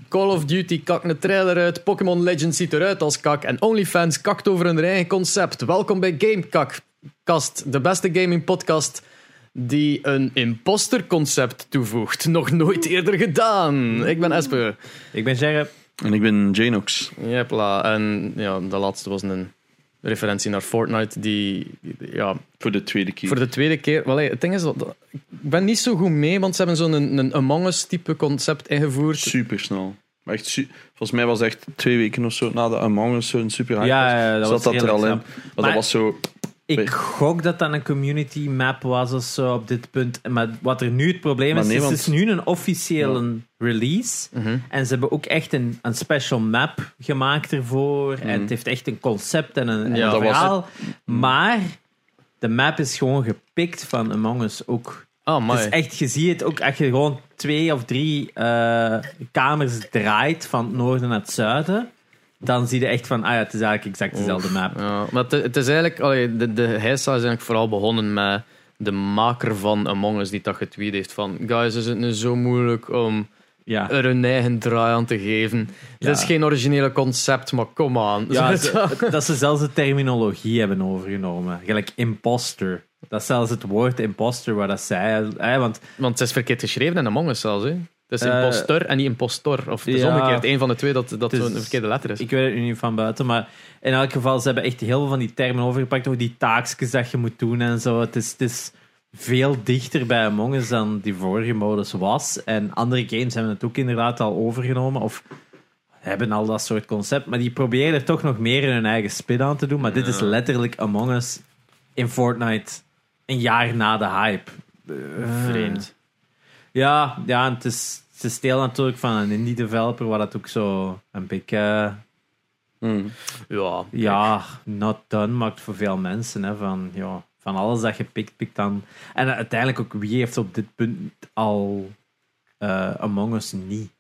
Call of Duty kakt een trailer uit, Pokémon Legends ziet eruit als kak en OnlyFans kakt over hun eigen concept. Welkom bij Gamekast, de beste gaming podcast die een imposter-concept toevoegt. Nog nooit eerder gedaan. Ik ben Espe. Ik ben Gerre. En ik ben Janox. Jepla. En ja, de laatste was een referentie naar Fortnite Voor de tweede keer. Voor de tweede keer. Wel, het ding is, ik ben niet zo goed mee, want ze hebben zo'n een Among Us type concept ingevoerd. Super snel. Maar echt volgens mij was het echt 2 weken of zo na de Among Us zo'n super hype. Ja, dat was dat er al in. snap. Maar dat was zo... Ik gok dat dat een community map was of zo op dit punt. Maar wat er nu het probleem is, het is nu een officiële release. Mm-hmm. En ze hebben ook echt een special map gemaakt ervoor. En het heeft echt een concept en een verhaal. Maar de map is gewoon gepikt van Among Us ook. Oh, dus echt, je ziet het ook als je gewoon 2 of 3 kamers draait van het noorden naar het zuiden. Dan zie je echt van, het is eigenlijk exact dezelfde map. Ja, maar het is eigenlijk, de heisa is eigenlijk vooral begonnen met de maker van Among Us die dat getweet heeft van, guys, is het nu zo moeilijk om er hun eigen draai aan te geven. Ja. Het is geen originele concept, maar kom aan. Ja, dat ze zelfs de terminologie hebben overgenomen. Gelijk imposter. Dat is zelfs het woord imposter waar dat zei. Want het is verkeerd geschreven in Among Us zelfs, hè. Het is imposteur en niet impostor. Of het is omgekeerd. Een van de twee dat een verkeerde letter is. Ik weet het nu niet van buiten. Maar in elk geval, ze hebben echt heel veel van die termen overgepakt. Ook die taakjes dat je moet doen en zo. Het is veel dichter bij Among Us dan die vorige modus was. En andere games hebben het ook inderdaad al overgenomen. Of hebben al dat soort concept. Maar die proberen er toch nog meer in hun eigen spin aan te doen. Maar dit is letterlijk Among Us in Fortnite een jaar na de hype. Vreemd. Ja, het is deel natuurlijk van een indie developer waar dat ook zo een beetje not done maakt voor veel mensen. Hè, van alles dat je pikt dan. En uiteindelijk ook, wie heeft op dit punt al Among Us niet?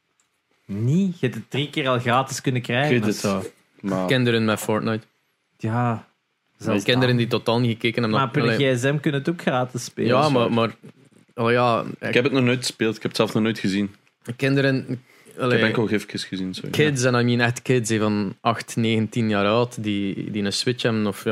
Je hebt het 3 keer al gratis kunnen krijgen. Zo. Kinderen met Fortnite. Ja. Kinderen die totaal niet gekeken hebben. Maar per gsm kunnen het ook gratis spelen. Ja, maar ik heb het nog nooit gespeeld. Ik heb het zelf nog nooit gezien. Kinderen... Ik heb enkel gifjes gezien. Sorry. Kids, en I mean echt kids van 8, 9, 10 jaar oud, die een Switch hebben, of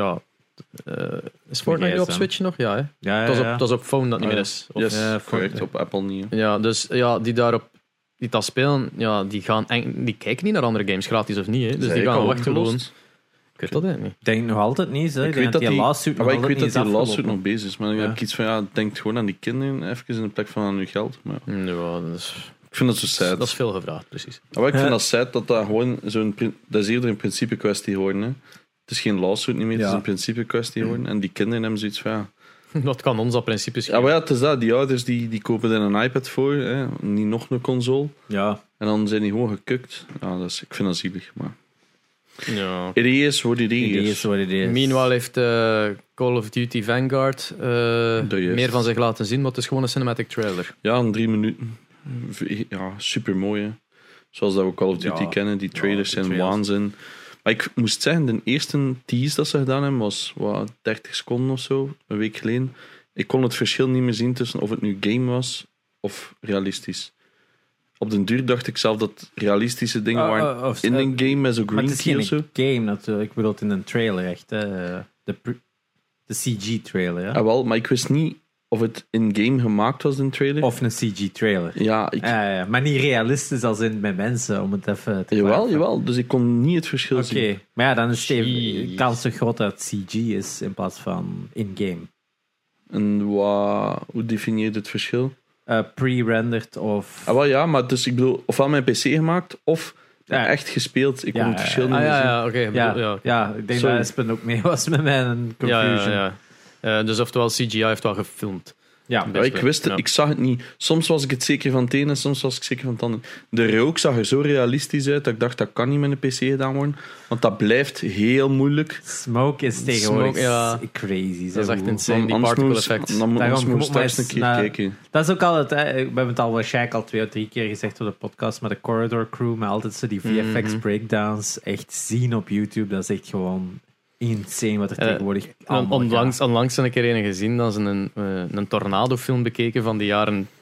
is Fortnite op Switch nog? Ja, hè? Ja. Het was op phone dat niet meer is. Correct, op Apple niet. Ja, dus die dat spelen, die kijken niet naar andere games, gratis of niet. Hè? Dus die gaan echt gewoon... Ik weet dat eigenlijk niet. Ik denk nog altijd niet. Hè. Ik weet dat die lawsuit nog bezig is. Maar dan heb ik iets van, denk gewoon aan die kinderen even in de plek van aan uw geld. Maar ik vind dat zo sad. Dat is veel gevraagd, precies. Maar ik vind dat sad dat gewoon dat is eerder een principe kwestie geworden. Hè. Het is geen lawsuit niet meer, het is een principe kwestie geworden. En die kinderen hebben zoiets van, dat kan ons dat principe schelen. Ja, maar het is dat. Die ouders die kopen er een iPad voor, hè. Niet nog een console. Ja. En dan zijn die gewoon gekukt. Ja, ik vind dat zielig, maar... Ja. It is what it is. Meanwhile heeft Call of Duty Vanguard meer van zich laten zien, maar het is gewoon een cinematic trailer. Ja, in 3 minuten. Ja, super mooi. Zoals dat we Call of Duty kennen. Die trailers zijn waanzin. Maar ik moest zeggen, de eerste tease dat ze gedaan hebben was 30 seconden of zo, een week geleden. Ik kon het verschil niet meer zien tussen of het nu game was of realistisch. Op den duur dacht ik zelf dat realistische dingen waren in een game met zo'n green tea of zo. Maar het is geen game natuurlijk. Ik bedoel het in een trailer echt. De CG-trailer. Ja? Wel, maar ik wist niet of het in-game gemaakt was, in trailer. Of een CG-trailer. Ja, maar niet realistisch als in met mensen, om het even te Jawel. Dus ik kon niet het verschil zien. Oké, maar ja, dan is de kans zo groot dat het CG is in plaats van in-game. En hoe definieer je het verschil? Pre-rendered of... Wel ja, maar dus ik bedoel, ofwel mijn PC gemaakt, of echt gespeeld. Ik kon het verschil niet meer zien. Ja, ik denk dat Espen ook mee was met mijn confusion. Dus oftewel CGI heeft wel gefilmd. Ja, ik wist het, ik zag het niet. Soms was ik het zeker van het ene, soms was ik zeker van het andere. De rook zag er zo realistisch uit dat ik dacht, dat kan niet met een PC gedaan worden. Want dat blijft heel moeilijk. Smoke is tegenwoordig crazy. Dat is echt insane, die particle effect. Dan moeten we straks een keer kijken. Dat is ook altijd, we hebben het al waarschijnlijk al 2 of 3 keer gezegd op de podcast, maar de Corridor Crew, met altijd zo die VFX breakdowns, echt zien op YouTube, dat is echt gewoon... insane wat er tegenwoordig onlangs heb ik er een gezien dat ze een tornadofilm bekeken van de jaren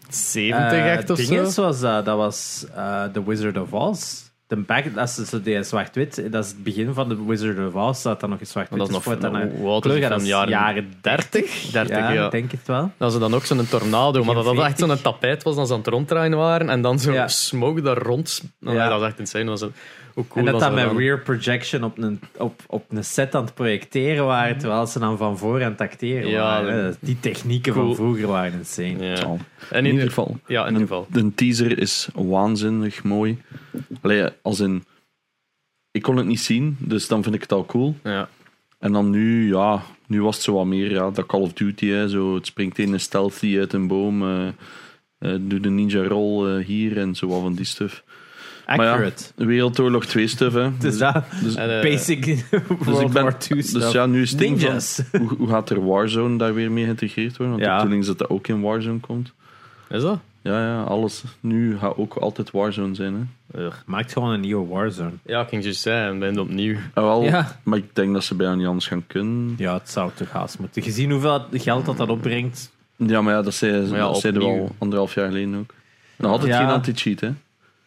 70 echt of zo. Dinges was dat was The Wizard of Oz. Dat is zo die zwart-wit. Dat is het begin van The Wizard of Oz. Dat dan nog een zwart-wit dat is nog voor van de jaren 30. Ja, denk het wel. Dat ze dan ook zo'n tornado, maar dat echt zo'n tapijt was dat ze aan het ronddraaien waren en dan zo smoke daar rond. Nou, dat was echt insane. Dat was hoe cool en dat met dan? rear projection op een set aan het projecteren waren, terwijl ze dan van voor aan het acteren waren. Die technieken van vroeger waren insane. Ja. In ieder geval. Ja, in ieder geval. De teaser is waanzinnig mooi. Allee, als in... Ik kon het niet zien, dus dan vind ik het al cool. Ja. En dan nu was het zo wat meer, dat Call of Duty, hè, zo, het springt een stealthy uit een boom, doe de ninja roll hier en zo wat van die stuff. Accurate. Maar Wereldoorlog 2 stuff, hè. Dus dat basic World War II stuff. Dus ja, nu is het ding Ninjas. van, hoe gaat er Warzone daar weer mee geïntegreerd worden? Want de bedoeling is dat dat ook in Warzone komt. Is dat? Ja, alles. Nu gaat ook altijd Warzone zijn, hè. Maakt gewoon een nieuwe Warzone. Ja, ik ging juist zeggen, ben opnieuw. Ja. Maar ik denk dat ze bijna niet anders gaan kunnen. Ja, het zou toch haast moeten. Gezien hoeveel geld dat opbrengt. Ja, maar dat zeiden we al 1,5 jaar geleden ook. Nog altijd geen anti-cheat, hè.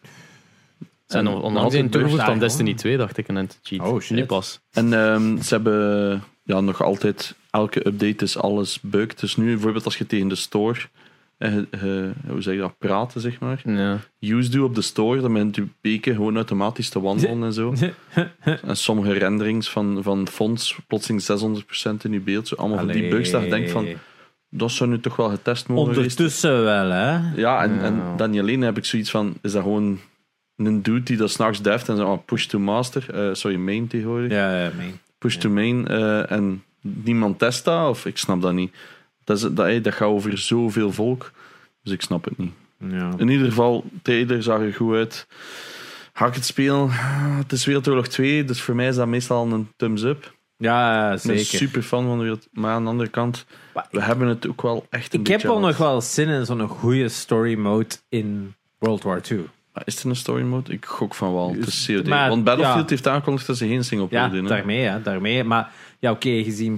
En onlangs een toegevoegd van Destiny 2, dacht ik, een anti-cheat. Oh, shit. Nu pas. En ze hebben nog altijd... Elke update is alles bugged. Dus nu bijvoorbeeld als je tegen de store... hoe zeg je dat? Praten, zeg maar. Ja. Use do op de store, dan bent je beken gewoon automatisch te wandelen en zo. En sommige renderings van fonts plotseling 600% in je beeld. Zo allemaal van die bugs dat je denkt van... Dat zou nu toch wel getest mogen ondertussen wel, hè? Ja, en dan niet alleen heb ik zoiets van... Is dat gewoon een dude die dat s'nachts deft en zo push to master? Main tegenwoordig. Ja, main. Push to main. En niemand test dat? Of ik snap dat niet. Dat gaat over zoveel volk. Dus ik snap het niet. Ja. In ieder geval, trailer zag er goed uit. Ga ik het spelen? Het is Wereldoorlog 2, dus voor mij is dat meestal een thumbs up. Ja, Ik ben zeker. super fan van de wereld. Maar aan de andere kant, we hebben het ook wel echt een Ik beetje... heb wel nog wel zin in zo'n goede story mode in World War II. Is het een story mode? Ik gok van wel. Het is COD. Maar, Want Battlefield heeft aangekondigd dat ze geen singleplayer doen. Daarmee. Maar ja, oké, gezien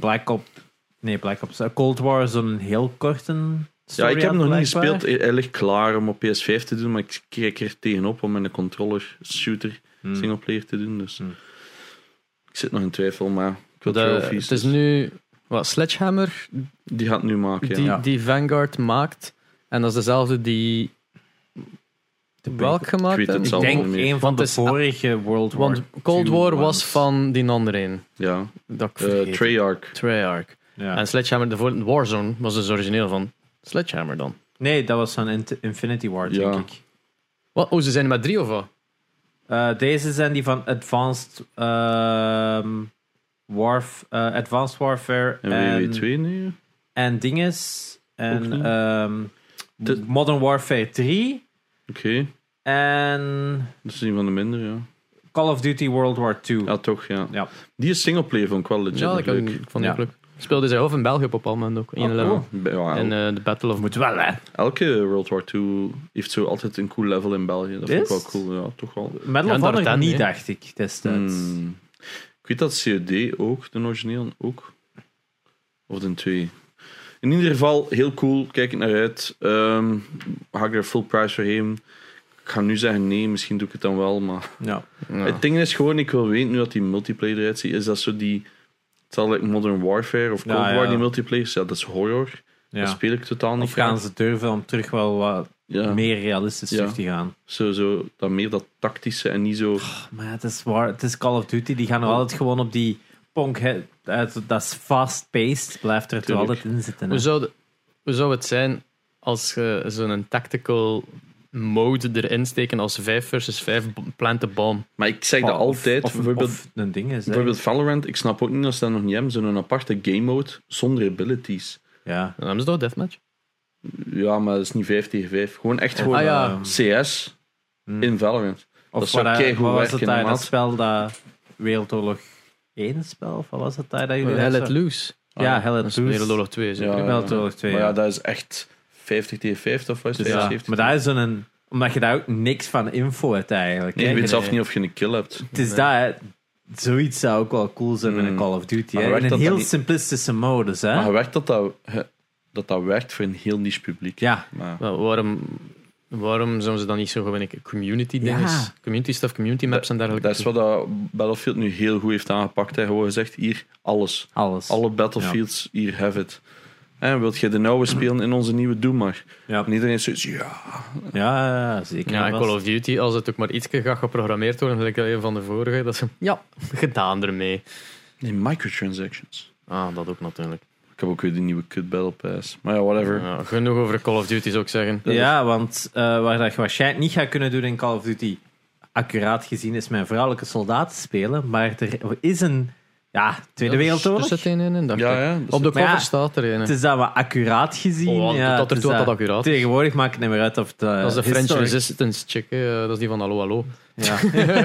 Cold War zo'n heel korte story. Ja, ik heb hem nog niet blijkbaar. gespeeld. Hij ligt klaar om op PS5 te doen, maar ik kijk er tegenop om met een controller shooter singleplayer te doen. Dus ik zit nog in twijfel, maar ik wil trophies. Het is nu... Sledgehammer Die gaat nu maken, die Vanguard maakt. En dat is dezelfde die... Welk gemaakt Ik weet het heeft? Ik zelf denk niet meer. een van Want de het is- vorige World War Want Cold II War ones. was van die andere een. Ja. Dat ik vergeet. Treyarch. En Sledgehammer, de Warzone, was dus origineel van Sledgehammer dan. Nee, dat was van Infinity War, denk ik. Wat? Oh, ze zijn er met 3 of wat? Deze zijn die van Advanced Advanced Warfare En WW2 nu? en dinges en niet. Modern Warfare 3 Oké. en Dat is een van de minder, ja. Call of Duty World War II. Ja, toch, ja. Ja. Die is singleplayer van ik wel legit Ja, nog ik leuk. vond die ook leuk. Speelde zij of in België op een bepaald moment ook. 1 level. Ja, En de Battle of... Moet wel, hè? elke World War II heeft zo altijd een cool level in België. Dat vind ik Is wel het? cool, ja, toch wel. Medal Ja, of Honor D'Artagnan, niet, hè? dacht ik, destijds. Ik weet dat COD ook, de origineel ook. Of de 2. In ieder geval, heel cool, kijk ik naar uit. Ga ik er full price voor geven? Ik ga nu zeggen nee, misschien doe ik het dan wel, maar... Ja. Ja. Het ding is gewoon, ik wil weten nu dat die multiplayer eruit ziet, is dat zo die... Het zal like Modern Warfare of Cold War, die multiplayer, ja, dat is horror. Dat speel ik totaal niet Of gaan graag. ze durven om terug wel wat meer realistisch terug te gaan? Zo, dat meer dat tactische en niet zo... Maar het is Call of Duty, die gaan nog altijd gewoon op die ponk, dat is fast-paced, blijft er toch Tuurlijk. altijd in zitten. Hè? Hoe zou het zijn als je zo'n tactical mode erin steken als 5 versus 5 plant a bomb? Maar ik zeg dat altijd, bijvoorbeeld... Of een ding is, Bijvoorbeeld Valorant, ik snap ook niet als ze dat nog niet hebben, zo'n aparte game mode zonder abilities. ja. Dan hebben ze toch deathmatch? Ja, maar dat is niet 5 tegen 5. Gewoon echt Of, gewoon ja. CS in Valorant. Dat Of zou wat keigoed was het werken, daar, maat. dat spel, dat Wereldoorlog 1 spel, of wat was het daar dat jullie Hell zo- Let Loose. Ja, Hell Dat Let is Loose. Wereldoorlog 2 zeker. Ja, Wereldoorlog 2, Maar ja. ja, dat is echt 50 tegen 50 of wat is het? Dus ja, 75 maar daar is zo'n... Omdat je daar ook niks van info hebt eigenlijk. Nee, hè. je weet zelf nee. niet of je een kill hebt. Het is dat, hè. Zoiets zou ook wel cool zijn met een Call of Duty. Maar Hè. werkt In een dat dan heel niet? simplistische modus. Hè. Maar werkt dat dat werkt voor een heel niche publiek. Ja. Maar, Waarom zouden ze dan niet zo gewoon community dingen, Ja. community stuff, community maps en dergelijke? dat is wat dat Battlefield nu heel goed heeft aangepakt. Hij gewoon gezegd, hier, alles. Alles. Alle Battlefields, hier, have it. En wilt je de nauwe spelen in onze nieuwe, doe maar. Ja. En iedereen zegt, ja. Ja, zeker. Ja, en Call of Duty, als het ook maar iets gaat geprogrammeerd worden, gelijk een van de vorige, dat is gedaan ermee. Nee, microtransactions. Ah, dat ook natuurlijk. Ik heb ook weer die nieuwe Cut Battle Pass. Maar ja, whatever. Ja, genoeg over Call of Duty, zou ik zeggen. Ja, want waar dat je waarschijnlijk niet gaat kunnen doen in Call of Duty, accuraat gezien, is mijn vrouwelijke soldaten spelen. Maar er is een Tweede Wereldoorlog. Er zit een in, dacht Ja, ik. ja. Op de Maar cover ja, staat er een. Het is dat we accuraat gezien. Oh, ja, tot ertoe het is dat accuraat is. Tegenwoordig maakt het niet meer uit of het. Dat is de French historic- Resistance chick, hè. Dat is die van Hallo Hallo. Ja.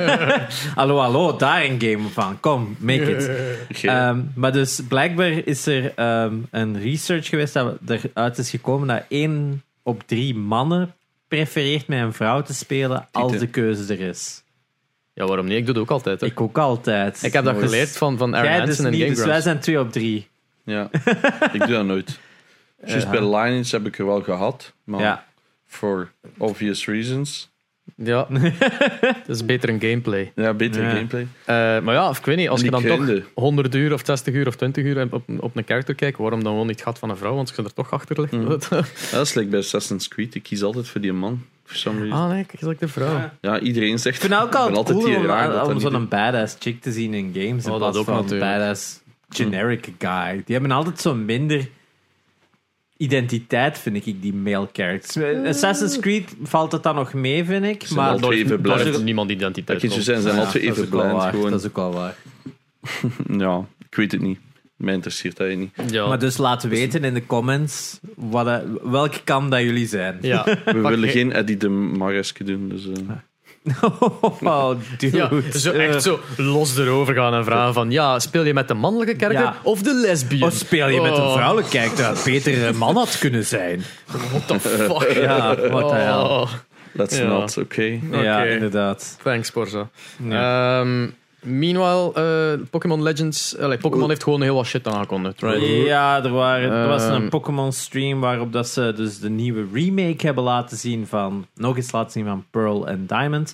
Hallo, daar een game van. Kom, make it. Maar dus blijkbaar is er een research geweest dat eruit is gekomen dat 1 op 3 mannen prefereert met een vrouw te spelen als de keuze er is. Ja, waarom niet? Ik doe het ook altijd. Hè. Ik ook altijd. Ik heb dat Dus geleerd van Aaron jij dus Hansen en niet, Game dus wij Grumps. zijn 2 op 3. Ja, ik doe dat nooit. Just bij Lineage heb ik er wel gehad. Maar Ja. for obvious reasons. Ja, dat is beter een gameplay. Ja, betere Ja. gameplay. Maar ja, ik weet niet, als En je die dan toch grinden. 100 uur of 60 uur of 20 uur op een character kijkt, waarom dan gewoon niet het gat van een vrouw? Want je er toch achter ligt. Ja, dat is like bij Assassin's Creed. Ik kies altijd voor die man. For some reason. Ah nee, kijk, is de vrouw. Ja. Ja, iedereen zegt... Ik vind het ook ben altijd cool raar dat om dat zo'n niet badass chick te zien in games. In Oh, dat plaats ook van een natuurlijk. badass generic guy. Die hebben altijd zo minder identiteit, vind ik, die male characters. Assassin's Creed valt het dan nog mee, vind ik. Zijn Maar altijd even Daar bland. heeft niemand identiteit. Kijk, ze zijn Ja, altijd dat is even ook wel bland. waar, Gewoon. dat is ook wel waar. Ja, ik weet het niet. Mij interesseert dat niet. Ja, Maar dus laat weten in de comments welke kant dat jullie zijn. ja. We willen je- geen Eddie de Mareske doen. Dus, Oh, dude. Ja, zo echt zo los erover gaan en vragen van, ja, speel je met de mannelijke karakter Ja. of de lesbian? Of speel je met een vrouwelijke kijker dat beter een man had kunnen zijn? What the fuck? Ja, what the hell. Oh, that's Ja. not okay. Ja, Oké. inderdaad. thanks, Porza. Ja. Meanwhile, Pokémon Legends... Pokémon heeft gewoon heel wat shit aangekondigd, right? Ja, er was een Ehm, Pokémon stream waarop dat ze dus de nieuwe remake hebben laten zien van Pearl en Diamond.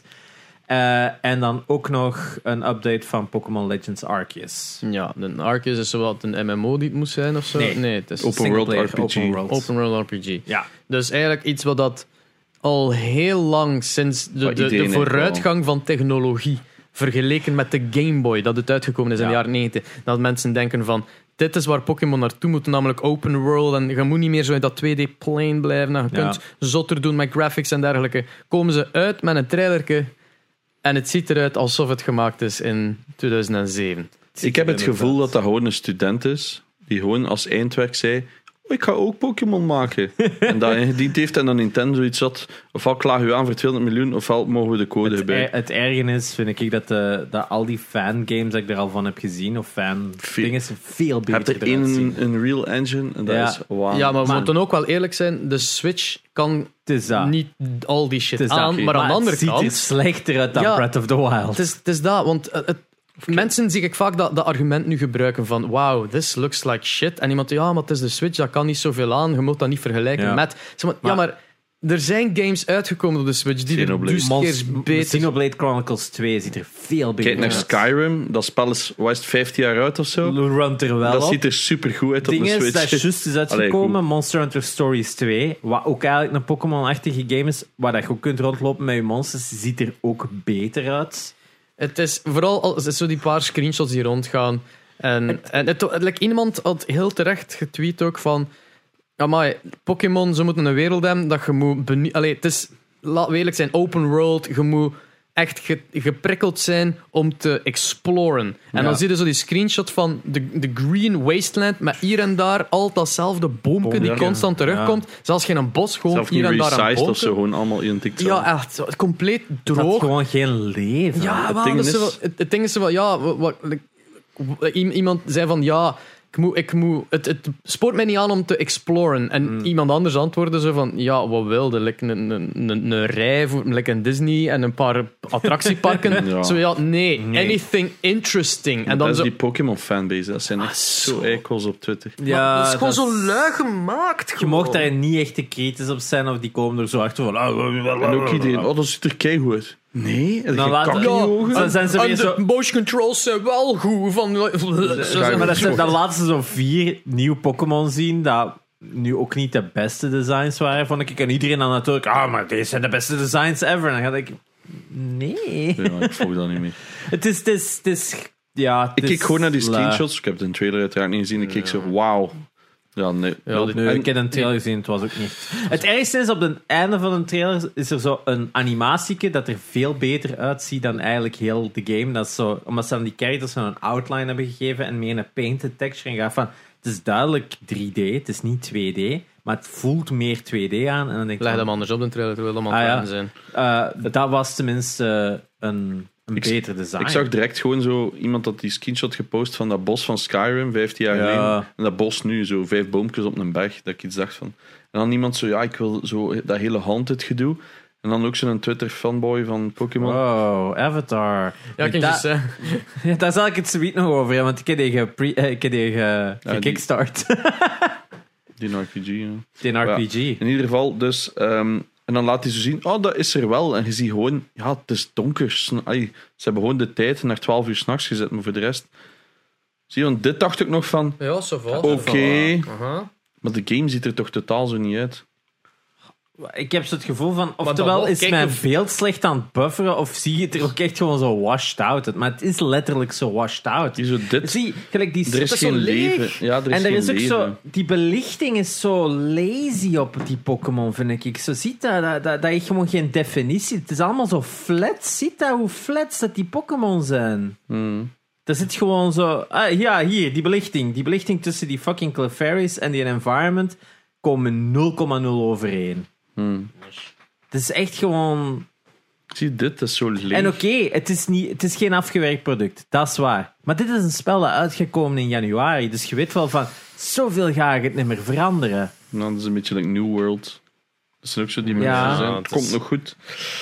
En dan ook nog een update van Pokémon Legends Arceus. Ja, de Arceus is zowat een MMO die het moest zijn of zo. Nee. Het is Open world Singleplayer, RPG. Open world. open world RPG. Ja. Dus eigenlijk iets wat dat al heel lang sinds Wat de iedereen vooruitgang van technologie vergeleken met de Game Boy, dat het uitgekomen is in de Ja. jaren 90, dat mensen denken van dit is waar Pokémon naartoe moet, namelijk open world en je moet niet meer zo in dat 2D-plane blijven en je Ja. kunt zotter doen met graphics en dergelijke. Komen ze uit met een trailerke en het ziet eruit alsof het gemaakt is in 2007. Ik heb het inderdaad. gevoel dat dat gewoon een student is die gewoon als eindwerk zei: oh, ik ga ook Pokémon maken. En dat ingediend heeft en dan Nintendo iets had. Ofwel klagen we aan voor 200 miljoen, ofwel mogen we de code gebruiken. Het erge is, vind ik, dat al die fangames dat ik er al van heb gezien, of fan-dingen, veel Je hebt beter er eruit zien. één een real engine en dat Ja. is wauw. Ja, maar we Man. moeten ook wel eerlijk zijn, de Switch kan Het is dat. niet al die shit Het is aan, dat. maar aan de andere het ziet er kant... slechter uit dan Ja, Breath of the Wild. Het is dat, want mensen zie ik vaak dat argument nu gebruiken van wow, this looks like shit. En iemand, ja, maar het is de Switch, dat kan niet zoveel aan. Je moet dat niet vergelijken Ja. met... Zeg maar, ja, maar er zijn games uitgekomen op de Switch die er Xenoblade. dus keer beter... Xenoblade Chronicles 2 ziet er veel beter Kijk naar uit. Skyrim, dat spel is, wat is het, 15 jaar oud of zo? Runt er wel Dat op. ziet er super goed uit op Het de ding is, Switch. dat juist is Allee, uitgekomen, goed. Monster Hunter Stories 2, wat ook eigenlijk een Pokémon-achtige game is, waar dat je ook kunt rondlopen met je monsters, ziet er ook beter uit. Het is vooral het is zo die paar screenshots die rondgaan. En iemand had heel terecht getweet ook van... Amai, Pokémon, ze moeten een wereld hebben dat je moet... het is, laten we eerlijk zijn, open world. Je moet echt geprikkeld zijn om te exploren. En Ja. dan zie je zo die screenshot van de Green Wasteland met hier en daar al datzelfde boomke die Ja. constant terugkomt. Zelfs geen bos, gewoon Zelf hier niet en daar een resized of zo, boomke. gewoon allemaal identiek. Ja, echt. Zo, compleet Het had droog. gewoon geen leven. Ja, Het wel, ding dat is is- zo wel- het ding is zo wel, ja, iemand zei van, ja, het spoort mij niet aan om te exploren. En iemand anders antwoordde zo van, ja, wat wilde? Like een rij voor like een Disney en een paar attractieparken. Ja. Zo nee, anything interesting. En Dat dan is zo... die Pokémon fanbase. Dat zijn echt zo eikels op Twitter. Ja, dat is gewoon zo lui gemaakt. Je mocht daar niet echt te kritisch op zijn of die komen er zo achter van... En ook iedereen, dat ziet er keigoed uit. Nee, heb je Dan laat- kak in je Ja. ogen? Dan zijn ze weer En zo... de motion controls zijn wel goed. Dan laten ze zo 4 nieuwe Pokémon zien dat nu ook niet de beste designs waren, vond ik. En iedereen dan natuurlijk, maar deze zijn de beste designs ever. En dan ga ik... Nee. Ja, ik volg dat niet meer. Het is ja, Ik keek gewoon naar die screenshots. Ik heb de trailer uiteraard niet gezien. Ik keek zo, wauw. Ja, nee. Nee, ik heb een trailer gezien, het was ook niet. Het ergste is, op het einde van een trailer is er zo een animatieke dat er veel beter uitziet dan eigenlijk heel de game. Dat is zo, omdat ze dan die characters zo'n outline hebben gegeven en meer een painted texture en gaat van, het is duidelijk 3D, het is niet 2D, maar het voelt meer 2D aan. En dan denk ik Leg van, hem anders op de trailer, terwijl het allemaal ja. zijn. Dat was tenminste een beter design. Ik zag direct gewoon zo iemand dat die screenshot gepost van dat bos van Skyrim 15 jaar geleden. En dat bos nu, zo 5 boompjes op een berg. Dat ik iets dacht van. En dan iemand zo, ik wil zo dat hele haunted gedoe. En dan ook zo'n Twitter fanboy van Pokémon. Wow, Avatar. Ja, kan je dus zeggen. Ja, daar zal ik het zoiets nog over hebben, want ik heb die gekickstart. Die RPG, ja. Die RPG. In ieder geval, dus... en dan laat hij zo zien, dat is er wel. En je ziet gewoon, het is donker. Ze hebben gewoon de tijd naar 12 uur 's nachts gezet, maar voor de rest... Zie je, want dit dacht ik nog van... Ja, zo valt. Oké. Maar de game ziet er toch totaal zo niet uit. Ik heb zo het gevoel van, dat oftewel wel, is kijk, mijn beeld slecht aan het bufferen, of zie je het er ook echt gewoon zo washed out uit. Maar het is letterlijk zo washed out. Zie zo dit... Zie, gelijk die Er is is zo geen leeg. leven. Ja, er is en er geen is ook leven. zo, die belichting is zo lazy op die Pokémon, vind ik. Zo ziet dat heeft gewoon geen definitie. Het is allemaal zo flat. Ziet dat hoe flats dat die Pokémon zijn? Dat zit gewoon zo... hier, die belichting. Die belichting tussen die fucking Clefairies en die environment komen 0,0 overeen. Het is echt gewoon... Zie dit, dat is zo leeg. En oké, het is geen afgewerkt product. Dat is waar. Maar dit is een spel dat uitgekomen in januari. Dus je weet wel van... Zoveel ga ik het niet meer veranderen. Nou, dat is een beetje like New World. Dat zijn ook zo die mensen Ja. zijn. Het komt nog goed.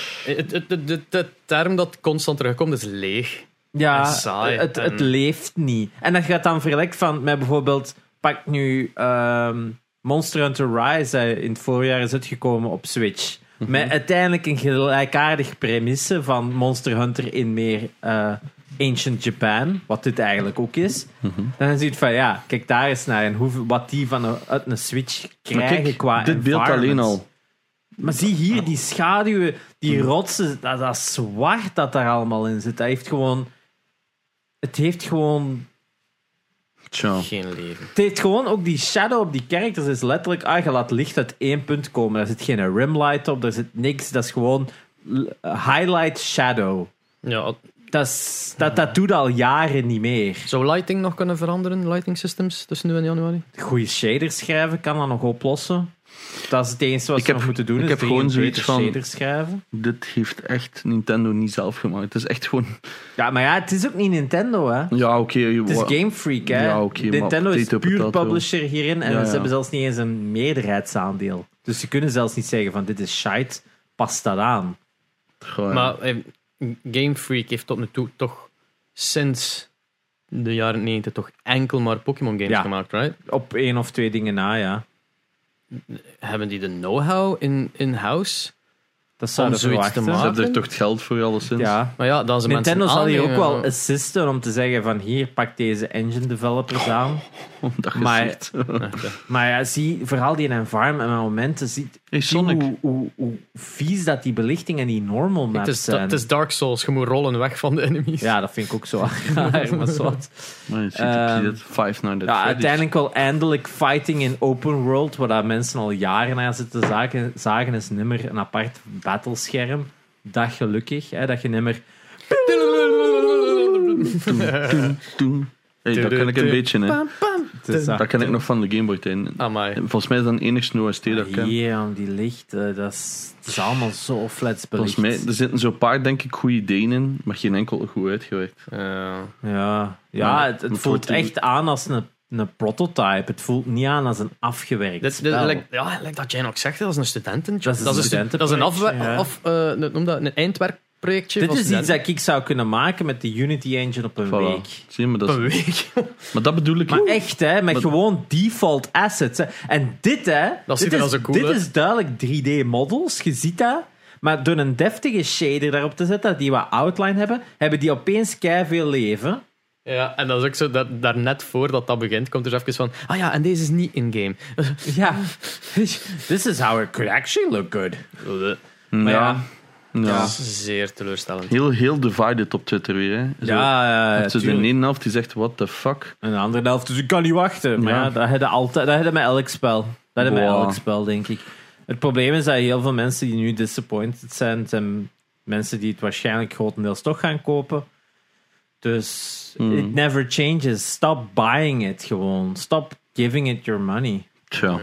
De term dat constant terugkomt is leeg. Ja, En saai. het leeft niet. En dat gaat dan verlekt van... Met bijvoorbeeld... Pak nu... Monster Hunter Rise, dat in het voorjaar is uitgekomen op Switch. Met uiteindelijk een gelijkaardig premisse van Monster Hunter in meer Ancient Japan, wat dit eigenlijk ook is. Dan zie je van, kijk daar eens naar en wat die uit een Switch krijgen kijk, qua dit beeld alleen al. Maar zie hier, die schaduwen, die rotsen, dat zwart dat daar allemaal in zit. Dat heeft gewoon... Het heeft gewoon... Tja. Geen leven. Het heeft gewoon ook die shadow op die characters is letterlijk, je laat licht uit 1 punt komen. Daar zit geen rimlight op, daar zit niks. Dat is gewoon highlight shadow. Ja, Dat doet al jaren niet meer. zou lighting nog kunnen veranderen? Lighting systems tussen nu en januari? Goeie shaders schrijven kan dat nog oplossen. Dat is het enige wat ze nog moeten doen. ik is heb gewoon zoiets van... shaders schrijven. Dit heeft echt Nintendo niet zelf gemaakt. Het is echt gewoon... Ja, maar het is ook niet Nintendo, hè. Ja, oké. Het is Game Freak, hè. Ja, oké, maar Nintendo is potato, puur potato. publisher hierin en Ja, ze hebben zelfs niet eens een meerderheidsaandeel. Dus ze kunnen zelfs niet zeggen van dit is shite, pas dat aan. Gewoon, Maar Game Freak heeft tot nu toe toch sinds de jaren 90 toch enkel maar Pokémon games Ja. gemaakt, right? Op 1 of 2 dingen na, ja. Hebben die de know-how in-house? Dat zou Om je zoiets te verwachten. ze hebben er maken? toch het geld voor, alleszins. Ja. Maar ja, dan zijn Nintendo mensen zal hier ook aannemen, wel assisten om te zeggen van hier, pak deze engine developers aan. Dat Maar- gezicht. Maar ja, zie vooral die environment en momenten, zie Sonic. hoe vies dat die belichting en die normal maps zijn. Het is Dark Souls, je moet rollen weg van de enemies. Ja, dat vind ik ook zo raar, maar wat. Maar je ziet het, Five Nights at Ja, Freddy's. uiteindelijk wel eindelijk fighting in open world, waar dat mensen al jaren naar zitten zagen, is nimmer een apart battlescherm. Dat gelukkig, hè, dat je nimmer... Toen. Hey, dat ken ik een beetje, hè. Dus, Dat ken ik nog van de Game Boy tijd. Amai. Volgens mij is dat de enigste OST dat ik ken. hier aan die licht, dat is allemaal zo flats belicht. Volgens mij, er zitten zo'n paar, denk ik, goede ideeën in, maar geen enkel goed uitgewerkt. Ja, Ja, het maar voelt voor die- echt aan als een prototype. Het voelt niet aan als een afgewerkt spel. Like dat jij nog zegt, dat is een studentenjob. Dat is een studentenproject, dat is een ja. noem dat, een eindwerk projectje. Dit van is iets studenten. dat ik zou kunnen maken met de Unity Engine op een Voilà. week. Zie je, maar, Op een week. maar dat bedoel ik. Maar echt, hè, met gewoon default assets. Hè. En dit, hè, Dat ziet er dan zo cool dit uit. is duidelijk 3D-models, je ziet dat. Maar door een deftige shader daarop te zetten, die wat outline hebben die opeens keiveel leven. Ja, en dat is ook zo, dat daarnet voordat dat begint, komt er zo even van, ah ja, en deze is niet in-game. Ja, this is how it could actually look good. Maar ja. Dat Ja. is zeer teleurstellend. Heel divided op Twitter weer. Hè. Zo. Ja, Dus de tuurlijk. ene helft die zegt, what the fuck? En de andere helft, dus ik kan niet wachten. Maar Ja. ja, dat hadden altijd, dat hadden met elk spel. Dat hadden met Wow. elk spel, denk ik. Het probleem is dat heel veel mensen die nu disappointed zijn mensen die het waarschijnlijk grotendeels toch gaan kopen. Dus it never changes. Stop buying it gewoon. Stop giving it your money. Tja.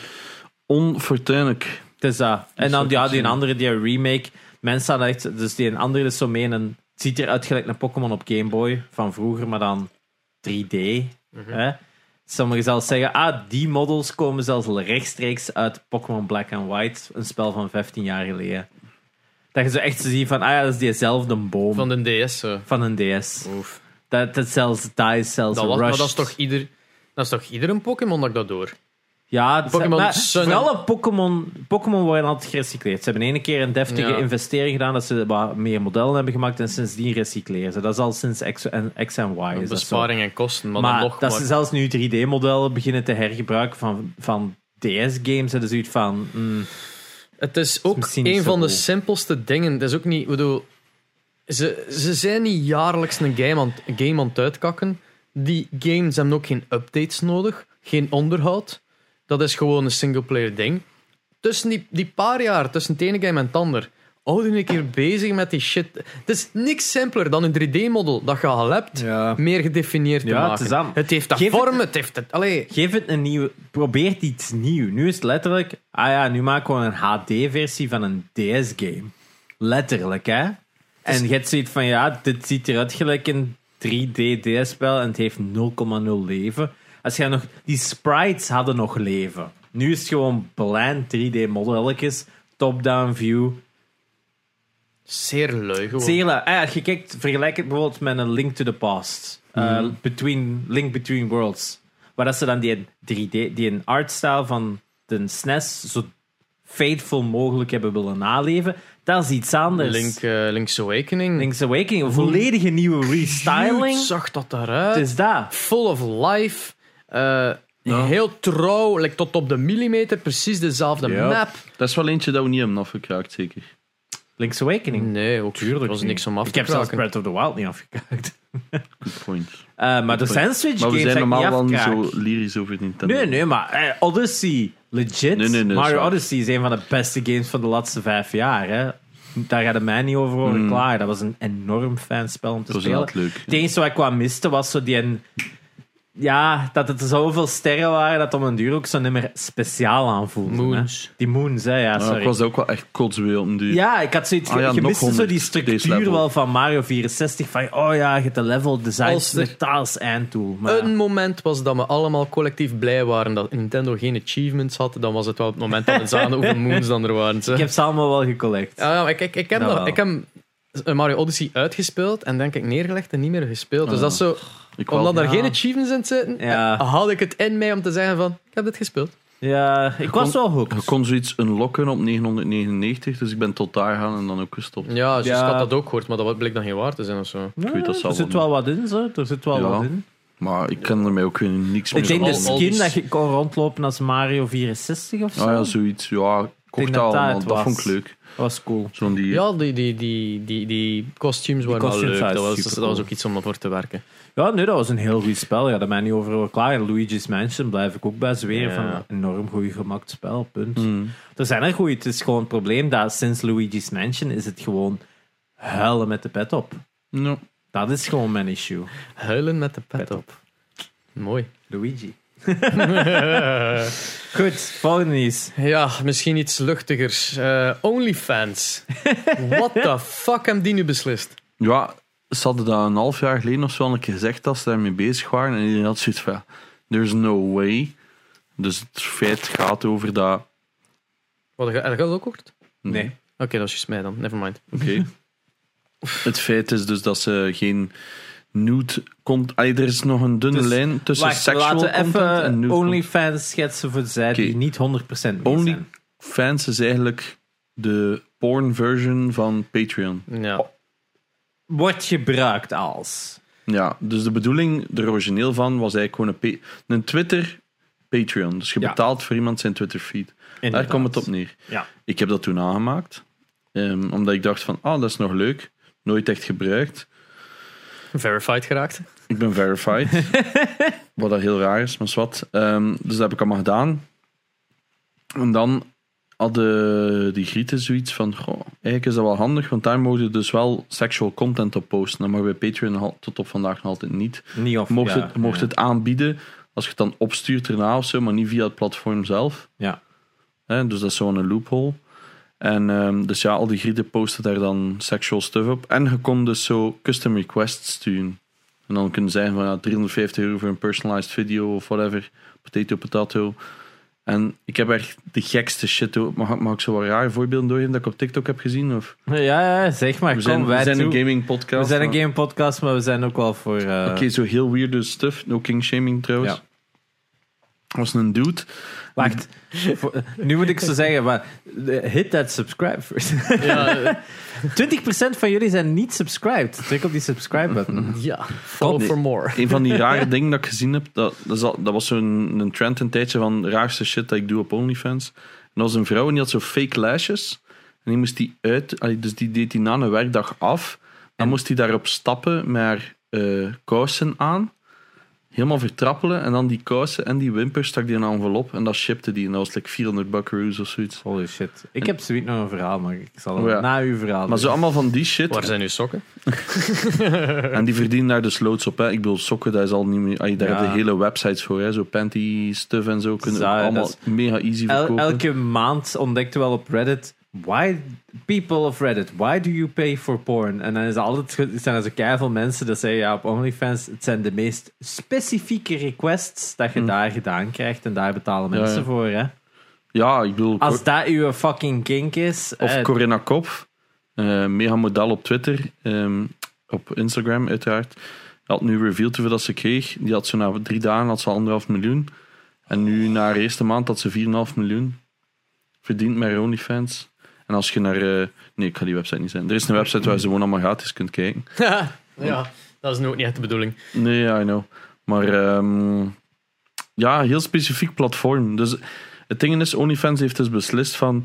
Onfortuinlijk. Het is dat. En dan die een andere, die remake. Mensen hadden echt... Dus die een andere is zo mee. En het ziet eruit gelijk een Pokémon op Game Boy van vroeger, maar dan 3D. Hè? Sommigen zelfs zeggen, die models komen zelfs rechtstreeks uit Pokémon Black and White, een spel van 15 jaar geleden. Dat je zo echt ziet van, dat is diezelfde boom Van de DS. Zo. van een DS. Oef. Dat is zelfs Maar dat rushed. is toch ieder een Pokémon dat ik dat door. Ja, Pokémon maar Sun vooral en- een Pokémon worden altijd gerecycleerd. Ze hebben ene keer een deftige Ja. investering gedaan dat ze wat meer modellen hebben gemaakt en sindsdien recycleren ze. Dat is al sinds X en Y. Is dat zo. Besparing en kosten, maar, Maar dan nog. dat ze zelfs nu 3D-modellen beginnen te hergebruiken van DS-games, hebben ze zoiets van... Het is ook misschien niet een zo van de cool. simpelste dingen. Het is ook niet... Ik bedoel, ze zijn niet jaarlijks een game aan het uitkakken. Die games hebben ook geen updates nodig. Geen onderhoud. Dat is gewoon een singleplayer ding. Tussen die paar jaar, tussen het ene game en het ander, houden een keer bezig met die shit. Het is niks simpeler dan een 3D-model dat je al hebt, Ja. meer gedefinieerd te Ja, het maken. is aan. Het heeft dat Geef vorm, het heeft het... Allee, Geef het een nieuwe... Probeer iets nieuws. Nu is het letterlijk... nu maken we een HD-versie van een DS-game. Letterlijk, hè? En je hebt zoiets van, dit ziet eruit gelijk een 3D-DS-spel en het heeft 0,0 leven. Als je nog... Die sprites hadden nog leven. Nu is het gewoon bland 3D-modelletjes, top-down view. zeer lui gewoon. Als je kijkt, vergelijk het bijvoorbeeld met een Link to the Past. Link Between Worlds. Waar dat ze dan die 3D, die een artstyle van de SNES zo faithful mogelijk hebben willen naleven. Dat is iets anders. Link's Awakening. Link's Awakening, een volledige nieuwe restyling. Hoe zag dat daaruit? Het is dat. Full of life. Heel trouw, like tot op de millimeter, precies dezelfde Ja. map. Dat is wel eentje dat we niet hebben afgekraakt, zeker. Link's Awakening. Nee, ook er was niks om af Ik te heb zelfs kraken. Breath of the Wild niet afgekijkt. Good point. Maar er zijn Switch Maar we games zijn dat ik niet normaal wel niet afkraak. zo lyrisch over Nintendo. Nee, maar Odyssey, legit. Nee, Mario zwaar. Odyssey is een van de beste games van de laatste 5 jaar. Hè. Daar gaat het mij niet over horen klaar. Dat was een enorm fijn spel om te Dat was spelen. inderdaad leuk. Het enige wat ik qua miste was zo dat het zoveel sterren waren dat om een duur ook zo niet meer speciaal aanvoelde. Moons. Hè. Die moons, hè, ja, Ja, sorry. ik was ook wel echt kotswee op een duur. Ja, ik had zoiets... ja, je nog miste zo 100 die deze structuur level. wel van Mario 64. Van, je hebt de level design Als er met als eindtool. Maar Een moment was dat we allemaal collectief blij waren dat Nintendo geen achievements had. Dan was het wel het moment dat we zagen hoeveel moons dan er waren. ik heb ze allemaal wel gecollect. Ja, maar ik heb Nou. nog, ik heb Mario Odyssey uitgespeeld en denk ik neergelegd en niet meer gespeeld. Dus dat is zo... Ik wel. Omdat daar Ja. geen achievements in zitten, Ja. haalde ik het in mij om te zeggen van, ik heb dit gespeeld. Ja, ik was wel hooked. Je kon zoiets unlocken op 999, dus ik ben tot daar gaan en dan ook gestopt. Ja, dus Ja. ik had dat ook gehoord, maar dat bleek dan geen waar te zijn of zo. Ja, weet dat er zelf zit wel wel wat in, zo. Er zit wel Ja. wat in. Maar ik ken er mij ook weer niks meer Ik denk van. de al skin die- dat je kon rondlopen als Mario 64 of zo. Ah ja, zoiets. Ja, ik kocht denk dat dat allemaal. het Dat was. vond ik leuk. Dat was cool. Zo'n die... Ja, die costumes waren costumes wel leuk. waren Dat was supercool. ook iets om voor te werken. Ja, nee, dat was een heel goed spel. Ja, dat mij niet over klaar. En Luigi's Mansion blijf ik ook bij zweren Ja. van een enorm goed gemaakt spel. Punt. Mm. Er zijn er goed. Het is gewoon het probleem dat sinds Luigi's Mansion is het gewoon huilen met de pet op. Ja. Dat is gewoon mijn issue. Huilen met de pet op. Mooi. Luigi. Goed, volgende nieuws. Ja, misschien iets luchtigers. OnlyFans. What the fuck hebben die nu beslist? Ja, ze hadden dat een half jaar geleden of zo al een keer gezegd dat ze daarmee bezig waren. En iedereen had zoiets van, there's no way. Dus het feit gaat over dat... Wat, heb je dat ook gehoord? Nee. Oké, dat is juist mij dan. Nevermind. Oké. Het feit is dus dat ze geen nude content... er is nog een dunne lijn tussen sexual content en nude laten we even content. OnlyFans schetsen voor zij die niet 100% mee zijn. OnlyFans is eigenlijk de porn version van Patreon. Ja. Wordt gebruikt als... Ja, dus de bedoeling, de origineel van, was eigenlijk gewoon een Twitter Patreon. Dus je betaalt voor iemand zijn Twitter feed. Daar komt het op neer. Ja. Ik Ik heb dat toen aangemaakt. Omdat ik dacht van, dat is nog leuk. Nooit echt gebruikt. Verified geraakt. Ik ben verified. Wat dat heel raar is, maar zwart. Dus dat heb ik allemaal gedaan. En dan hadden die grieten zoiets van, eigenlijk is dat wel handig, want daar mogen je dus wel sexual content op posten. Dat mag bij Patreon tot op vandaag nog altijd niet. Niet of... Mocht het aanbieden, als je het dan opstuurt erna of zo, maar niet via het platform zelf. Ja. Dus dat is zo'n loophole. En dus ja, al die grieten posten daar dan sexual stuff op. En je kon dus zo custom requests sturen. En dan kunnen zeggen van €350 voor een personalized video of whatever. Potato. En ik heb echt de gekste shit. Mag ik zo wat rare voorbeelden doorgeven dat ik op TikTok heb gezien? Of? Ja, zeg maar. We zijn een gaming podcast. We zijn een gaming podcast, maar we zijn ook wel voor... Oké, zo heel weirde stuff. No king shaming trouwens. Ja. Was een dude. Wacht, nu moet ik zo zeggen, maar hit that subscribe first. Ja, 20% van jullie zijn niet subscribed. Druk op die subscribe button. ja. Follow for more. Een van die rare dingen dat ik gezien heb, dat was zo'n trend een tijdje van raarste shit dat ik doe op OnlyFans. En dat was een vrouw en die had zo fake lashes. En die moest die dus die deed die na een werkdag af. Dan moest hij daarop stappen met haar kousen aan. Helemaal vertrappelen. En dan die kousen en die wimpers stak die in een envelop. En dat shipte die. En dat was like 400 buckaroos of zoiets. Holy shit. Ik heb zoiets nog een verhaal, maar ik zal het na uw verhaal Maar zo allemaal van die shit. Waar zijn uw sokken? En die verdienen daar dus loads op. Hè. Ik bedoel, sokken, dat is al niet meer... Daar heb je hele websites voor. Hè. Zo panty stuff en zo. Kunnen we allemaal mega easy verkopen. Elke maand ontdekte wel op Reddit... Why, people of Reddit, why do you pay for porn? En dan zijn er zo keiveel mensen dat zeggen, ja, op OnlyFans, het zijn de meest specifieke requests dat je daar gedaan krijgt en daar betalen mensen voor, hè? Ja, ik bedoel... Als dat uw fucking kink is... Of Corinna Kopf, mega model op Twitter, op Instagram uiteraard. Had nu revealed hoeveel dat ze kreeg. Die had zo na 3 dagen had ze 1,5 miljoen. En nu na haar eerste maand had ze 4,5 miljoen. Verdient met OnlyFans. En als je naar... nee, ik ga die website niet zijn. Er is een website waar je gewoon allemaal gratis kunt kijken. Ja, dat is nu ook niet echt de bedoeling. Nee, I know. Maar ja, heel specifiek platform. Dus het ding is, OnlyFans heeft dus beslist van...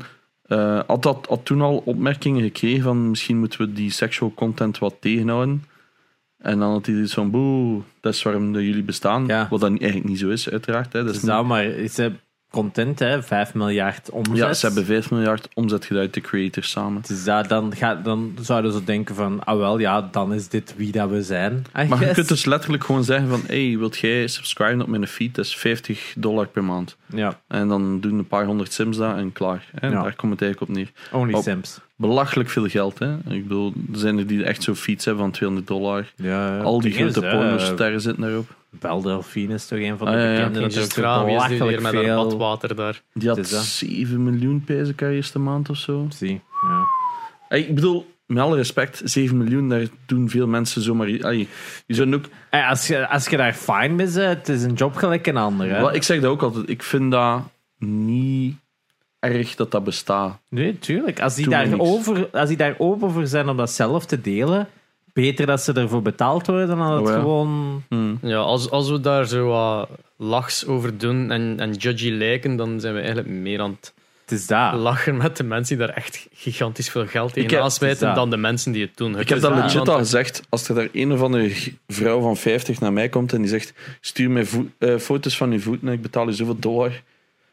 had toen al opmerkingen gekregen van misschien moeten we die sexual content wat tegenhouden. En dan had hij iets van, boe, dat is waarom jullie bestaan. Ja. Wat dan eigenlijk niet zo is, uiteraard. Hè. Dat is niet... maar is content, hè? 5 miljard omzet. Ja, ze hebben 5 miljard omzet gedaan, de creators samen. Dus dan zouden ze denken van, dan is dit wie dat we zijn. Maar je kunt dus letterlijk gewoon zeggen van, wilt jij subscriben op mijn feed? Dat is $50 per maand. Ja. En dan doen een paar 100 sims dat en klaar. Hè? Daar komt het eigenlijk op neer. Only sims. Belachelijk veel geld, hè. Ik bedoel, er zijn er die echt zo feeds hebben van $200. Ja, al die grote pornosterren zitten daarop. Belle Delphine is toch een van de bekende. Dat is belachelijk met veel badwater daar. Die had 7 miljoen pijzen haar eerste maand of zo. Zie, ja. Ik bedoel, met alle respect, 7 miljoen, daar doen veel mensen zomaar... Je zou ook... Als je daar fine mee bent, het is een job gelijk een ander. Hè? Well, ik zeg dat ook altijd. Ik vind dat niet erg dat dat bestaat. Nee, tuurlijk. Als die daar open voor zijn om dat zelf te delen... Beter dat ze ervoor betaald worden dan dat het gewoon... Ja, als we daar zo wat lachs over doen en judgy lijken, dan zijn we eigenlijk meer aan het lachen met de mensen die daar echt gigantisch veel geld tegen aansmijten dan de mensen die het doen. Ik heb dat legit al gezegd. Als er daar een of andere vrouw van 50 naar mij komt en die zegt, stuur mij foto's van je voeten en ik betaal je zoveel $.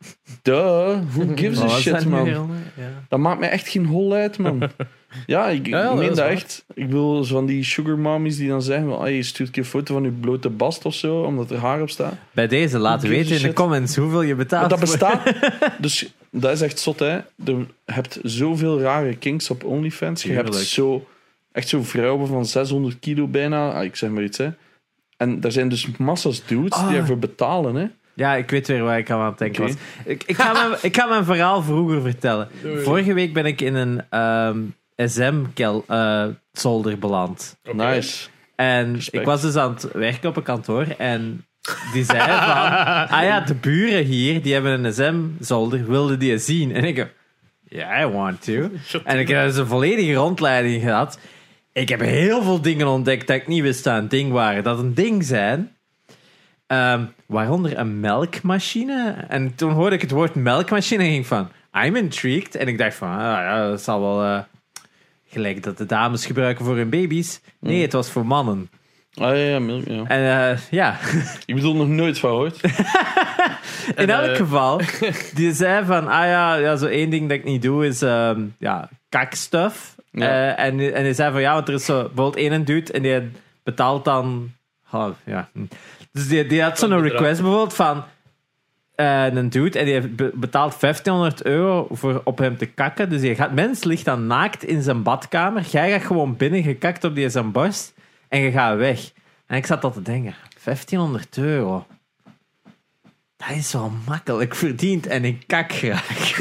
Duh, who gives a shit, man? Ja. Dat maakt mij echt geen hol uit, man. Ja, ik meen dat echt. Ik wil van die sugar mommies die dan zeggen, je stuurt een keer een foto van je blote bast of zo, omdat er haar op staat. Bij deze, laat weten in de comments hoeveel je betaalt. Maar dat bestaat. Dus dat is echt zot, hè. Je hebt zoveel rare kinks op OnlyFans. Je hebt echt zo vrouwen van 600 kilo bijna. Ik zeg maar iets, hè. En er zijn dus massas dudes die ervoor betalen, hè. Ja, ik weet weer waar ik aan het denken was. Ik ga mijn verhaal vroeger vertellen. Vorige week ben ik in SM-zolder beland. Nice. En Respect. ik was dus aan het werken op een kantoor en die zei van... de buren hier, die hebben een SM-zolder, wilden die eens zien? En ik... Ja, I want to. En ik heb dus een volledige rondleiding gehad. Ik heb heel veel dingen ontdekt dat ik niet wist dat een ding waren. Dat een ding zijn... waaronder een melkmachine. En toen hoorde ik het woord melkmachine en ging van... I'm intrigued. En ik dacht van... dat zal wel... gelijk dat de dames gebruiken voor hun baby's. Nee, het was voor mannen. Milk, ja. En Ik bedoel, nog nooit van gehoord. in elk geval, die zei van, zo één ding dat ik niet doe is kakstuff. Ja. En hij zei van, want er is zo bijvoorbeeld één dude en die betaalt dan... Dus die had zo'n request bijvoorbeeld van een dude en die betaalt €1500 voor op hem te kakken. Dus mens ligt dan naakt in zijn badkamer. Jij gaat gewoon binnen, gekakt op die zijn borst en je gaat weg. En ik zat al te denken, €1500. Dat is wel makkelijk verdiend en ik kak graag.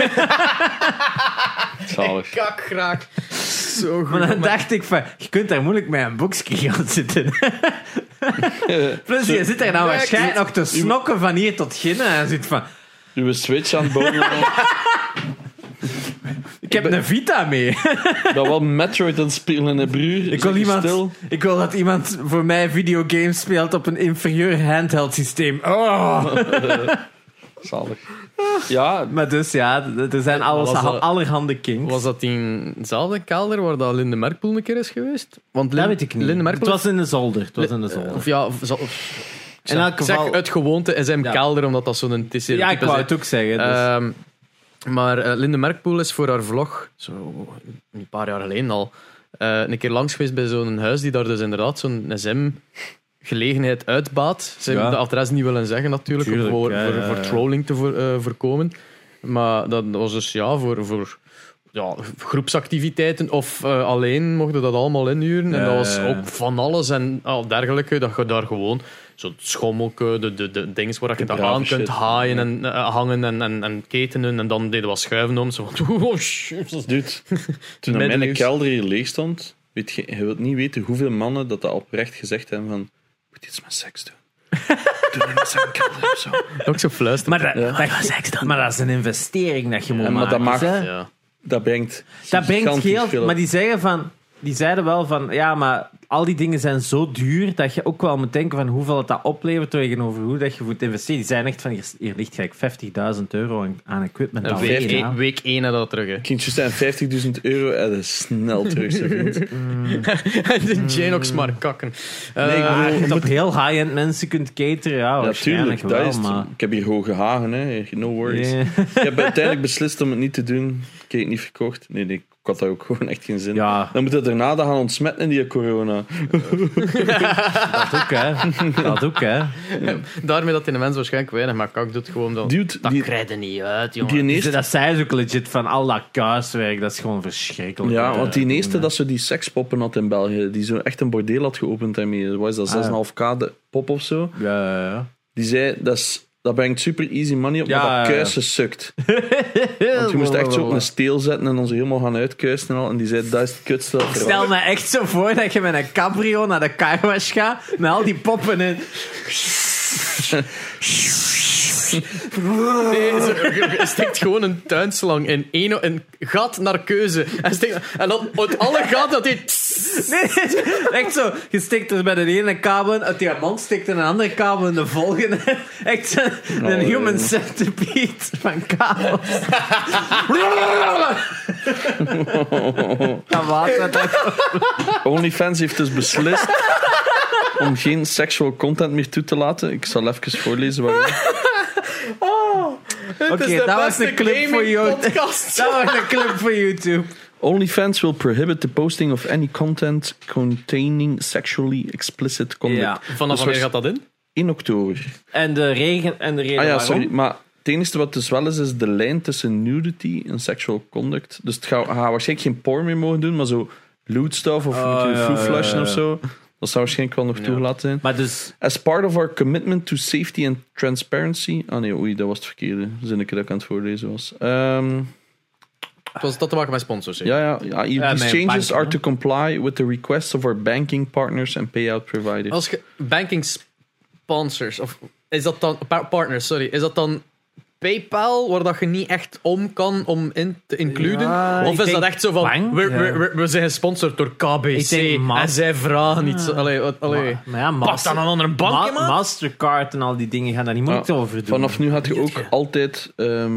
Zalig. Ik kak graag. Zo goed. Maar dan dacht ik van, je kunt daar moeilijk met een boekje gaan zitten. Plus, je zit er nou waarschijnlijk nog te snokken van hier tot ginnen. En zit van... Uw Switch aan het bouwen. Ik heb een Vita mee. Ik ben wel Metroid aan het spelen in broer. Ik wil dat iemand voor mij videogames speelt op een inferieur handheld systeem. Oh. Zalig. Ja, Maar dus er zijn allerhande kinks. Was dat diezelfde kelder waar dat Linde Merkpoel een keer is geweest? Want Dat weet ik niet. Linde Merkpoel Het was in de zolder. Of ja, in elk geval... zeg uit gewoonte SM kelder, omdat dat zo'n type Ja, ik wou het ook zeggen. Dus. Maar Linde Merkpoel is voor haar vlog, zo een paar jaar geleden al, een keer langs geweest bij zo'n huis die daar dus inderdaad zo'n SM-gelegenheid uitbaat. Ze hebben de adres niet willen zeggen natuurlijk, voor trolling te voorkomen. Maar dat was dus voor groepsactiviteiten of alleen mochten dat allemaal inhuren. En dat was ook van alles en dergelijke, dat je daar gewoon... Zo het schommelke, de dingen waar je dat aan kunt haaien en hangen en ketenen. En dan deden we schuiven om. Zo van, shit. Dude, toen mijn kelder hier leeg stond, je wilt niet weten hoeveel mannen dat oprecht gezegd hebben van, moet iets met seks doen. Doe niet met zijn kelder of zo. Ook zo fluisteren. Maar dat is een investering dat je moet maar maken. dat mag. Ja. Dat brengt heel... veel. Maar die zeiden wel van... Ja, maar al die dingen zijn zo duur dat je ook wel moet denken van hoeveel dat oplevert tegenover hoe dat je moet investeren. Die zijn echt van, hier ligt gelijk €50.000 aan equipment. Week 1 had dat terug. Hè. Kindjes zijn €50.000 en dat is snel terug, zo vriend. En Jane ook maar kakken. Je kunt op heel high-end mensen kunt cateren. Ja, waarschijnlijk tuurlijk, wel. dat is Maar... Ik heb hier hoge hagen, hè. No worries. Yeah. Ik heb uiteindelijk beslist om het niet te doen. Ik heb het niet verkocht. Nee, ik had daar ook gewoon echt geen zin. Ja. Dan moet het daarna gaan ontsmetten in die corona. Dat ook, hè. Daarmee dat in de mens waarschijnlijk weinig, maar kak doet gewoon dat. Dude, Dat krijg je niet uit, jongen. Die eerste, Dat zei ze ook legit van al dat kuiswerk. Dat is gewoon verschrikkelijk. ja, want die eerste dat ze die sekspoppen had in België, die zo echt een bordeel had geopend daarmee. Wat is dat, 6,5k de pop of zo? Ja. Die zei, dat brengt super easy money op, maar dat kuisen sukt. Want je moest echt zo op een steel zetten en ons helemaal gaan uitkuisen en al. En die zei, dat is het kutste. Stel me echt zo voor dat je met een cabrio naar de carwash gaat, met al die poppen in. Nee, je steekt gewoon een tuinslang in een gat naar keuze. En dan uit alle gaten dat hij... Nee, echt zo. Je steekt er bij de ene kabel uit die mond, steekt er een andere kabel in de volgende. Echt een human centipede van kabels. OnlyFans heeft dus beslist om geen sexual content meer toe te laten. Ik zal even voorlezen waarom. Oké, dat was een clip voor YouTube. Dat was een clip voor YouTube. OnlyFans will prohibit the posting of any content containing sexually explicit content. Ja. Vanaf wanneer gaat dat in? In oktober. En de reden waarom? Sorry, maar het enige wat dus wel is de lijn tussen nudity en sexual conduct. Dus het gaat waarschijnlijk geen porn meer mogen doen, maar zo lewd stuff of fruit flushen of zo. Dat zou waarschijnlijk wel nog toegelaten zijn. Maar dus... As part of our commitment to safety and transparency... dat was het verkeerde zinnetje dat ik aan het voorlezen was. Het was dat te maken met sponsors. Hè? Ja. These changes bank, are to comply with the requests of our banking partners and payout providers. Als je banking sponsors, of is dat dan partners, sorry, is dat dan PayPal, waar dat je niet echt om kan om in te includen? Ja, of is dat echt zo van, bank, we zijn gesponsord door KBC en zij vragen iets. Allee. Maar ja, Pak dan een andere bank, man. Mastercard en al die dingen gaan daar niet moeilijk over doen. Vanaf nu had je ook altijd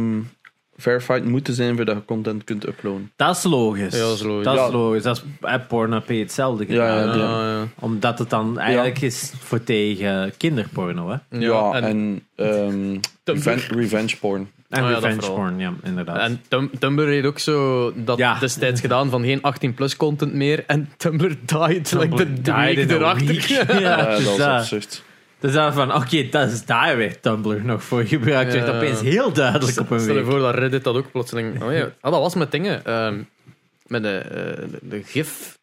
verified moeten zijn voordat je content kunt uploaden. Dat is logisch. Ja, dat is logisch. Dat is logisch. Dat is Pornhub hetzelfde gedaan. Ja. Omdat het dan eigenlijk is voor tegen kinderporno, hè? Ja, en en revenge porn. En dat revenge vooral. porn, ja, inderdaad. En Tumblr heeft ook zo dat destijds gedaan van geen 18+ content meer. En Tumblr died like de week erachter. Ja, Dat dus was dat. absurd. Dus dan van, oké, dat is daar weer Tumblr nog voor gebruikt. Werd opeens heel duidelijk op een Stel je week. voor dat Reddit dat ook plotseling... dat was met dingen. Met de GIF...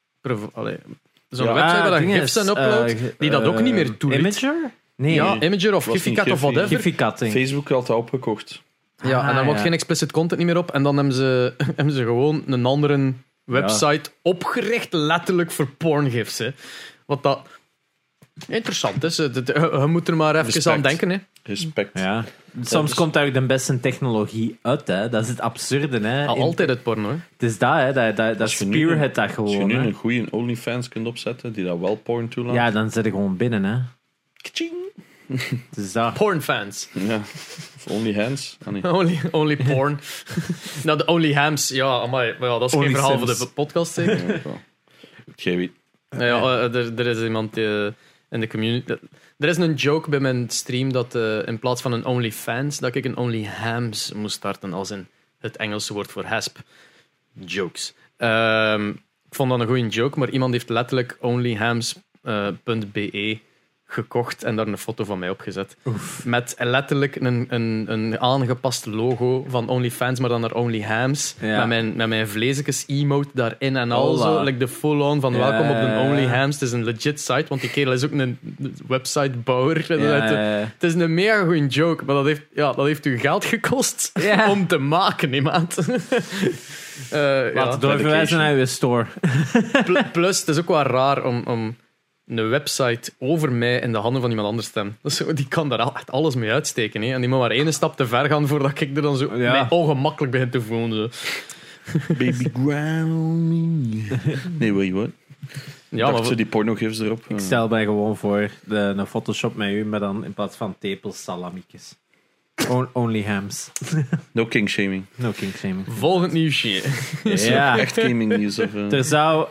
Zo'n website waar je GIFs en uploadt, die dat ook niet meer toeliet. Imager? Nee. Ja, Imager of Was Giphy niet of Giphy. whatever. Giphy-cutting. Facebook had dat opgekocht. Ja, en dan wordt ja. geen explicit content niet meer op. En dan hebben ze gewoon een andere website opgericht, letterlijk voor porngifs. Hè. Wat dat interessant is. Je moet er maar even Respect. aan denken. Hè. Respect. Ja. Soms komt daar ook de beste technologie uit, hè. Dat is het absurde, hè. Altijd het porno. Hè. Het is dat, hè. Dat Als je nu- spearhead dat Als je gewoon, nu hè. een goede OnlyFans kunt opzetten, die dat wel porn toelaat. Ja, dan zit je gewoon binnen, hè. Kaching. Het is dat. Pornfans. Ja. Of Only Hands. Ah, nee. Only porn. Nou, de Only Hams. Ja, amai, maar ja, dat is Only geen verhaal voor Sims. de podcast, zeker. Ja, wel. Jij weet. Er is iemand in de community... Er is een joke bij mijn stream dat in plaats van een OnlyFans, dat ik een OnlyHams moest starten, als in het Engelse woord voor hasp. Jokes. Ik vond dat een goede joke, maar iemand heeft letterlijk onlyhams.be gekocht en daar een foto van mij opgezet. Met letterlijk een aangepast logo van OnlyFans, maar dan naar OnlyHams. Ja. Met mijn vleesjes emote daarin en al Hola. zo. Like de full-on van Ja, welkom op de ja, ja. OnlyHams. Het is een legit site, want die kerel is ook een websitebouwer. Ja. Het is een mega goede joke, maar dat heeft u geld gekost Ja. om te maken, niemand. Laat doorverwijzen naar uw store. Plus, het is ook wel raar om een website over mij in de handen van iemand anders te hebben. Dus die kan daar echt alles mee uitsteken. Hè? En die moet maar één stap te ver gaan voordat ik er dan zo mij ongemakkelijk begin te voelen. Zo. Baby ground me. Nee, wait, what? Ja, maar Zo die pornogifs erop. Ik stel mij gewoon voor een Photoshop met u, maar dan in plaats van tepels, salamiekjes. Only hams. No king shaming. No king shaming. volgend nieuwsje. Ja. Echt gaming nieuws. Of, Er zou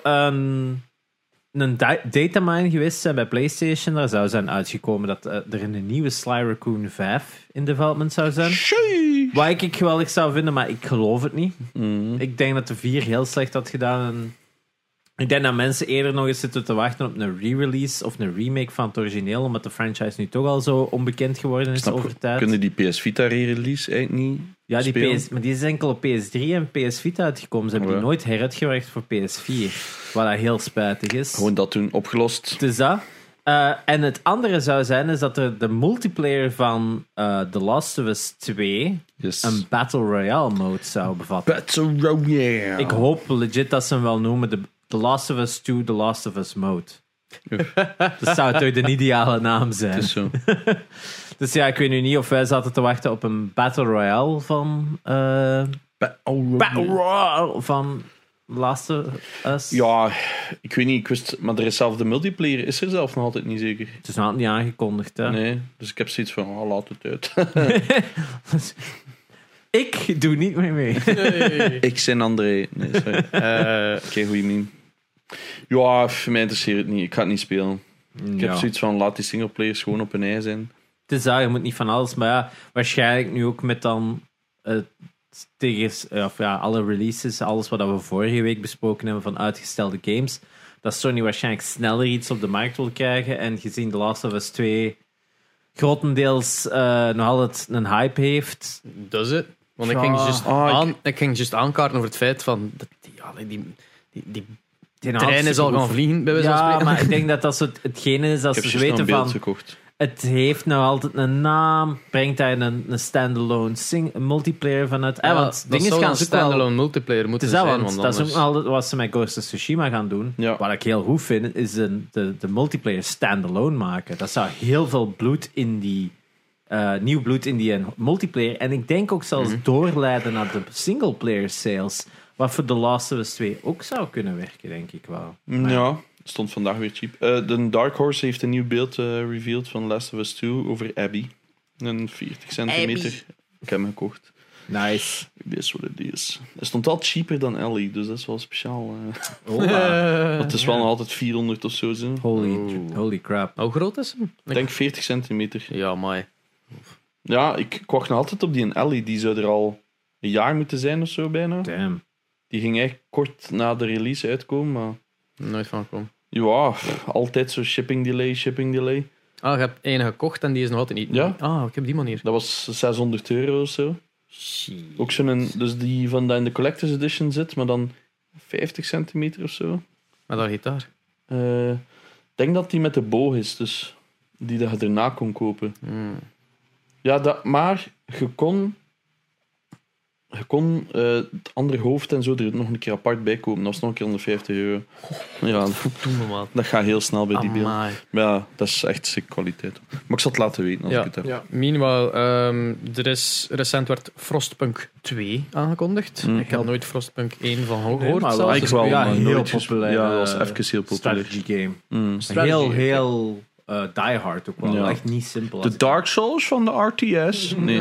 een datamine geweest zijn bij PlayStation. Daar zou zijn uitgekomen dat er een nieuwe Sly Raccoon 5 in development zou zijn. Wat ik geweldig zou vinden, maar ik geloof het niet. Ik denk dat de 4 heel slecht had gedaan. En ik denk dat mensen eerder nog eens zitten te wachten op een re-release of een remake van het origineel, omdat de franchise nu toch al zo onbekend geworden is over tijd. Kunnen die PS Vita re-release eigenlijk niet Ja, spelen? maar die is enkel op PS3 en PS Vita uitgekomen. Ze hebben die nooit heruitgewerkt voor PS4. Wat dat heel spijtig is. Gewoon dat toen opgelost. Dus dat. En het andere zou zijn is dat er de multiplayer van The Last of Us 2 Yes. een Battle Royale mode zou bevatten. Battle Royale. Ik hoop legit dat ze hem wel noemen The Last of Us 2, The Last of Us mode. Dat zou toch de ideale naam zijn. Het is zo. Dus ja, ik weet nu niet of wij zaten te wachten op een Battle Royale van Battle Royale van Last of Us. Ja, ik weet niet. Ik wist, maar er is zelf de multiplayer is er zelf nog altijd niet zeker. Het is nog niet aangekondigd, hè? Nee, dus ik heb zoiets van, laat het uit. Ik doe niet meer mee. Ik zijn André. Nee, sorry. Oké, goeie meme. Ja, voor mij interesseert het niet. Ik ga het niet spelen. Ik heb zoiets van, laat die singleplayers gewoon op hun ei zijn. Het is dat, je moet niet van alles. Maar ja, waarschijnlijk nu ook met dan alle releases, alles wat we vorige week besproken hebben van uitgestelde games, dat Sony waarschijnlijk sneller iets op de markt wil krijgen. En gezien The Last of Us 2 grotendeels nog altijd een hype heeft. Does it? Want ik ging juist aankaarten over het feit van die trein is al gaan vliegen bij wijze van Ja, spreken. maar ik denk dat dat zo hetgene is dat Ik heb ze juist nog weten een beeld van. gekocht. Het heeft nou altijd een naam. Brengt daar een standalone multiplayer vanuit. Ja, Want dat dingen zou gaan een standalone multiplayer moeten Het is zijn. want dat is ook altijd wat ze met Ghost of Tsushima gaan doen. Ja. Wat ik heel goed vind, is de multiplayer standalone maken. Dat zou heel veel bloed in die... nieuw bloed in die multiplayer. En ik denk ook zelfs doorleiden naar de singleplayer sales. Wat voor The Last of Us 2 ook zou kunnen werken, denk ik wel. Ja, stond vandaag weer cheap. De Dark Horse heeft een nieuw beeld revealed van Last of Us 2 over Abby. Een 40 centimeter. Abby. Ik heb hem gekocht. Nice. It is what it is. Het stond wel cheaper dan Ellie, dus dat is wel speciaal. Hola. Het is wel nog altijd 400 of zo. Holy crap. Hoe groot is hem? Ik denk 40 centimeter. Ja, maar Ja, ik wacht nog altijd op die Ellie. Die zou er al een jaar moeten zijn of zo bijna. Damn. Die ging echt kort na de release uitkomen, maar... nooit van gekomen. Ja, altijd zo shipping delay. Ah, je hebt één gekocht en die is nog altijd niet. Ja. Ah, ik heb die manier. Dat was €600 of zo. Ook zo'n... Dus die van dat in de Collector's Edition zit, maar dan 50 centimeter of zo. Met dat gitaar. Ik denk dat die met de boog is, dus die dat je erna kon kopen. Ja, maar je kon het andere hoofd en zo er nog een keer apart bij kopen. Dat was nog een keer €150. Ja, Doe me maar. dat gaat heel snel bij die beelden. Amai. Maar ja, dat is echt sick kwaliteit. Maar ik zal het laten weten als ik het heb. Ja. Minimaal, recent werd Frostpunk 2 aangekondigd. Ik had nooit Frostpunk 1 van gehoord. maar zelfs. Ik Dus wel, ja, maar heel nooit populair, Ja, dat was even heel populair. Strategy game. Strategy, Heel die hard ook wel. Ja. Echt niet simpel. De Dark Souls van de RTS? Nee.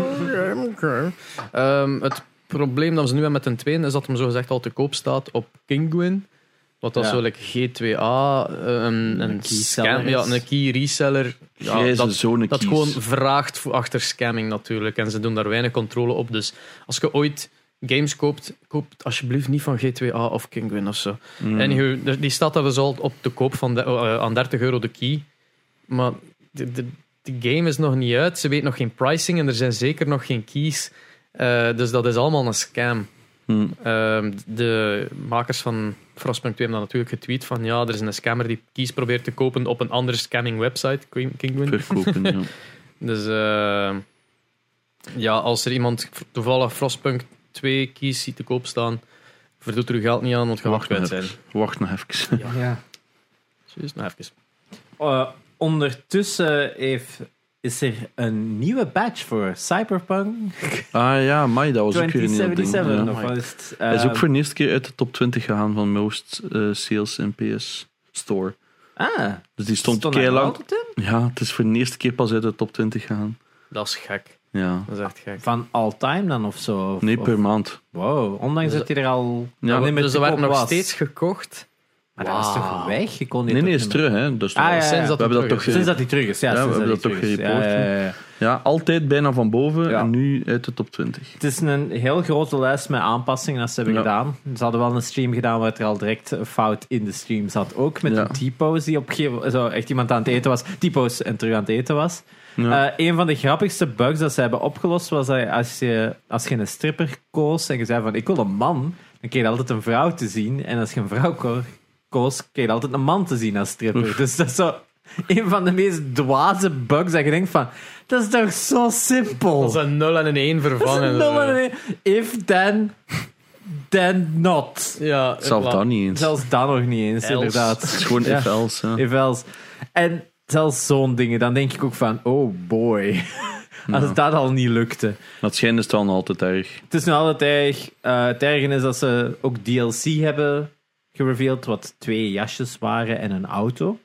Het probleem dat ze nu hebben met een 2 is dat hem zogezegd al te koop staat op Kinguin. Wat dat Ja. zo like G2A, een key scam, seller ja, is. een key reseller. Ja, Grijze zone dat keys. gewoon vraagt voor achter scamming natuurlijk. En ze doen daar weinig controle op. Dus als je ooit games koopt, koop alsjeblieft niet van G2A of Kinguin of zo. Anywho, die staat dat dus al op de koop van aan €30 de key. Maar de game is nog niet uit. Ze weten nog geen pricing en er zijn zeker nog geen keys. Dus dat is allemaal een scam. De makers van Frostpunk 2 hebben dan natuurlijk getweet van ja, er is een scammer die keys probeert te kopen op een andere scamming website, Kinguin. Verkopen, ja. Dus ja, als er iemand toevallig Frostpunk 2 keys ziet te koop staan, verdoet er uw geld niet aan, want je gaat kwijt zijn. Wacht nog even. Ja. Juist, nog even. Ondertussen is er een nieuwe badge voor Cyberpunk Ah ja, maar dat was ook weer een heel ding. 2077. Ja. Of wat is het? Hij is ook voor de eerste keer uit de top 20 gegaan van most sales in PS Store. Dus die stond daar keihlang. altijd in? Ja, het is voor de eerste keer pas uit de top 20 gegaan. Dat is gek. Ja. Dat is echt gek. Van all time dan of zo? Nee, per maand. Wow, ondanks Dus- dat hij er al Ja, niet meer Dus te er werd koop nog was. steeds gekocht. Maar dat was toch weg? Je kon die Nee, toch is niet terug, hè. Dat is toch Ah, wel- ja, ja. Sinds dat We hebben hij dat terug toch is. Sinds dat hij terug is. Ja, Ja, we sinds hebben dat dat hij toch terug is. gereport, Ja. Ja, altijd bijna van boven Ja. en nu uit de top 20. Het is een heel grote lijst met aanpassingen dat ze hebben Ja. gedaan. Ze hadden wel een stream gedaan waar er al direct een fout in de stream zat. Ook met Ja. een T-pose die op een gegeven moment zo echt iemand aan het eten was. T-pose en terug aan het eten was. Ja. Een van de grappigste bugs dat ze hebben opgelost was dat als je een stripper koos en je zei van ik wil een man, dan kreeg je altijd een vrouw te zien. En als je een vrouw koos, kreeg je altijd een man te zien als stripper. Dus dat is zo een van de meest dwaze bugs dat je denkt van dat is toch zo simpel. Dat is een 0 en een 1 vervangen. Dat is een 0 en een 1. If then not. Ja, Zelfs dat niet eens. Zelfs dan nog niet eens, Else. inderdaad. Het is gewoon Ja. if else. Ja. If else. En zelfs zo'n dingen, dan denk ik ook van, oh boy. Als dat al niet lukte. Maar het schijnt is het wel nog altijd erg. Het is nu altijd erg. Het erge is dat ze ook DLC hebben gereveeld, wat 2 jasjes waren en een auto.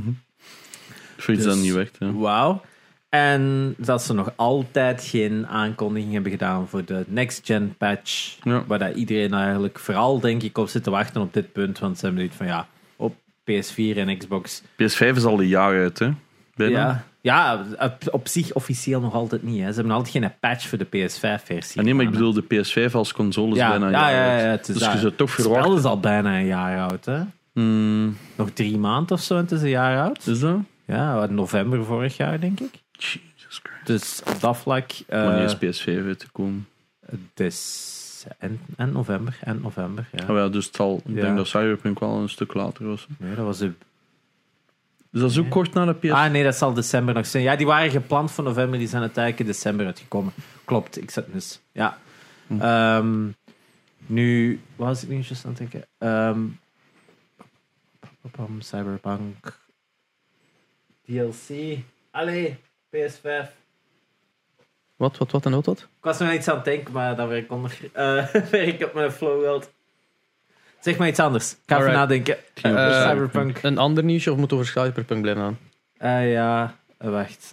Voor iets Dus- dat niet werkt. Ja. Wauw. En dat ze nog altijd geen aankondiging hebben gedaan voor de next-gen patch. Ja. Waar dat iedereen eigenlijk vooral, denk ik, op zit te wachten op dit punt. Want ze hebben dit van, ja, op PS4 en Xbox. PS5 is al een jaar uit, hè? Bijna. Ja, op zich officieel nog altijd niet. Hè. Ze hebben altijd geen patch voor de PS5-versie. Ah, nee, maar ik bedoel de PS5 als console is ja, bijna een ja, jaar ja, uit. ja, het is Dus dat. je zou toch Het spel verwachten. is al bijna een jaar oud. Hè. Nog 3 maanden of zo en het is een jaar oud. Is dat? Ja, november vorig jaar, denk ik. Jesus Christ. Dus op dat vlak... Wanneer is PS5 uitgekomen? Het is eind november, ja. Ah, ja, dus het zal, ik Ja. denk dat Cyberpunk wel een stuk later was. Nee, dat was de Dus dat is ook kort na de PS. Ah nee, dat zal december nog zijn. Ja, die waren gepland voor november, die zijn uiteindelijk in december uitgekomen. Klopt, ik zet mis. Ja. Nu, wat was ik nu juist aan het denken? Cyberpunk DLC. Allee, PS5. Wat en wat? Ik was nog iets aan het denken, maar dat werk onder. Werk op mijn flowworld. Zeg maar iets anders. Ik ga even nadenken. Cyberpunk. Een ander nieuwsje of moet over Cyberpunk blijven aan? Ja, wacht.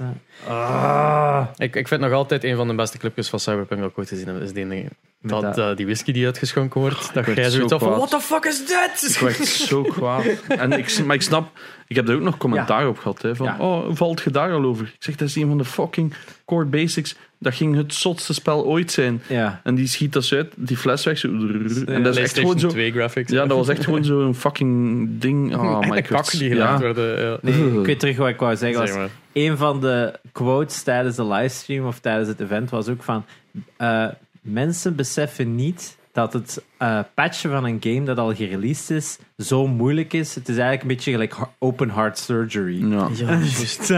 Ik vind nog altijd een van de beste clipjes van Cyberpunk dat ik ooit gezien heb. Is die whisky die uitgeschonken wordt. Dat jij zoiets van, what the fuck is dit? Ik werd zo kwaad. Maar ik snap, ik heb daar ook nog commentaar op gehad. Hè, van, hoe valt je daar al over? Ik zeg, dat is een van de fucking core basics. Dat ging het zotste spel ooit zijn. Ja. En die schiet dat zo uit, die fles weg. Zo, en dat is echt gewoon zo... 2 graphics. Ja, dat was echt gewoon zo'n fucking ding. En de kak die gelegd worden. Ja. Nee, ik weet terug wat ik wou zeggen. Was een van de quotes tijdens de livestream of tijdens het event was ook van... mensen beseffen niet dat het patchen van een game dat al gereleased is zo moeilijk is. Het is eigenlijk een beetje gelijk open heart surgery. Ja, juist.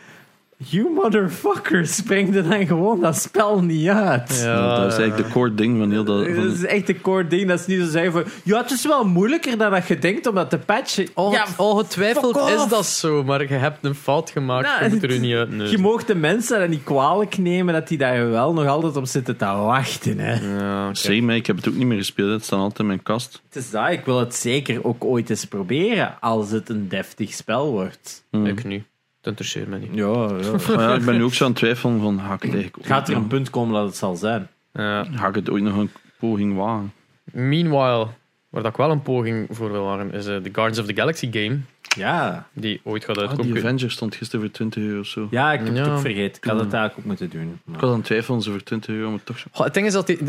You motherfuckers, breng er dan gewoon dat spel niet uit. Ja, dat is eigenlijk de core ding van heel dat... Dat is echt een core ding, dat is niet zo zeggen van... Ja, het is wel moeilijker dan dat je denkt om dat te patchen. Ongetwijfeld is dat zo, maar je hebt een fout gemaakt. Je moet er niet uit. Je mag de mensen dat niet kwalijk nemen dat die daar wel nog altijd op zitten te wachten. Hè. Ja, okay. Same, ik heb het ook niet meer gespeeld. Het staat altijd in mijn kast. Het is dat, ik wil het zeker ook ooit eens proberen als het een deftig spel wordt. Ik nu. Het interesseert me niet. Ja, ik ben nu ook zo aan het twijfelen van, ga ik het eigenlijk gaat er een punt komen dat het zal zijn? Ga ik het ooit nog een poging wagen? Meanwhile, waar dat ik wel een poging voor wil wagen, is de Guardians of the Galaxy game. Ja. Die ooit gaat uitkomen. Die Avengers stond gisteren voor €20 of zo. Ja, ik heb het ook vergeten. Ik had het eigenlijk ook moeten doen. Maar... Ik was aan het twijfelen, zo voor €20, maar toch zo. Het ding is dat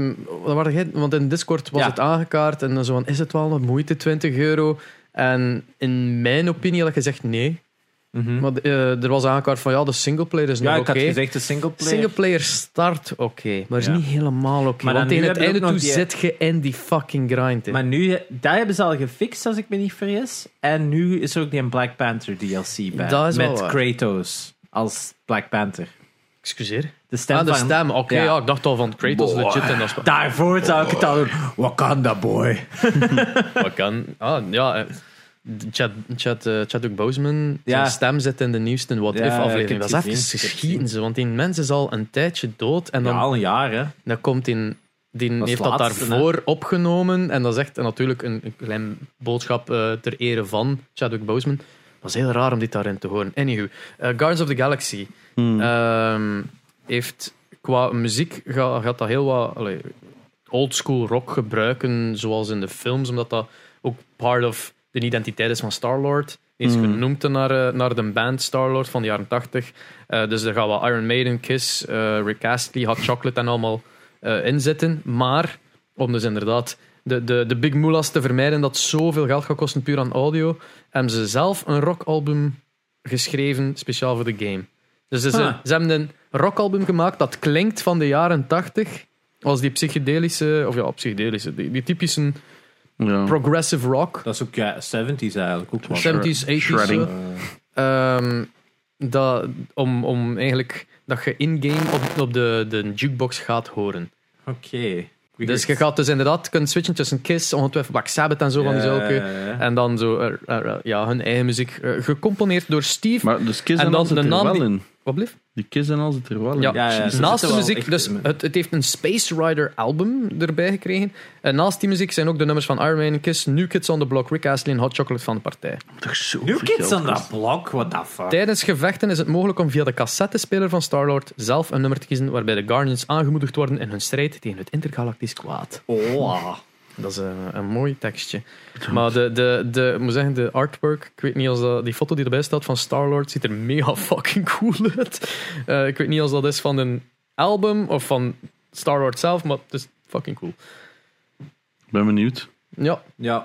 want in Discord was het aangekaart en dan zo van, is het wel een moeite, €20? En in mijn opinie had ik gezegd nee. Mm-hmm. Maar er was aangekaart van de singleplayer is nog oké. Ja, ik had gezegd de singleplayer. Singleplayer start oké, maar is niet helemaal oké. Maar want tegen het einde toe die... zit je in die fucking grind. Maar nu, dat hebben ze al gefixt, als ik me niet vergis. En nu is er ook die een Black Panther DLC bij. Dat is met Kratos als Black Panther. Excuseer? De stem de stem. Oké, ik dacht al van Kratos legit. En dat daarvoor zou ik het al doen. Wakanda boy. Chadwick Boseman, zijn stem zit in de nieuwste What If aflevering. Dat is even geschieten ze, want die mens is al een tijdje dood. En dan, al een jaar, hè. Dan komt die heeft dat daarvoor opgenomen. En dat is echt natuurlijk een klein boodschap ter ere van Chadwick Boseman. Dat is heel raar om dit daarin te horen. Anywho, Guardians of the Galaxy heeft qua muziek gaat dat heel wat oldschool rock gebruiken, zoals in de films, omdat dat ook part of de identiteit is van Star-Lord. Die is genoemd naar de band Star-Lord van de jaren 80. Dus er gaan wel Iron Maiden, Kiss, Rick Astley, Hot Chocolate en allemaal in zitten. Maar om dus inderdaad de big moolahs te vermijden dat zoveel geld gaat kosten puur aan audio, hebben ze zelf een rockalbum geschreven speciaal voor de game. Dus ze hebben een rockalbum gemaakt dat klinkt van de jaren 80 als die psychedelische, die typische progressive rock. Dat is ook 70s eigenlijk. Ook 70s, 80s. Om eigenlijk dat je in-game op de jukebox gaat horen. Oké. Dus je gaat dus inderdaad kunnen switchen tussen Kiss, ongetwijfeld Black Sabbath en zo van die zulke. En dan zo hun eigen muziek gecomponeerd door Steve. Maar dus Kiss en dan zit er wel in. Wat blieft? Die Kiss en al zit er wel in. Ja, naast de muziek, dus het heeft een Space Rider album erbij gekregen. En naast die muziek zijn ook de nummers van Iron Maiden, Kiss, New Kids on the Block, Rick Astley en Hot Chocolate van de partij. New Kids on the Block? What the fuck? Tijdens gevechten is het mogelijk om via de cassettespeler van Star-Lord zelf een nummer te kiezen waarbij de Guardians aangemoedigd worden in hun strijd tegen het intergalactisch kwaad. Oh. Dat is een mooi tekstje. Maar moet zeggen, de artwork, ik weet niet als die foto die erbij staat van Star-Lord ziet er mega fucking cool uit. Ik weet niet als dat is van een album of van Star-Lord zelf, maar het is fucking cool. Ben benieuwd. Ja.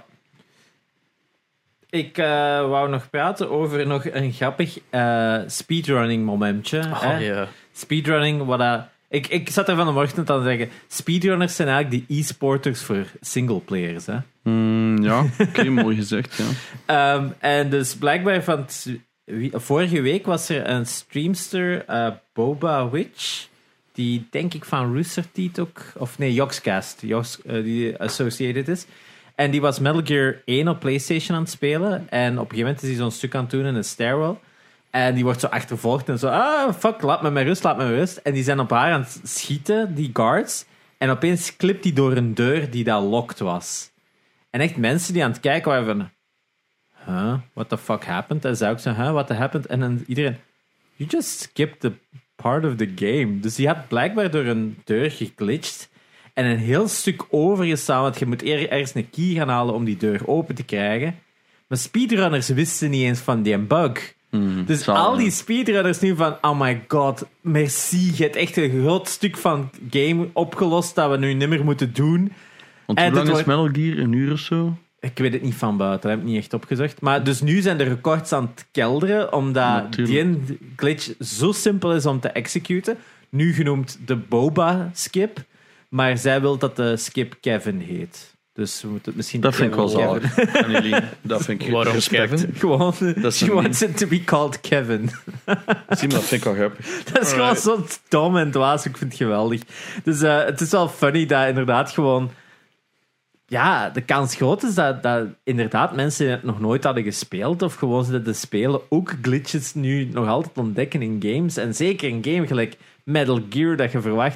Ik wou nog praten over nog een grappig speedrunning momentje. Yeah. Speedrunning, wat Ik zat er van de morgen aan te zeggen, speedrunners zijn eigenlijk die e-sporters voor singleplayers. Hè? Ja, oké, mooi gezegd, ja. En dus blijkbaar vorige week was er een streamster, Boba Witch, die denk ik van Rooster Teeth ook, of nee, Yogscast, die associated is. En die was Metal Gear 1 op PlayStation aan het spelen. En op een gegeven moment is hij zo'n stuk aan het doen in een stairwell. En die wordt zo achtervolgd en zo, fuck, laat me met rust. En die zijn op haar aan het schieten, die guards. En opeens klipt die door een deur die daar locked was. En echt mensen die aan het kijken waren van... what the fuck happened? En zij ook zo, what happened? En dan iedereen... You just skipped the part of the game. Dus die had blijkbaar door een deur geglitcht. En een heel stuk overgestaan, want je moet ergens een key gaan halen om die deur open te krijgen. Maar speedrunners wisten niet eens van die bug. Dus al die speedrunners nu van, oh my god, merci, je hebt echt een groot stuk van game opgelost dat we nu niet meer moeten doen. Want hoe lang is Metal Gear? Een uur of zo? Ik weet het niet van buiten, dat heb ik niet echt opgezocht. Maar dus nu zijn de records aan het kelderen, omdat die glitch zo simpel is om te executen. Nu genoemd de Boba skip, maar zij wil dat de skip Kevin heet. Dus we moeten het misschien... Dat vind ik wel zalig. Dat vind ik waarom respect. Kevin? Gewoon, she wants it to be called Kevin. Zie, dat vind ik wel grappig. Dat is gewoon zo dom en dwaas. Ik vind het geweldig. Dus het is wel funny dat inderdaad gewoon... Ja, de kans groot is dat inderdaad mensen het nog nooit hadden gespeeld of gewoon zitten te spelen. Ook glitches nu nog altijd ontdekken in games. En zeker een game gelijk Metal Gear dat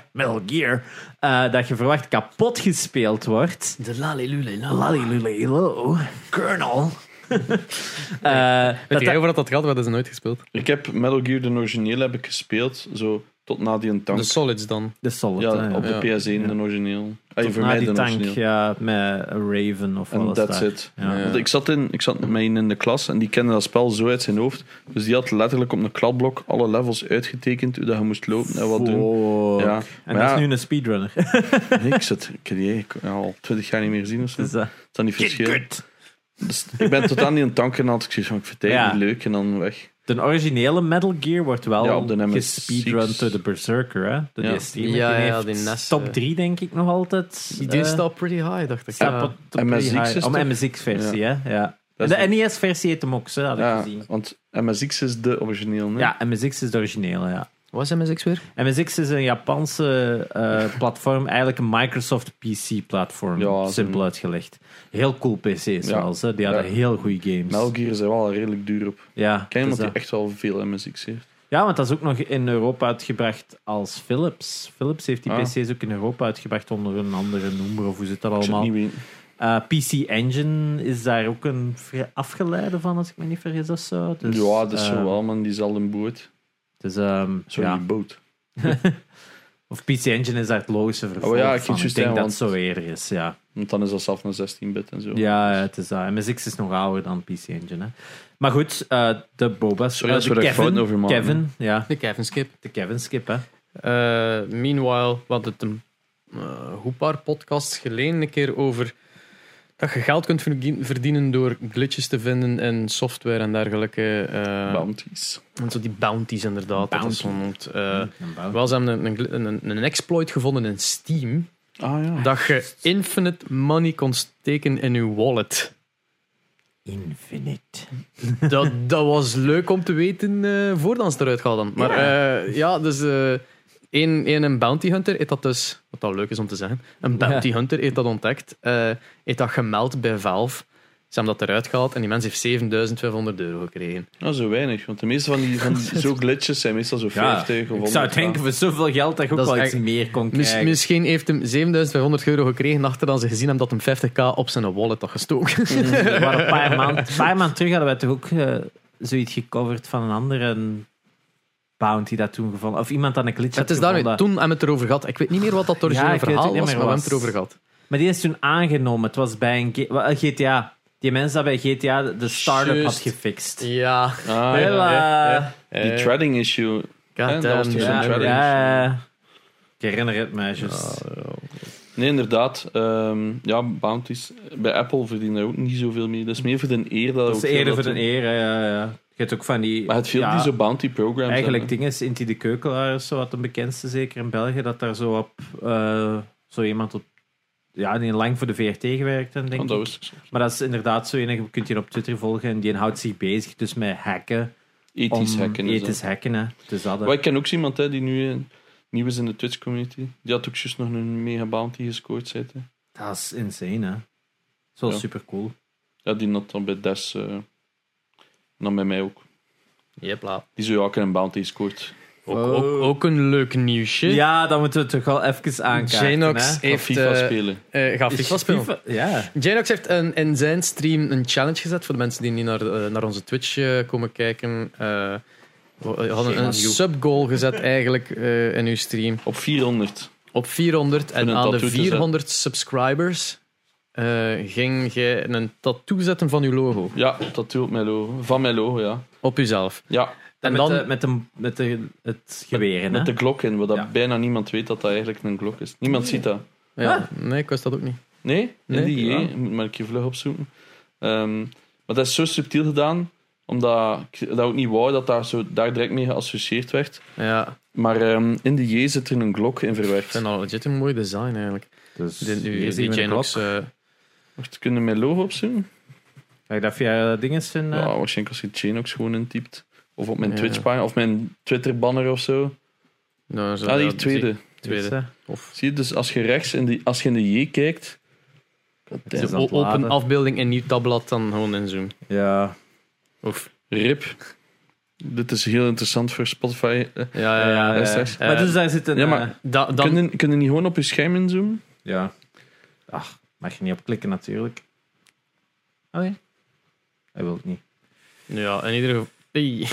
je verwacht kapot gespeeld wordt. De Lalilulelo. Colonel. Weet jij over dat gaat? Dat is nooit gespeeld. Ik heb Metal Gear, de originele, heb ik gespeeld. Zo tot na die tank. De Solids dan. De Solid. Ja, op de PS1, de origineel. Voor na mij die de tank, origineel. ja, met Raven of En wat that's daar. it. Ja. Want ik zat met een in de klas en die kende dat spel zo uit zijn hoofd. Dus die had letterlijk op een kladblok alle levels uitgetekend, hoe dat je moest lopen en wat doen. Ja. En Maar dat is ja, nu een speedrunner. nee, ik heb die al 20 jaar niet meer gezien of zo. Dus, Dat is dan niet verschil. Dus ik ben tot aan die tank en had ik zoiets van, ik vind het eigenlijk niet leuk en dan weg. De originele Metal Gear wordt wel op de gespeedrun door de Berserker, hè? Door die Steam. Ja, die NES. Top 3 denk ik nog altijd. Die staat pretty high, dacht ik. Ja. MSX is om toch? MSX-versie, hè? Ja. Dat De is NES-versie heet hem ook, hè, had ik gezien. Want MSX is de origineel, hè? Ja, MSX is de originele, ja. Wat is MSX weer? MSX is een Japanse platform, eigenlijk een Microsoft PC-platform, Ja, simpel uitgelegd. Heel cool PC's zelfs, hè. Die hadden heel goede games. Metal Gear is er wel redelijk duur op. Ja, Ik ken iemand dus die echt wel veel MSX heeft. ja, want dat is ook nog in Europa uitgebracht als Philips. Philips heeft die PC's ook in Europa uitgebracht onder een andere noemer, of hoe zit dat allemaal? Ik niet PC Engine is daar ook een afgeleide van, als ik me niet vergis of zo. Dus, ja, dat is zo wel, man. Die zal een boot. Dus, Sorry, boot. Of PC Engine is daar het logische vervolg ja, van. Ik denk dat het zo eerder is, ja. Want dan is dat zelf naar 16-bit en zo. Ja, het is dat. MSX is nog ouder dan PC Engine. Hè. Maar goed, de Boba's. Sorry als we er fout over maken. Kevin, ja. De Kevin skip. De Kevin skip, hè. Meanwhile, we hadden het een paar podcasts geleden een keer over dat je geld kunt verdienen door glitches te vinden in software en dergelijke. Bounties. En zo die bounties inderdaad. Dat is zo noemt. Bounty. Wel, ze hebben een exploit gevonden in Steam. Ah ja. Dat je infinite money kon steken in je wallet. Infinite. Dat was leuk om te weten voordat ze eruit hadden. Maar ja, dus een bounty hunter heeft dat dus, wat dat leuk is om te zeggen, een bounty hunter heeft dat ontdekt, heeft dat gemeld bij Valve. Ze hebben dat eruit gehaald en die mens heeft €7.500 gekregen. Nou, zo weinig. Want de meeste van die zo glitches zijn meestal zo 50 of 100. Ik zou denken, voor zoveel geld dat je ook Dat is wel iets echt- meer kon krijgen. Misschien heeft hem €7.500 gekregen nadat ze gezien hebben dat hem 50k op zijn wallet had gestoken. Maar een paar maanden terug hadden wij toch ook zoiets gecoverd van een andere bounty dat toen gevonden. Of iemand aan een glitch had Het is daarmee, gevonden. toen hebben we het erover gehad. Ik weet niet meer wat dat originele ik weet verhaal het niet was, meer maar we wat hebben het erover gehad. Maar die is toen aangenomen. Het was bij een GTA. Die mensen dat bij GTA de startup Juist. had gefixt. Ja. Ah, Hela. Die threading issue. Dat was toch zo'n Ja, threading ja. issue. Ik herinner het mij juist. Nee, inderdaad. Ja, bounties. Bij Apple verdienen er ook niet zoveel mee. Dat is meer voor de eer. Dat is eerder voor de eer. Ja. Je hebt ook van die... Maar het veel die zo bounty programs eigenlijk hebben. dingen, Inti de Keukelaar is zo wat de bekendste, zeker in België, dat daar zo op... zo iemand op... Ja, die lang voor de VRT gewerkt heeft, denk ik. Dat was soms. Maar dat is inderdaad zo een, je kunt je op Twitter volgen en die houdt zich bezig dus met hacken. Ethisch hacken. is Ethisch hacken, hè. Dus dat, Maar ik ken ook zo iemand die nu nieuw is in de Twitch-community. Die had ook juist nog een mega bounty gescoord. Zei hij. dat is insane, hè. Zo Ja. super cool. Ja, die had dan bij Des... en dan bij mij ook. Jepla. Die zou ook een bounty gescoord. Ook een leuk nieuwsje. Ja, dan moeten we het toch wel even aankaarten. Janox hè. Gaat heeft... FIFA spelen. gaat FIFA spelen. Ja. Janox heeft in zijn stream een challenge gezet voor de mensen die niet naar onze Twitch komen kijken. We hadden een sub-goal gezet eigenlijk in uw stream. Op 400. Op 400 en een aan de tattoo te 400 subscribers ging jij een tattoo zetten van uw logo. Ja, tattoo op mijn logo. Van mijn logo, ja. Op uzelf. Ja, En met, dan... het geweer in, hè. met de glok in. Wat Ja. bijna niemand weet dat dat eigenlijk een glok is. Niemand ziet dat. Ja, nee, ik wist dat ook niet. Nee? Nee? Die Ja. ik moet maar een keer vlug opzoeken. Maar dat is zo subtiel gedaan, omdat ik dat ook niet wou dat daar direct mee geassocieerd werd. Ja, Maar in de J zit er een glok in ik verwerkt. vind dat legit een mooi design eigenlijk. Dus Die hier zien we een Janox... klok. Wacht, kunnen we mijn logo opzoeken? Ga je dat via dingen vinden? Ja, waarschijnlijk als je Chanox gewoon intypt. Of op mijn Ja. Twitch-pagina, of mijn Twitter-banner of zo. Nou, zo, Ah, ja, die tweede. Tweede. Of Zie je, dus als je rechts als je in de J kijkt... Het is de aan het open laden. afbeelding in nieuw tabblad dan gewoon inzoomen. Ja. Of... Rip. Dit is heel interessant voor Spotify. Ja. straks. Maar dus daar zit een... Ja, maar- Dan... Kun je niet gewoon op je scherm inzoomen? ja. Ach, mag je niet op klikken natuurlijk. Oh ja. Hij wil het niet. Ja, in ieder geval... Hey.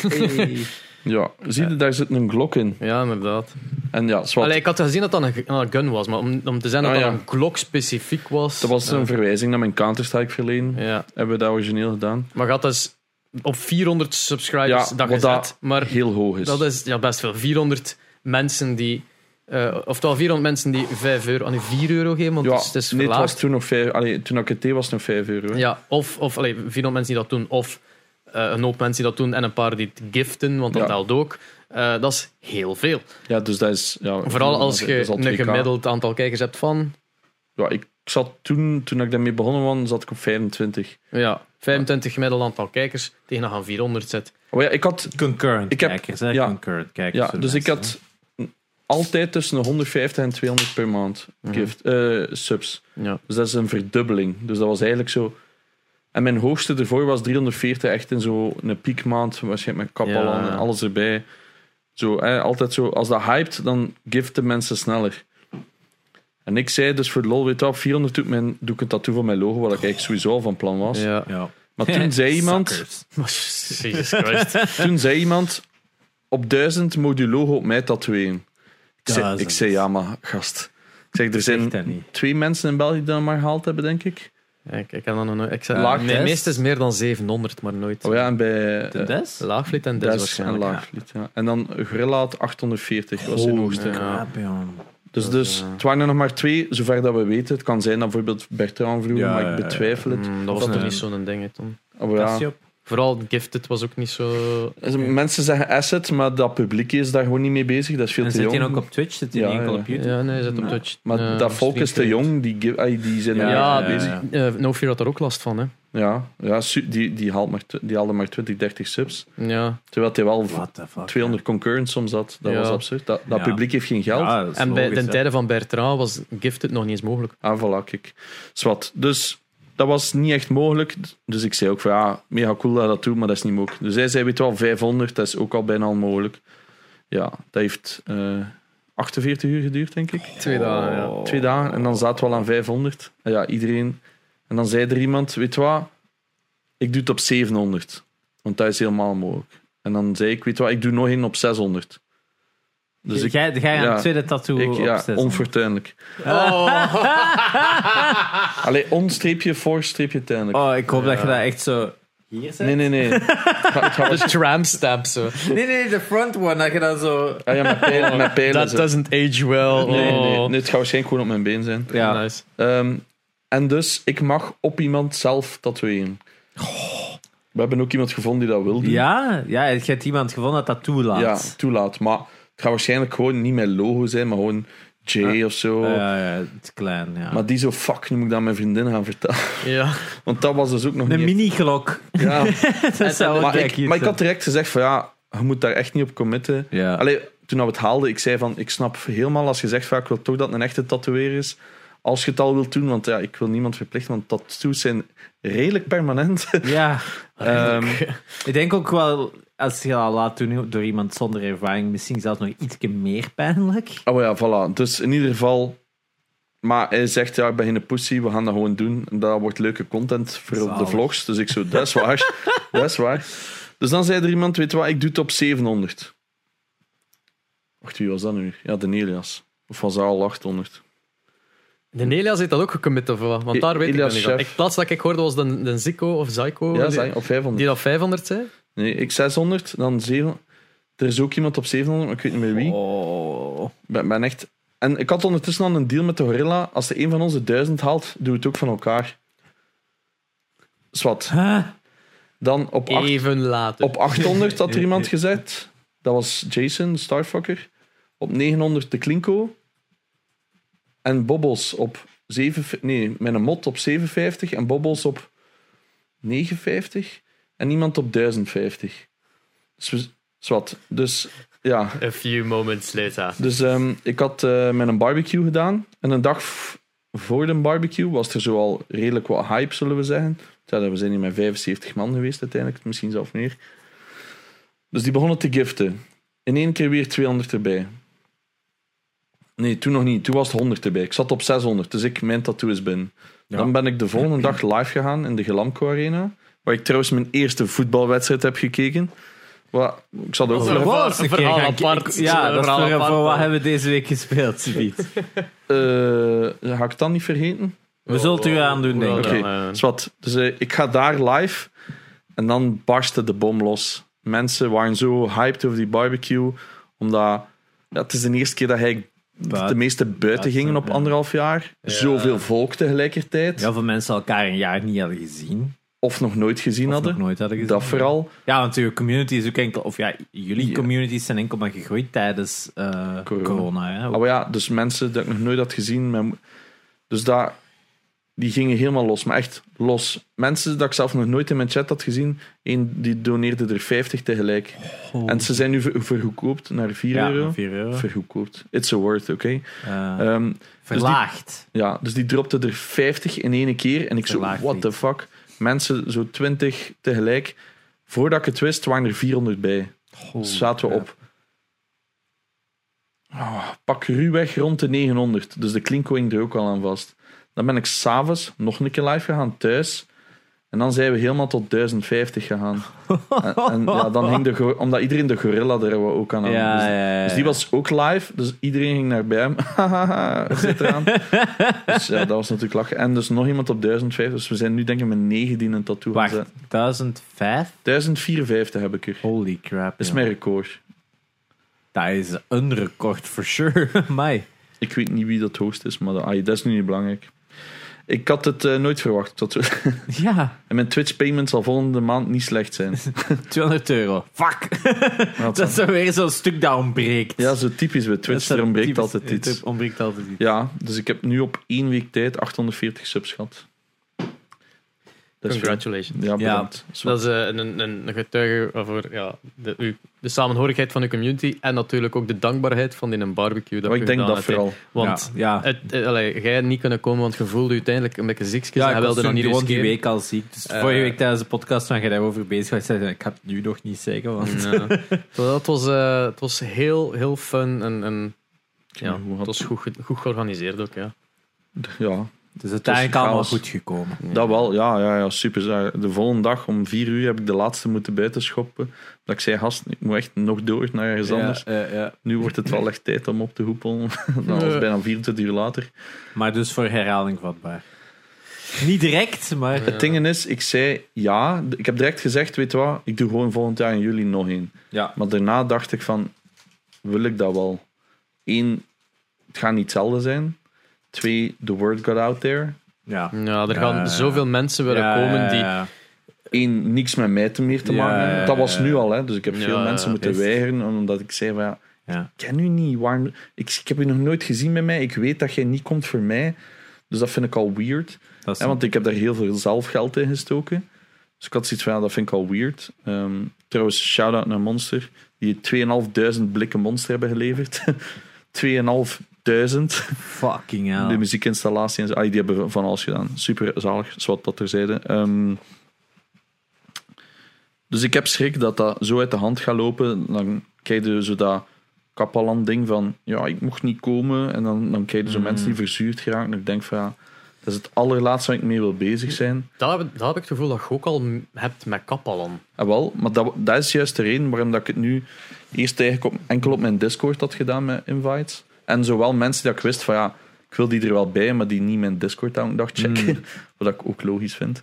Ja, zie je, daar zit een glok in. Ja, inderdaad. En ja, zwart. Allee, ik had gezien dat dat een gun was, maar om te zeggen dat Ah, dat ja. een Glock specifiek was... Dat was een verwijzing naar mijn Counter-Strike verleden. Ja, Hebben we dat origineel gedaan. maar gaat dus op 400 subscribers Ja, dat wat gezet, dat maar Heel hoog is. dat is best veel. 400 mensen die... oftewel 400 mensen die €5 aan €4 geven, want ja, het is nee, het verlaagd. was toen nog 5... Allee, toen ik het deed was het nog €5. Hè. Ja, of 400 mensen die dat doen, of een hoop mensen die dat doen en een paar die het giften, want dat Ja. telt ook. Dat is heel veel. Ja, dus dat is... Ja, Vooral als dat je is al een 2K. gemiddeld aantal kijkers hebt van... Ja, ik zat toen ik daarmee begonnen was, zat ik op 25. Ja, 25 gemiddeld aantal kijkers tegen dat aan 400 zet. Maar ja, ik had... Concurrent Ik heb- kijkers, hè. ja. Concurrent kijkers. Ja, voor dus ik mensen, had altijd tussen de 150 en 200 per maand subs. Ja. Dus dat is een verdubbeling. Dus dat was eigenlijk zo... En mijn hoogste ervoor was 340, echt in zo'n piekmaand, waarschijnlijk met Kapalan Ja. en alles erbij. Zo, altijd zo, als dat hyped, dan giften mensen sneller. En ik zei dus voor de lol, weet je wat, op 400 doe ik een tattoo van mijn logo, wat ik eigenlijk sowieso al van plan was. Ja. Ja. Maar toen zei iemand... Suckers. Jesus Christ. Toen zei iemand, op 1000 moet je logo op mij tatoeëren. Ik zei, ja, maar gast. Ik zeg, er Zeg dat zijn niet. 2 mensen in België die dat maar gehaald hebben, denk ik. Ik heb dat nog nooit... Ik zei, Laagvliet. nee, meestal is meer dan 700, maar nooit. Oh ja, en bij De Des? Laagvliet en Des Des en waarschijnlijk. Laagvliet. Ja. En dan Gorilla had 840, was zijn hoogste. ja. Crap, jongen. Dus het waren er nog maar 2, zover dat we weten. Het kan zijn dat bijvoorbeeld Bertrand vroeger, Ja, maar ja, ik ja. betwijfel het. Dat was Of, nog niet zo'n ding, hè, Tom. Oh, ja. Cassie op. Vooral Gifted was ook niet zo... Mensen zeggen asset, maar dat publiek is daar gewoon niet mee bezig. Dat is veel En te zit jong. hij ook op Twitch? Zit hij Ja, niet enkel ja. op YouTube? Ja, nee, hij zit op Ja. Twitch. Maar dat volk is te jong, die zijn er Ja, niet mee bezig. No Fear had daar ook last van, hè. Ja, die haalde maar 20, 30 subs. Ja. Terwijl hij wel What the fuck? 200 concurrents soms had. Dat Ja. was absurd. Dat Ja. publiek heeft geen geld. Ja, dat is En bij logisch, de hè. tijden van Bertrand was Gifted nog niet eens mogelijk. Ah, voilà, kijk. Zwat. Dus dat was niet echt mogelijk. Dus ik zei ook van, ja, mega cool dat dat doet, maar dat is niet mogelijk. Dus hij zei, weet je wel, 500, dat is ook al bijna onmogelijk. Ja, dat heeft 48 uur geduurd, denk ik. 2 dagen, ja. 2 dagen. En dan zaten we al aan 500. En ja, iedereen... En dan zei er iemand, weet je wat, ik doe het op 700. Want dat is helemaal mogelijk. En dan zei ik, weet je wat, ik doe nog één op 600. Dus ik... Ga je aan ja, het tweede tattoo Ik, op ja, 600? onfortuinlijk. Allee, on-streepje, voor-streepje, tuinlijk. Oh, ik hoop dat je dat echt zo... Hier zet? Nee. Het gaat De tram stamp, zo. Nee, de front one. Dat je dan zo... Ah ja, met pijlen. That zo. doesn't age well. Nee. Oh. Nee, het gaat waarschijnlijk gewoon op mijn been zijn. Ja. Nice. En dus, ik mag op iemand zelf tatoeëren. We hebben ook iemand gevonden die dat wil doen. Ja, je hebt iemand gevonden dat toelaat. Ja, toelaat. Maar het gaat waarschijnlijk gewoon niet met logo zijn, maar gewoon J of zo. Ja, het is klein, ja. Maar die zo, fuck, nu moet ik dat aan mijn vriendin gaan vertellen. Ja. Want dat was dus ook nog Een niet... mini-glok. Ja. Dat zou maar, wel ik had direct gezegd van ja, je moet daar echt niet op committen. Ja. Allee, toen we het haalden, ik zei van, ik snap helemaal als je zegt van, ik wil toch dat het een echte tatoeëer is. Als je het al wilt doen, want ja, ik wil niemand verplichten, want tattoos zijn redelijk permanent. Ja. Ehm, Ik denk ook wel, als je dat laat doen door iemand zonder ervaring, misschien zelfs nog iets meer pijnlijk. oh ja, voilà. Dus in ieder geval... Maar hij zegt, ja, ik ben geen pussy, we gaan dat gewoon doen. En dat wordt leuke content voor op de Zalig. vlogs. Dus ik zo, dat is waar. Dat is waar. Dus dan zei er iemand, weet je wat, ik doe het op 700. Wacht, wie was dat nu? Ja, de Elias. Of was dat al 800? De Elias heeft dat ook gecommit, of wat? Want daar weet Elias ik dat niet van. Chef. Het laatste dat ik hoorde was de Zico of Zyko. Ja, die, zijn op 500. die dat 500 zei. Nee, ik 600, dan 700. Er is ook iemand op 700, maar ik weet niet meer wie. Oh. Ik ben echt... En ik had ondertussen al een deal met de Gorilla. Als de een van ons de 1000 haalt, doen we het ook van elkaar. Zwat. Huh? Dan Even later. op 800 had er iemand gezegd. Dat was Jason, de Starfucker. Op 900 de Klinko. En Bobbels op 7... Nee, met een mot op 57 en Bobbels op 59. En iemand op 1050. Zwat. Dus ja... A few moments later. Dus ik had met een barbecue gedaan. En een dag voor de barbecue was er zo al redelijk wat hype, zullen we zeggen. Ja, we zijn hier met 75 man geweest uiteindelijk, misschien zelfs meer. Dus die begonnen te giften. In één keer weer 200 erbij. Nee, toen nog niet. Toen was het 100 erbij. Ik zat op 600, dus mijn tattoo is binnen. Ja. Dan ben ik de volgende dag live gegaan in de Gelamco Arena. Waar ik trouwens mijn eerste voetbalwedstrijd heb gekeken. Ik zat ook... Een Was een verhaal keer apart. Ja, dat is Verhaal voor apart. wat hebben we deze week gespeeld, Subiet? Ga ik dat niet vergeten? We zullen het u aandoen, denk ik. Oké, zwart. Dus ik ga daar live en dan barstte de bom los. Mensen waren zo hyped over die barbecue, omdat het is de eerste keer dat hij de meeste buiten gingen op 1,5 jaar. Ja. Zoveel volk tegelijkertijd. Heel veel mensen elkaar een jaar niet hadden gezien. Of nog nooit gezien Of hadden. nog nooit hadden gezien. Dat vooral. Ja, want uw community is ook enkel... Of ja, jullie Ja. communities zijn enkel maar gegroeid tijdens corona. Hè? Oh ja, dus mensen dat ik nog nooit had gezien. Dus die gingen helemaal los, maar echt los. Mensen dat ik zelf nog nooit in mijn chat had gezien, die doneerde er 50 tegelijk. Oh. En ze zijn nu vergoedkoopt naar 4 Ja, euro. 4 euro. Vergoedkoopt. It's a word, oké. Eh, verlaagd. Dus die dropte er 50 in één keer. En ik zo, Verlaagd what the iets. fuck? Mensen, zo 20 tegelijk. Voordat ik het wist, waren er 400 bij. Dus zaten we op. Pak ruwweg rond de 900. Dus de Klinko hing er ook al aan vast. Dan ben ik s'avonds nog een keer live gegaan thuis. En dan zijn we helemaal tot 1050 gegaan. en ja, dan hing omdat iedereen de Gorilla er ook aan had. Dus die was ook live. Dus iedereen ging naar bij hem. Zit eraan. Dus ja, dat was natuurlijk lachen. En dus nog iemand op 1050. Dus we zijn nu denk ik met 9 die een tattoo gaan Wacht, zetten. 1005? 1054 heb ik er. Holy crap. Dat is joh. mijn record. Dat is een record, for sure. Mij. Ik weet niet wie dat host is, maar dat is nu niet belangrijk. Ik had het nooit verwacht. Ja, En mijn Twitch payment zal volgende maand niet slecht zijn. €200. Fuck. Dat is zo weer zo'n stuk dat ontbreekt. Ja, zo typisch bij Twitch. Er ontbreekt altijd iets. Er ontbreekt altijd iets. Ja, dus ik heb nu op 1 week tijd 840 subs gehad. Dat is Congratulations. veel. Ja, bedankt. Dat is een getuige voor de samenhorigheid van de community en natuurlijk ook de dankbaarheid van in een barbecue. Maar ik denk dat vooral. Want Ja. jij niet kunnen komen, want je voelde je uiteindelijk een beetje ziekjes Ja, en ik hij was wilde dan toen niet gewoon die riskeren. week al ziek. Dus vorige week tijdens de podcast waar je daarover bezig was, zei ik ga het nu nog niet zeggen. Want... Ja. Het was heel, heel fun en ja, het was goed georganiseerd ook. Ja. Ja, Het is uiteindelijk allemaal chaos. goed gekomen. dat wel. Ja, super. De volgende dag om 4 uur heb ik de laatste moeten buitenschoppen. Dat ik zei, gast, ik moet echt nog door naar ergens anders. Ja. Nu wordt het wel echt tijd om op te hoepelen. Dat was bijna 24 uur later. Maar dus voor herhaling vatbaar. Niet direct, maar... Het ding is, ik zei ja. Ik heb direct gezegd, weet je wat, ik doe gewoon volgend jaar in juli nog één. Ja. Maar daarna dacht ik van, wil ik dat wel? 1, het gaat niet hetzelfde zijn. 2, the word got out there. Ja. Ja, er gaan zoveel mensen willen komen die niks met mij meer te maken hebben. Dat was nu al, hè. Dus ik heb veel mensen moeten weigeren, omdat ik zei van ik ken u niet. Waarom? Ik heb u nog nooit gezien met mij. Ik weet dat jij niet komt voor mij. Dus dat vind ik al weird. Want ik heb daar heel veel zelf geld in gestoken. Dus ik had zoiets van, dat vind ik al weird. Trouwens, shout-out naar Monster, die 2.500 blikken Monster hebben geleverd. 2.500. Fucking hell. De muziekinstallatie en zo. Die hebben van alles gedaan. Super zalig, zoals dat terzijde. Dus ik heb schrik dat dat zo uit de hand gaat lopen. Dan krijg je zo dat Kappaland-ding van, ik mocht niet komen. En dan krijg je zo mensen die verzuurd geraken. En ik denk van, dat is het allerlaatste waar ik mee wil bezig zijn. Dat heb ik het gevoel dat je ook al hebt met Kappalan. Wel, maar dat is juist de reden waarom dat ik het nu eerst eigenlijk enkel op mijn Discord had gedaan met invites. En zowel mensen die ik wist van, ik wil die er wel bij, maar die niet mijn Discord elke dag checken. Wat ik ook logisch vind.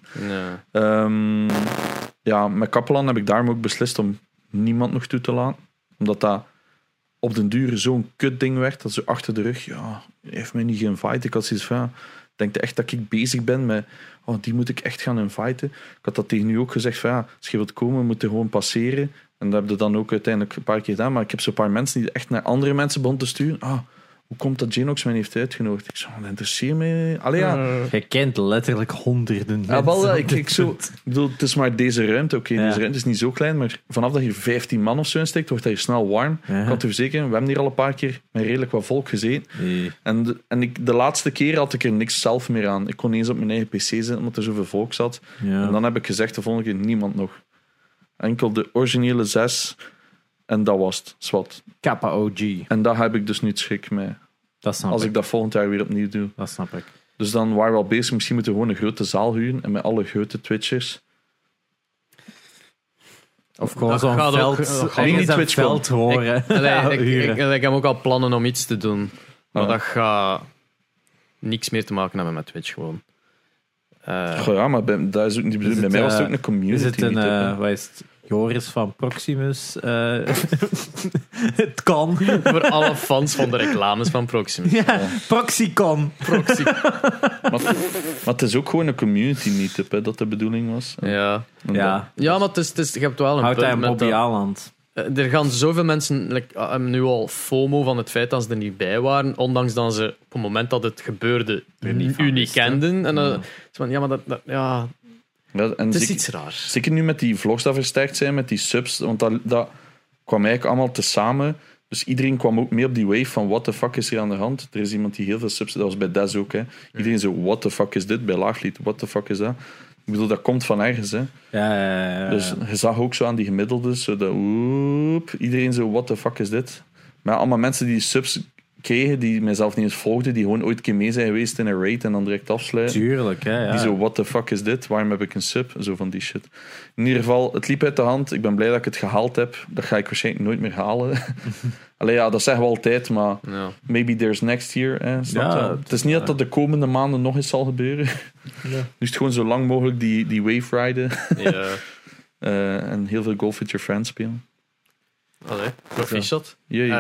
Met Kappalan heb ik daarom ook beslist om niemand nog toe te laten. Omdat dat op den duur zo'n kut ding werd, dat zo achter de rug, hij heeft mij niet geïnvite. Ik had zoiets van, denk je echt dat ik bezig ben met, die moet ik echt gaan inviten. Ik had dat tegen u ook gezegd van, als je wilt komen, moet je gewoon passeren. En dat heb je dan ook uiteindelijk een paar keer gedaan. Maar ik heb zo'n paar mensen die echt naar andere mensen begonnen te sturen. Hoe komt dat Janox mij heeft uitgenodigd? Ik zei, dat interesseert mij. Je kent letterlijk honderden mensen. Ik bedoel, het is maar deze ruimte. Oké, deze ruimte is niet zo klein, maar vanaf dat je 15 man of zo insteekt, wordt dat hier snel warm. Ik kan te verzekeren, we hebben hier al een paar keer met redelijk wat volk gezeten. En de laatste keer had ik er niks zelf meer aan. Ik kon eens op mijn eigen pc zitten, omdat er zoveel volk zat. En dan heb ik gezegd, de volgende keer niemand nog. Enkel de originele 6... En dat was het, zwart. Kappa OG. En daar heb ik dus niet schrik mee. Als ik dat volgend jaar weer opnieuw doe. Dat snap ik. Dus dan waren we al bezig. Misschien moeten we gewoon een grote zaal huren. En met alle grote Twitchers. Of gewoon zo'n veld horen. Ik heb ook al plannen om iets te doen. Maar dat gaat niks meer te maken hebben met Twitch gewoon. Maar dat is ook niet bedoeld. Bij mij was het ook een community. Is het wat is het? Joris van Proximus. Het kan. Voor alle fans van de reclames van Proximus. Ja, Proxicon. Maar het is ook gewoon een community meetup, hè, dat de bedoeling was. Ja, maar je hebt wel een punt. Houdt hij Bobby Aland. Er gaan zoveel mensen hebben nu al FOMO van het feit dat ze er niet bij waren, ondanks dat ze op het moment dat het gebeurde u niet kenden. En en het is iets raars. Zeker nu met die vlogs dat versterkt zijn, met die subs, want dat kwam eigenlijk allemaal tezamen. Dus iedereen kwam ook mee op die wave van what the fuck is er aan de hand. Er is iemand die heel veel subs, dat was bij Des ook. Hè. Iedereen zo, what the fuck is dit? Bij Laaglied, what the fuck is dat? Ik bedoel, dat komt van ergens. Hè. Ja. Dus je zag ook zo aan die gemiddeldes, zo dat, iedereen zo, what the fuck is dit? Maar allemaal mensen die subs kregen, die mijzelf niet eens volgden, die gewoon ooit een keer mee zijn geweest in een raid en dan direct afsluiten. Tuurlijk, hè. Ja. Die zo, what the fuck is dit? Waarom heb ik een sub? Zo van die shit. In ieder geval, het liep uit de hand. Ik ben blij dat ik het gehaald heb. Dat ga ik waarschijnlijk nooit meer halen. Dat zeggen we altijd, maar maybe there's next year. Het is niet dat de komende maanden nog eens zal gebeuren. Nu is het gewoon zo lang mogelijk die wave riden. En heel veel Golf with Your Friends spelen. Allee, proficiat.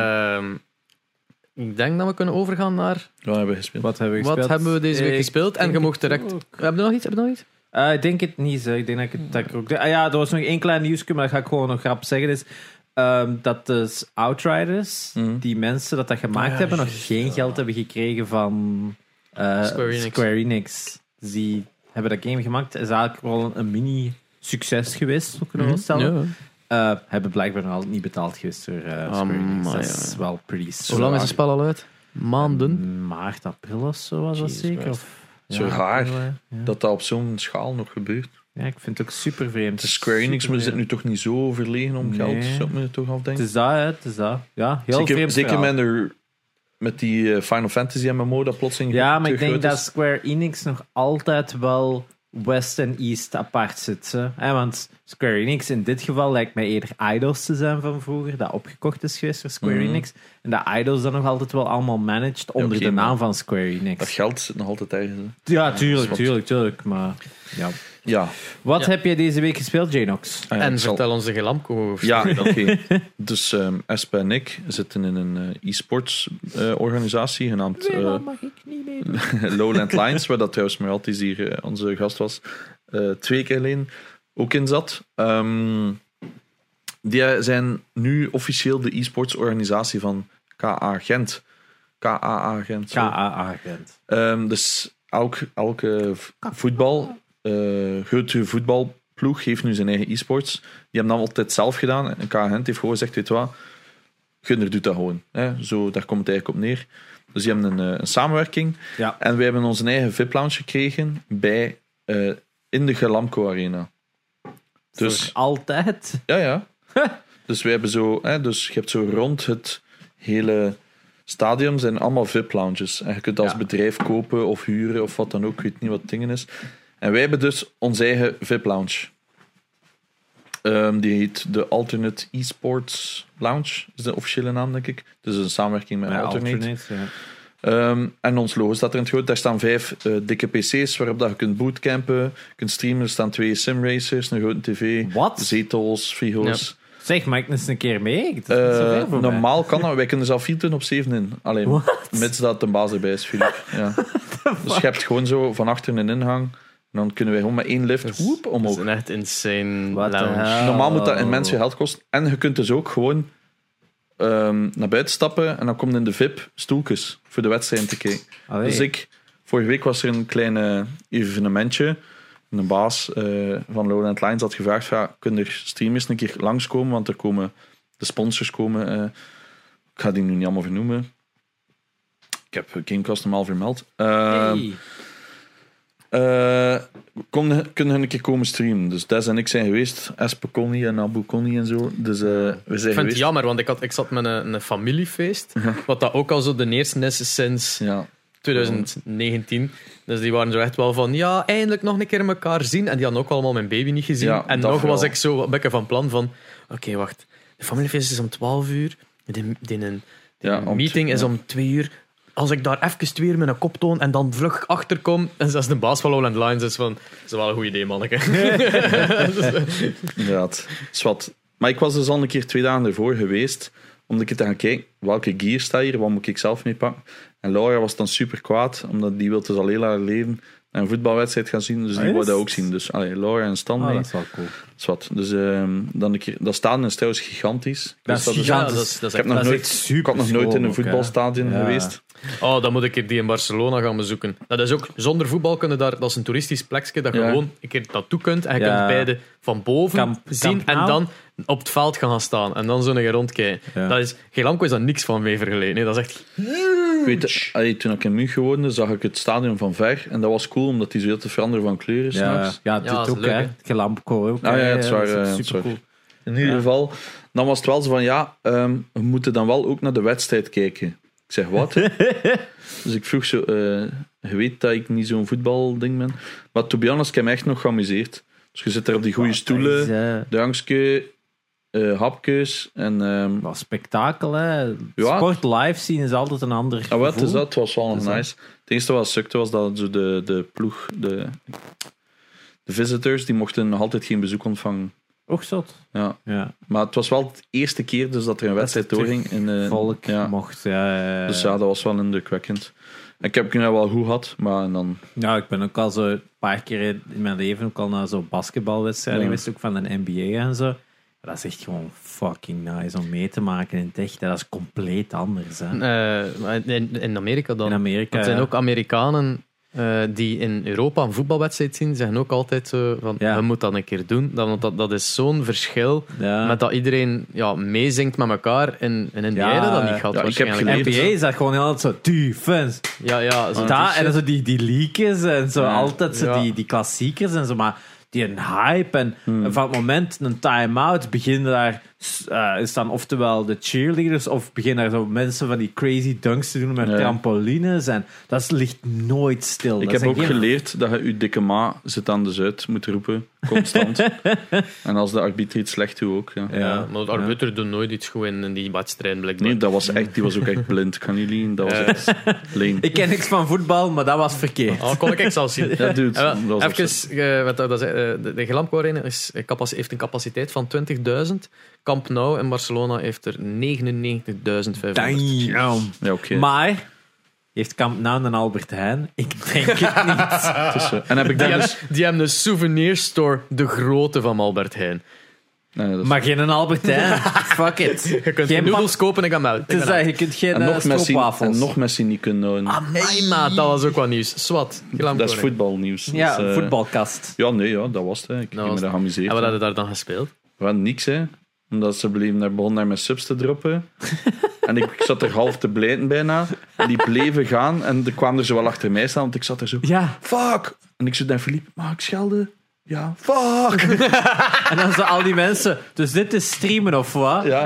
Ik denk dat we kunnen overgaan naar... Wat hebben we gespeeld? Wat hebben we deze week gespeeld? En je mocht direct... Heb je nog iets? Ik denk het niet. Zo. Ik denk dat ik ook... er was nog één klein nieuwsje, maar dat ga ik gewoon nog grap zeggen. Is, dat dus Outriders, die mensen dat gemaakt hebben, nog geen geld hebben gekregen van Square Enix. Dus die hebben dat game gemaakt. Het is eigenlijk wel een mini-succes geweest, kunnen we wel stellen. Hebben blijkbaar nog altijd niet betaald geweest door Square Enix. Dat is wel pretty strong. Hoe lang is het spel al uit? Maanden? Maart, april of zo was dat zeker. Zo raar dat op zo'n schaal nog gebeurt. Ja, ik vind het ook super vreemd. De Square Enix zit nu toch niet zo verlegen om geld, zou ik me toch afdenken. Het is dat. Ja, heel vreemd. Zeker met die Final Fantasy MMO dat plotseling. Ja, maar ik denk dat Square Enix nog altijd wel West en East apart zit. Want Square Enix in dit geval lijkt mij eerder Eidos te zijn van vroeger, dat opgekocht is geweest door Square Enix. En dat Eidos dan nog altijd wel allemaal managed onder de naam van Square Enix. Dat geld zit nog altijd ergens. Ja, tuurlijk. Maar ja. Wat heb je deze week gespeeld, Janox? En vertel ons de Gelamco. Ja, oké. Dus Espe en ik zitten in een e-sports organisatie genaamd mag ik niet meedoen? Lowland Lions, waar dat trouwens Maltese hier onze gast was. 2 keer alleen. ook in zat. Die zijn nu officieel de e-sports organisatie van KA Gent. KAA Gent. KAA Gent. Dus elke grote voetbalploeg heeft nu zijn eigen e-sports. Die hebben dat altijd zelf gedaan. En KA Gent heeft gewoon gezegd, weet je wat, Gunner doet dat gewoon. Hè? Zo, daar komt het eigenlijk op neer. Dus die hebben een samenwerking. Ja. En wij hebben onze eigen VIP-lounge gekregen in de Gelamco Arena. Dus Voor altijd. ja. Dus wij hebben zo, dus je hebt zo rond het hele stadion zijn allemaal VIP-lounges. En je kunt als bedrijf kopen of huren of wat dan ook. Ik weet niet wat het ding is. En wij hebben dus onze eigen VIP-lounge. Die heet de Alternate Esports Lounge, is de officiële naam, denk ik. Dus een samenwerking met Alternate. En ons logo staat er in het groot. Daar staan 5 dikke PC's waarop dat je kunt bootcampen, kunt streamen. Er staan 2 simracers, een grote tv, zetels, frigo's. Ja. Zeg, maak eens een keer mee. Normaal kan dat. Wij kunnen zelf 24/7 in. Alleen, mits dat de baas erbij is, Filip. Ja. Dus je hebt gewoon zo van achter een ingang. En dan kunnen wij gewoon met 1 lift omhoog. Dat is een echt insane lounge. Normaal moet dat immens veel geld kosten. En je kunt dus ook gewoon naar buiten stappen en dan komt in de VIP-stoeltjes voor de wedstrijden te kijken. Dus vorige week was er een klein evenementje. En de baas van Lowland Lines had gevraagd, kunnen er streamers een keer langskomen, want er komen de sponsors komen. Ik ga die nu niet allemaal vernoemen. Ik heb Gamecast normaal vermeld. Kunnen een keer komen streamen. Dus Des en ik zijn geweest. Espe Connie en Abu Connie en zo. Dus we zijn Ik vind het jammer, want ik zat met een familiefeest. Wat dat ook al zo de eerste is sinds 2019. Dus die waren zo echt wel van, ja, eindelijk nog een keer elkaar zien. En die hadden ook allemaal mijn baby niet gezien. Ja, en nog was ik zo een beetje van plan van, oké, wacht. De familiefeest is om 12 uur. De meeting is om 2 uur. Als ik daar even 2 uur met een kop toon en dan vlug achterkom, en zelfs de baas van Lowland Lines is van, dat is wel een goed idee, manneke. Inderdaad. Zwat. Maar ik was dus al een keer 2 dagen ervoor geweest, om een keer te gaan kijken, welke gear staat hier, wat moet ik zelf mee pakken. En Laura was dan super kwaad, omdat die wilde dus al heel haar leven een voetbalwedstrijd gaan zien, dus die wou dat ook zien. Dus Laura en Stan mee. Dat is wel cool. Zwat. Dus dan een keer, dat stadion is trouwens gigantisch. Dat is gigantisch. Ik heb nog nooit in een voetbalstadion geweest. Oh, dan moet ik een die in Barcelona gaan bezoeken. Dat is ook, zonder voetbal kunnen daar, dat is een toeristisch plekje dat je gewoon een keer naartoe kunt en je kunt beide van boven zien en dan op het veld gaan staan en dan zo een rondkijken. Ja. Dat is, Gelamco is daar niks van mee vergeleken. Nee, dat is echt huge. Toen ik in München woonde, zag ik het stadion van ver en dat was cool, omdat die zo heel te veranderen van kleuren s'nachts. Ja, dat ook, hè. Gelamco ook. Het is waar. Super cool. In ieder geval, dan was het wel zo van, we moeten dan wel ook naar de wedstrijd kijken. Ik zeg, wat? Dus ik vroeg zo, je weet dat ik niet zo'n voetbalding ben. Maar to be honest, ik heb me echt nog geamuseerd. Dus je zit er op die goede stoelen, drankje, hapjes. En, wat spektakel, hè. Sport live zien is altijd een ander gevoel. Wat is dat? Het was wel nice. Het enige wat sukte was dat zo de ploeg, de visitors, die mochten nog altijd geen bezoek ontvangen. Och, zot. Ja. Maar het was wel de eerste keer dus dat er een wedstrijd doorging. In volk mocht. Dus dat was wel indrukwekkend. Ik heb het nou wel goed gehad, maar dan... Ja, ik ben ook al zo een paar keer in mijn leven ook al naar zo'n basketbalwedstrijden geweest, ook van de NBA en zo. Dat is echt gewoon fucking nice om mee te maken in het echt. Dat is compleet anders. Hè. In Amerika dan. In Amerika, het zijn ook Amerikanen die in Europa een voetbalwedstrijd zien, zeggen ook altijd zo van, we moeten dat een keer doen. Dat is zo'n verschil met dat iedereen meezingt met elkaar in NBA dat niet gaat waarschijnlijk. NBA is dat gewoon altijd zo defense. En zo die leakers en zo altijd zo die klassiekers en zo, maar die een hype en van het moment een time-out beginnen daar is dan oftewel de cheerleaders of beginnen daar zo mensen van die crazy dunks te doen met trampolines en dat ligt nooit stil. Ik heb ook geleerd dat je je dikke ma zit aan de zuid moet roepen, constant. En als de arbiter iets slecht doet ook. Ja, maar de arbiter doet nooit iets goed in die wedstrijd blijkbaar. Nee, die was ook echt blind. Kan je liegen? Dat was echt leen. Ik ken niks van voetbal, maar dat was verkeerd. Kon ik zelfs zien. Ja, dude. De Gelamco Arena heeft een capaciteit van 20.000. Camp Nou in Barcelona heeft er 99.500. Ja, okay. Maar Heeft Camp Nou een Albert Heijn? Ik denk het niet. Het is zo. En heb ik dan dus... Die hebben een souvenirstore de grootte van Albert Heijn. Nee, dat is... Maar geen Albert Heijn. Fuck it. Je kunt Geen noedels kopen en gaan uit. je kunt geen stroopwafels. En nog Messi niet kunnen houden. Amai, maat, dat was ook wat nieuws. Swat. Dat is voetbalnieuws. Ja, dus, voetbalkast. Ja, nee, ja, dat was het. Hè. Ik heb me daar geamuseerd. En wat hadden daar dan gespeeld? We hadden niks, hè. Omdat ze begonnen naar mijn subs te droppen. En ik zat er half te blijten bijna. En die bleven gaan. En die kwamen er zo wel achter mij staan. Want ik zat er zo... Ja. Fuck! En ik zei naar Philippe, mag ik schelden? Ja, fuck! En dan zo al die mensen. Dus dit is streamen of wat? Ja.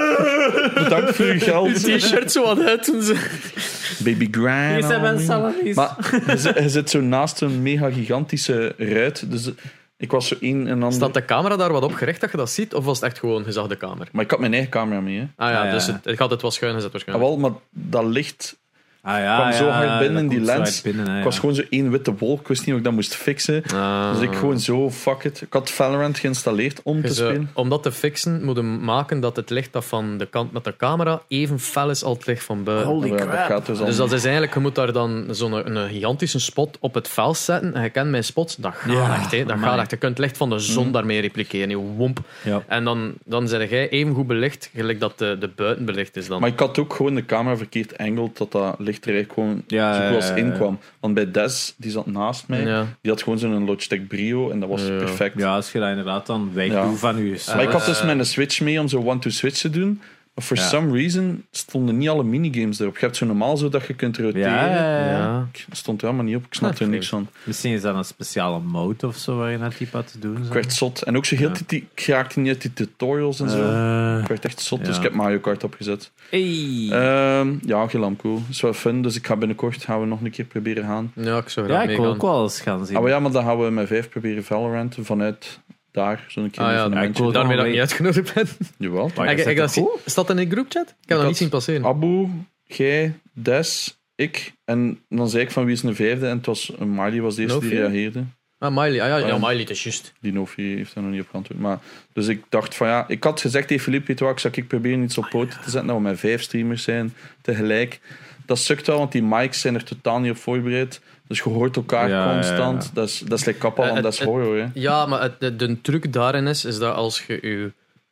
Bedankt voor uw geld. T-shirt zo wat uit toen ze... Baby Grand. Hier zijn mijn salaries. Maar je zit zo naast een mega gigantische ruit. Dus ik was zo een en ander... Staat de camera daar wat op gericht dat je dat ziet? Of was het echt gewoon, je zag de kamer? Maar ik had mijn eigen camera mee, hè. Ah ja, Ah, ja. dus ik had het wel schuin gezet Ah, waarschijnlijk. wel, maar dat licht Ah, ja, kwam zo hard binnen in dat die komt zo lens. hard binnen, hè, Ik was ja. gewoon zo één witte wolk. Ik wist niet hoe ik dat moest fixen. Dus ik gewoon zo, fuck it. Ik had Valorant geïnstalleerd om te spelen. Om dat te fixen, moet je maken dat het licht dat van de kant met de camera even fel is als het licht van buiten. Holy Maar ja, crap. dat gaat dus al Dus dat is eigenlijk, je moet daar dan een gigantische spot op het veld zetten. En je kent mijn spots, dat gaat Ja, echt. Hè. Dat amai. gaat echt. Je kunt het licht van de zon daarmee repliceren. Je womp. Ja. En dan zeg jij even goed belicht, gelijk dat de buiten belicht is dan. Maar ik had ook gewoon de camera verkeerd angeld, dat dat licht er eigenlijk gewoon Ja, zo goed als ja. inkwam. Want bij Des, die zat naast mij, Ja. die had gewoon zo'n Logitech Brio en dat was Ja. perfect. Ja, als je dat inderdaad dan wegdoet van je... Maar ik had dus mijn Switch mee om zo one-to-switch te doen. Maar for some reason stonden niet alle minigames erop. Je hebt zo normaal zo dat je kunt roteren. Ja. Ik stond er helemaal niet op. Ik snapte er niks van. Misschien is dat een speciale mode of zo waar je net type had te doen. Ik werd zot. En ook zo heel ik raakte niet uit die tutorials en zo. Ik werd echt zot, dus ik heb Mario Kart opgezet. Hey. Ja, Gelamco. Dat is wel fun, dus ik ga binnenkort gaan we nog een keer proberen gaan. Ja, ik zou graag Ja, ik wil meegaan. ook wel eens gaan zien. Ah, maar ja, maar dan gaan we met 5 proberen Valorant vanuit daar. Zo'n keer Ah een ja, evenementje. ik wil daarmee dat ik wel niet uitgenodigd ben. Jawel. Maar Ik- is ik dat dat toch zie- Staat dat in de groupchat? Ik heb dat had niet zien passeren. Abu, jij, Des, ik. En dan zei ik van wie is een vijfde. En het was Miley was de eerste die Novi? reageerde. Ah, Miley. Ah, ja, Ja. Miley, het is juist. Die Novi heeft daar nog niet op geantwoord. Maar, dus ik dacht van ja, ik had gezegd tegen Philippe, weet je wat, ik zou proberen iets op poten te zetten, dat we met 5 streamers zijn tegelijk. Dat sukt wel, want die mics zijn er totaal niet op voorbereid. Dus je hoort elkaar Ja, constant. ja. Dat is like kappal, want dat is horror. Hè. Ja, maar de truc daarin is dat als je je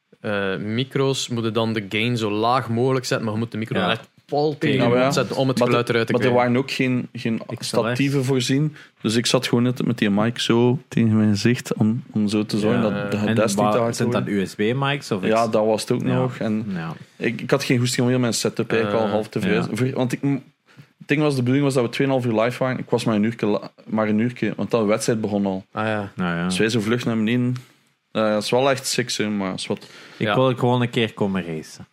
micro's, moet je dan de gain zo laag mogelijk zetten, maar je moet de micro Ja. dan echt pal tegen Ja, je maar mond ja. zetten om het Maar, geluid eruit te maar er krijgen. waren ook geen XLR. statieven voorzien. Dus ik zat gewoon net met die mic zo tegen mijn gezicht om zo te zorgen Ja, dat de en des niet te hard zijn dat hoorde. USB-mics? Of Ja, dat was het ook Ja. nog. En Ja. ik had geen goesting om heel mijn setup eigenlijk al half te verhuizen. Want het ding was, de bedoeling was dat we 2,5 uur live waren. Ik was maar een uurtje, want de wedstrijd begon al. Ah ja. Nou ja. Dus wij zo vlug naar beneden. Dat is wel echt sick, hè, maar is wat. Ik Ja. wil gewoon een keer komen racen.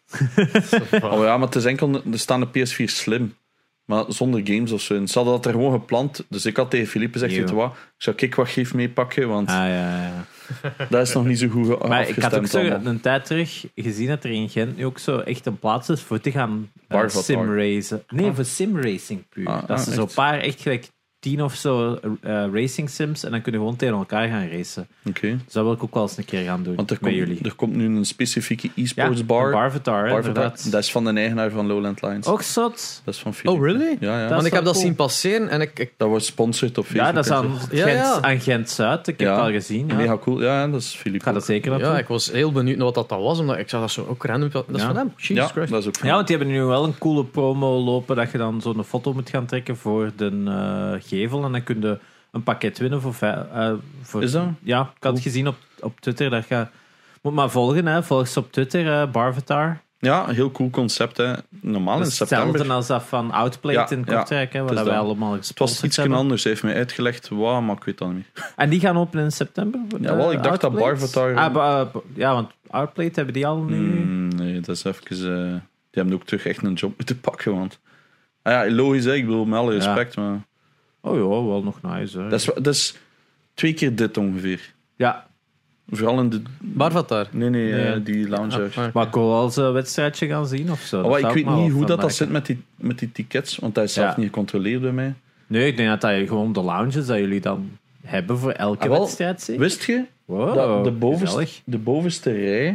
Oh ja, maar het is enkel, er staan de PS4 slim. Maar zonder games of zo. En ze hadden dat er gewoon gepland. Dus ik had tegen Philippe gezegd, Yo. weet je wat, ik zou wat gif meepakken, want Ah, ja. dat is nog niet zo goed Maar ik had ook afgestemd zo allemaal. een tijd terug gezien dat er in Gent nu ook zo echt een plaats is voor te gaan Barvatar. simracen. Nee, voor simracing puur. dat ze zo echt? een paar echt gelijk 10 of zo racing sims en dan kunnen we gewoon tegen elkaar gaan racen. Oké. Dus dat wil ik ook wel eens een keer gaan doen Want met jullie. er komt nu een specifieke Ja, e-sports een bar. Barvatar, hè, Barvatar. inderdaad. Dat is van de eigenaar van Lowland Lines. Ook zot. Dat is van Philippe. Oh, really? Ja, ja. Dat Want is ik heb wel dat cool. zien passeren en ik Dat wordt sponsored op Facebook. Ja, dat is en aan zo. Ja, ja. Gent, Gent-Zuid. Ik heb Ja. het al gezien. Ja. Mega cool. Ja, dat is Ik Philippe. ga dat zeker naartoe. ja, ik was heel benieuwd naar wat dat was, omdat ik zag dat zo ook random. Dat is Ja. van hem. Jesus Ja, Christ. dat is ook van Ja, want die hebben nu wel een coole promo lopen dat je dan zo'n foto moet gaan trekken voor de gevel en dan kun je een pakket winnen voor Is dat? Ja, ik had het gezien op Twitter. Dat je moet maar volgen, hè. Volg ze op Twitter, Barvatar. Ja, een heel cool concept. Hè. Normaal in Dat is september. hetzelfde als dat van Outplate Ja, in Kortrijk, hè, het waar is wij dat. allemaal Het was gesponsord iets hebben. anders. Hij heeft mij uitgelegd, wow, maar ik weet dat niet meer. En die gaan openen in september? Jawel, ik dacht dat Outplate? Barvatar- Ja, want Outplate hebben die al nu... Nee, dat is even... die hebben ook terug echt een job moeten pakken, want... Ah ja, logisch, hè. Ik bedoel, met alle respect, maar... Oh ja, wel nog nice. Hè. Dat is 2 keer dit ongeveer. Ja, Vooral in de... Barvatar. Nee, die lounge. maar ik wil wel eens een wedstrijdje gaan zien of zo. Oh, Dat ik zou weet me wel niet hoe dat vermaken. zit met die tickets, want hij is zelf Ja. niet gecontroleerd bij mij. Nee, ik denk dat je gewoon de lounges dat jullie dan hebben voor elke Ah, wel, wedstrijd zit. Wist je Wow, dat gezellig. de bovenste rij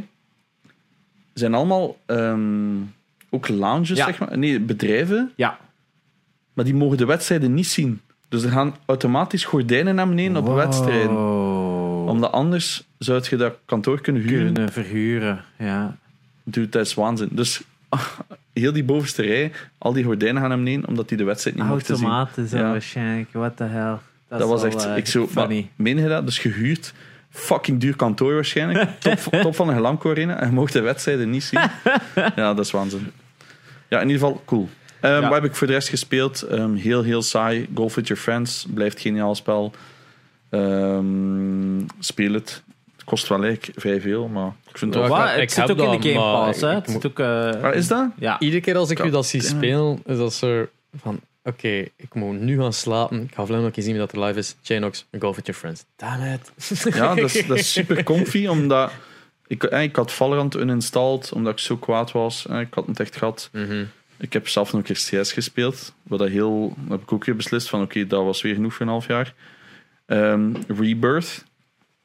zijn allemaal ook lounges, Ja. zeg maar. Nee, bedrijven. Ja, maar die mogen de wedstrijden niet zien. Dus er gaan automatisch gordijnen naar beneden op wedstrijden. Omdat anders zou je dat kantoor kunnen huren. Verhuren, ja. Dude, dat is waanzin. Dus heel die bovenste rij, al die gordijnen gaan naar beneden, omdat die de wedstrijd niet mochten zien. Automaten zo waarschijnlijk, what the hell. Dat was echt... ik zo, funny. Meen je dat? Dus gehuurd, fucking duur kantoor waarschijnlijk. Top van een Glamco Arena. En je mocht de wedstrijden niet zien. Ja, dat is waanzin. Ja, in ieder geval, cool. Wat heb ik voor de rest gespeeld? Heel saai. Golf with your friends. Blijft geniaal spel. Speel het. Het kost wel vrij veel, maar ik vind het wel... Het zit ook in de Game Pass, hè? Is dat? Ja. Iedere keer als ik u dat zie spelen, is dat zo van... Oké, ik moet nu gaan slapen. Ik ga vlug nog eens zien dat er live is. Janox, Golf with your friends. Damn it. Ja, dat is super comfy, omdat... Ik had Valorant uninstalled, omdat ik zo kwaad was. Ik had het echt gehad. Mm-hmm. Ik heb zelf nog een keer CS gespeeld. Wat dat heb ik ook weer beslist van oké, dat was weer genoeg voor een half jaar. Rebirth.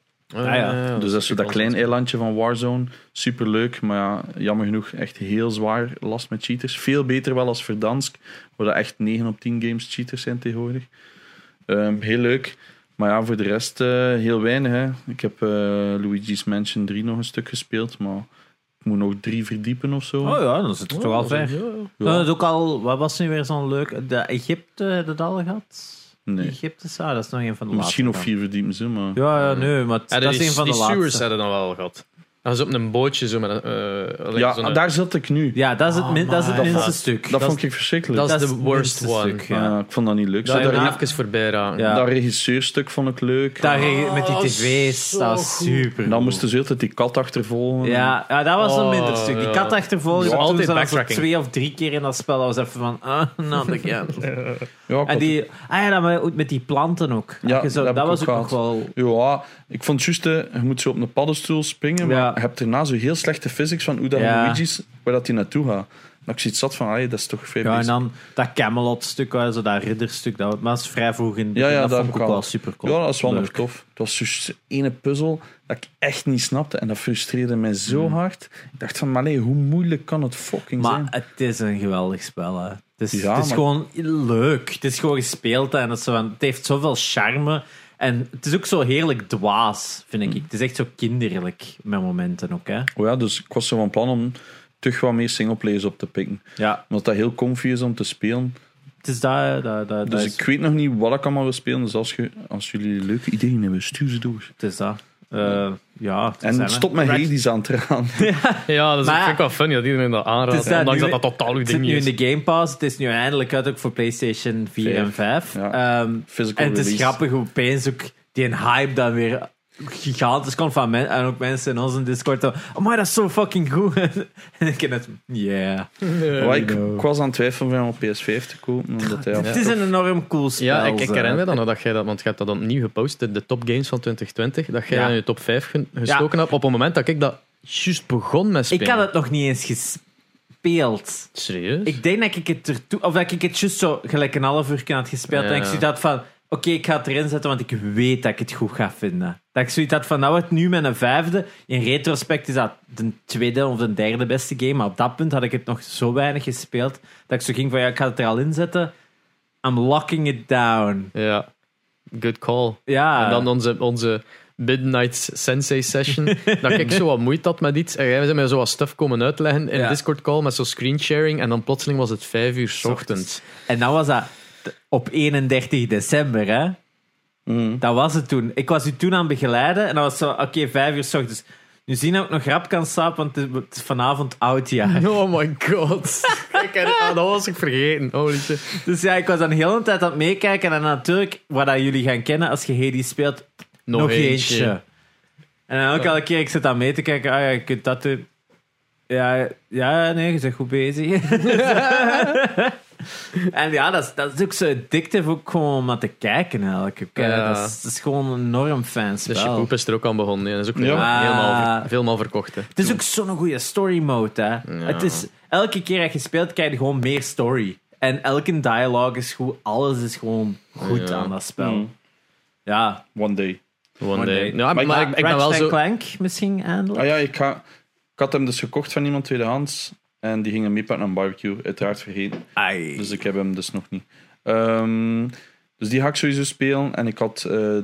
Dus dat is zo dat klein eilandje van Warzone. Super leuk, maar ja, jammer genoeg echt heel zwaar last met cheaters. Veel beter wel als Verdansk, waar dat echt 9 op 10 games cheaters zijn tegenwoordig. Heel leuk. Maar ja, voor de rest heel weinig. Hè. Ik heb Luigi's Mansion 3 nog een stuk gespeeld, maar ik moet nog 3 verdiepen of zo. Oh ja, dan zit het toch al ver. Ja. Dat is ook al, wat was nu weer zo'n leuk... De Egypte, heb je dat al gehad? Nee. Egypte, dat is nog een van de Misschien nog laatste. 4 verdiepen ze, maar... Ja, nee, maar dat is een van de Die laatste. sewers hadden dan wel gehad. Dat is op een bootje zo met daar zat ik nu. Ja, dat is het minste stuk. Dat vond ik verschrikkelijk. Dat is de worst minste one. stuk, ja. Ik vond dat niet leuk. Zou je dat, er even voorbij raken. Ja. dat regisseurstuk vond ik leuk. Met die tv's, dat was super. Dan moesten ze altijd die kat achtervolgen. Ja, dat was een minder stuk. Die kat achtervolgen, Ja, toen altijd ze dan zo backtracking. 2 of 3 keer in dat spel, dat was even van, not again. Ja, En die, dat met die planten ook. Ja, Dat was ook nog wel... Ja, ik vond juist, je moet zo op een paddenstoel springen, maar Ja. je hebt daarna zo heel slechte physics van hoe dat Luigi's, waar dat hij naartoe gaat. Dat ik zoiets zat van, dat is toch vrij Ja, en bezig. dan dat Camelot-stuk, zo dat ridderstuk, maar dat is vrij vroeg in. Ja, dat dat vond ik ook wel super cool. Ja, dat is wel nog Leuk. tof. Het was dus ene puzzel dat ik echt niet snapte en dat frustreerde mij zo hard. Ik dacht van, maar nee, hoe moeilijk kan het fucking Maar zijn? het is een geweldig spel, hè. Het is maar- gewoon leuk. Het is gewoon gespeeld en het heeft zoveel charme. En het is ook zo heerlijk dwaas, vind ik. Het is echt zo kinderlijk met momenten ook, hè. Oh ja, dus ik was zo van plan om terug wat meer singleplayers op te pikken. Ja, Omdat dat heel comfy is om te spelen. het is dat Dus is, ik weet nog niet wat ik allemaal wil spelen. Dus als jullie leuke ideeën hebben, stuur ze door. het is dat. Ja, het En zijn, stop met Hades aan te gaan. Ja, dat Maar- vind ik wel funny dat iedereen dat aanraadt. Het is dat Ondanks nu- dat totaal uw Het zit ding nu niet in is. de Game Pass. Het is nu eindelijk uit ook voor PlayStation 4 en 5. Ja. Physical En het is release. grappig hoe opeens ook die een hype dan weer gigantisch komt van mensen. En ook mensen in onze Discord. Oh, maar dat is zo fucking goed. En ik ken het. Yeah. Maar ik was aan het twijfelen om op PS5 te kopen. Omdat hij Het is een enorm cool spel. Ja, ik zo. herinner me dan nog dat jij dat, want je hebt dat opnieuw gepost, de top games van 2020, dat jij Ja. dat in je top 5 gestoken hebt op het moment dat ik dat juist begon met spelen. Ik had het nog niet eens gespeeld. Serieus? Ik denk dat ik het ertoe... Of dat ik het juist zo gelijk een half uur had gespeeld. Ja. En ik zoiets had van... Oké, ik ga het erin zetten, want ik weet dat ik het goed ga vinden. Dat ik zoiets had van... Nou, het nu met een 5e. In retrospect is dat de 2e of de 3e beste game. Maar op dat punt had ik het nog zo weinig gespeeld. Dat ik zo ging van... Ja, ik ga het er al in zetten. I'm locking it down. Ja, good call. Ja. En dan onze Midnight Sensei session, dat ik zo wat moeite had met iets. En jij bent me zo wat stuff komen uitleggen in Ja. Discord call met zo'n screensharing. En dan plotseling was het 5 uur 's ochtends. En dan was dat op 31 december, hè. Dat was het toen. Ik was u toen aan het begeleiden. En dan was het zo... Oké, 5 uur 's ochtends. Nu zien dat ik nog rap kan slapen, want het is vanavond oudjaar. Oh my god. Dat was ik vergeten. Holy shit. Dus ja, ik was dan de hele tijd aan het meekijken. En natuurlijk, wat dat jullie gaan kennen als je Hades speelt, nog eentje. En dan ook elke keer, ik zit aan mee te kijken. Ah ja, je kunt dat doen. Ja, nee, je bent goed bezig. En ja, dat is ook zo addictief, ook gewoon om naar te kijken eigenlijk. Ja. Dat is gewoon een enorm fanspel. Dus je poep is er ook aan begonnen. Ja. Dat is ook Ja. helemaal verkocht. Hè. Het is ook zo'n goede story mode, hè. Het is, elke keer dat je speelt, krijg je gewoon meer story. En elke dialogue is goed. Alles is gewoon goed aan dat spel. Ja. One day. One day. day. Ja, maar ik ben wel Ratchet zo... Clank misschien eindelijk. Ah ja, ik had hem dus gekocht van iemand tweedehands. En die ging hem meepakken naar een barbecue. Uiteraard vergeten. Ai. Dus ik heb hem dus nog niet. Dus die ga ik sowieso spelen. En ik had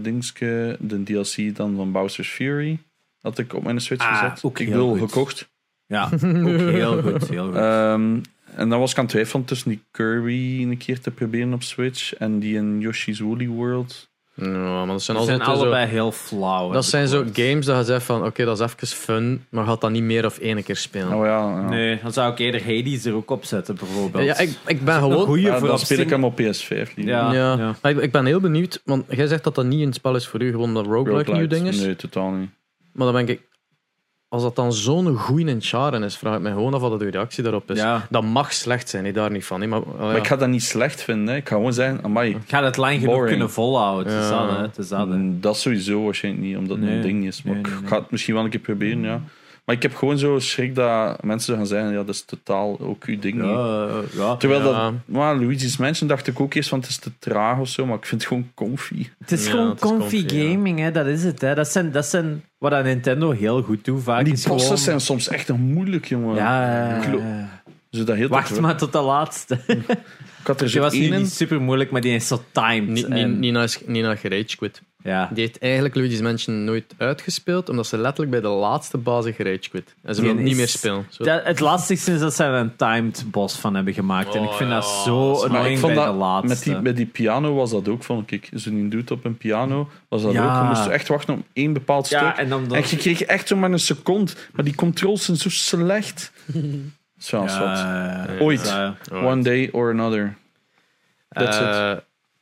de DLC dan van Bowser's Fury. Had ik op mijn Switch gezet. Ook Ik heel wil goed. gekocht. Ja, ook heel goed. Heel goed. En dan was ik aan het twijfelen tussen die Kirby een keer te proberen op Switch en die in Yoshi's Woolly World. Ja, maar dat zijn, Ze zijn altijd allebei zo, heel flauw. dat zijn zo games dat je zegt van oké, dat is even fun, maar gaat dat niet meer of één keer spelen. Oh ja. Nee, dan zou ik eerder Hades er ook op zetten, bijvoorbeeld. Ja, ik ben gewoon... Een goeie Ja, voor dan op speel ik Steam. hem op PS5. Ja. Ja. Maar ik ben heel benieuwd, want jij zegt dat dat niet een spel is voor u, gewoon dat roguelike nieuw ding is. Nee, totaal niet. Maar dan denk ik, als dat dan zo'n goeie encharen is, vraag ik me gewoon af wat de reactie daarop is. Ja. Dat mag slecht zijn, daar niet van. Maar Maar ik ga dat niet slecht vinden. Hè. Ik ga gewoon zeggen, amai, Ik ga het lang genoeg Boring. kunnen volhouden. Het is Ja. dat, hè. Het is dat, hè. dat sowieso waarschijnlijk niet, omdat het Nee. een ding is. Maar Nee, ik ga het misschien wel een keer proberen, ja. Maar ik heb gewoon zo schrik dat mensen gaan zeggen, ja, dat is totaal ook uw ding niet. Ja. Terwijl Ja. dat, maar Luigi's Mansion dacht ik ook eerst van het is te traag of zo, maar ik vind het gewoon comfy. Het is Ja, gewoon het is comfy comfy, ja. gaming, hè. Dat is het. Hè. Dat zijn wat dat Nintendo heel goed doet. Vaak En die is bossen gewoon... zijn soms echt nog moeilijk, jongen. Ja, Zo dat heel wacht tof, maar tot de laatste. Ik had er Die zo was nu één in. niet super moeilijk, maar die is zo timed. niet naar gerage quit. Ja. Die heeft eigenlijk Luigi's Mansion nooit uitgespeeld, omdat ze letterlijk bij de laatste basis gerage quit. En ze Die wil niet is- meer spelen. Zo. Het lastigste is dat ze er een timed boss van hebben gemaakt. En ik vind dat zo Maar ik annoying vond bij dat de laatste. met die piano was dat ook, vond ik. Zo'n dude op een piano was dat Ja. ook. Je moest echt wachten op één bepaald Ja, stuk. en dan En je kreeg echt zo maar een seconde. Maar die controls zijn zo slecht. Dat is wel een zot. Ooit. Ja, One day or another. That's it.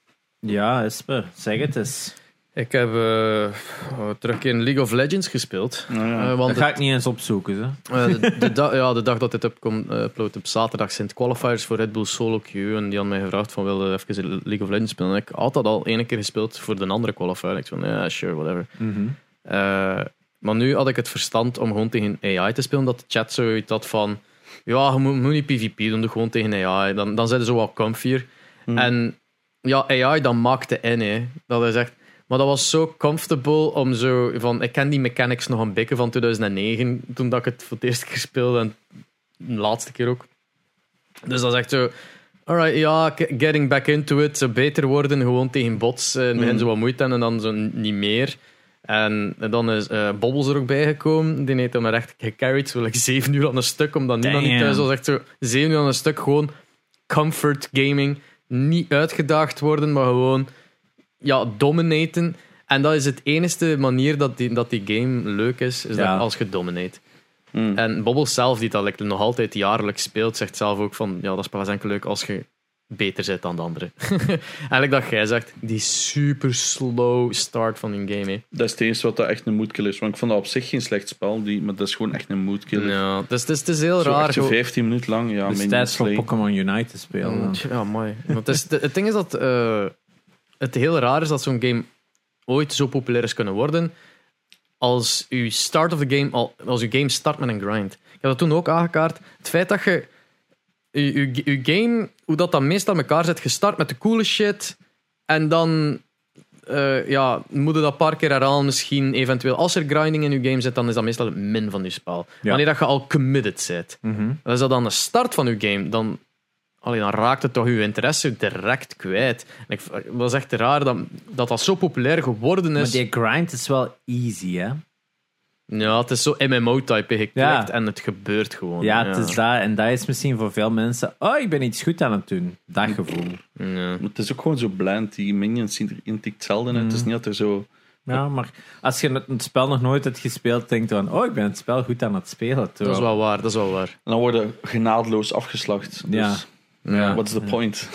ja, Esper, zeg het eens. Ik heb terug in League of Legends gespeeld. Nou ja. Want Dat ga ik niet eens opzoeken. Hè. de dag dat dit uploadt op zaterdag zijn het qualifiers voor Red Bull Solo Queue. En die hadden mij gevraagd van wilde even League of Legends spelen. En ik had dat al 1 keer gespeeld voor de andere qualifier. Ik zei van ja, sure, whatever. Maar nu had ik het verstand om gewoon tegen AI te spelen. Dat de chat zoiets had van ja, je moet niet PvP doen, doe gewoon tegen AI. Dan zijn ze zo wat comfier. En ja, AI dan maakte in, hè. Dat is echt... Maar dat was zo comfortable om zo... Van, ik ken die mechanics nog een beetje van 2009, toen dat ik het voor het eerste keer speelde. En de laatste keer ook. Dus dat is echt zo... Alright, ja, getting back into it. Zo beter worden, gewoon tegen bots. In het begin zo wat moeite en dan zo niet meer. En dan is Bobbles er ook bijgekomen. Die heeft hem maar echt gecarried. Zo like 7 uur aan een stuk, omdat niemand niet thuis was. Echt zo 7 uur aan een stuk, gewoon comfort gaming. Niet uitgedaagd worden, maar gewoon ja, dominaten. En dat is het enige manier dat die game leuk is dat als je dominate. En Bobbles zelf, die dat nog altijd jaarlijks speelt, zegt zelf ook van ja, dat is pas enkel leuk als je beter zit dan de anderen. Eigenlijk dat jij zegt, die super slow start van een game. Hè. Dat is het eerste wat dat echt een moodkiller is. Want ik vond dat op zich geen slecht spel, maar dat is gewoon echt een moodkiller. Ja, het is heel Zo raar. echt zo 15 minuten lang. Ja, Het is tijd voor Pokémon Unite te spelen. Ja, mooi. Want het ding is dat het heel raar is dat zo'n game ooit zo populair is kunnen worden als je start of the game, als je game start met een grind. Ik heb dat toen ook aangekaart. Het feit dat je game, hoe dat dan meestal aan elkaar zit, gestart met de coole shit en dan moet je dat een paar keer herhalen misschien, eventueel. Als er grinding in je game zit, dan is dat meestal het min van je spel. Ja. Wanneer dat je al committed bent. Dan is dat dan de start van je game, dan raakt het toch je interesse direct kwijt. En dat is echt raar dat zo populair geworden Maar is. die grind is wel easy, hè? Ja, het is zo MMO-type. Je Ja. klikt en het gebeurt gewoon. Ja, het is dat. En dat is misschien voor veel mensen... Oh, ik ben iets goed aan het doen. Dat gevoel. Ja. Maar het is ook gewoon zo bland. Die minions zien er hetzelfde uit. Het is niet dat er zo... Ja, maar als je het spel nog nooit hebt gespeeld, denk je van... Oh, ik ben het spel goed aan het spelen. Dat is wel waar, dat is wel waar. En dan worden genadeloos afgeslacht. Dus Ja. Ja. what's the point?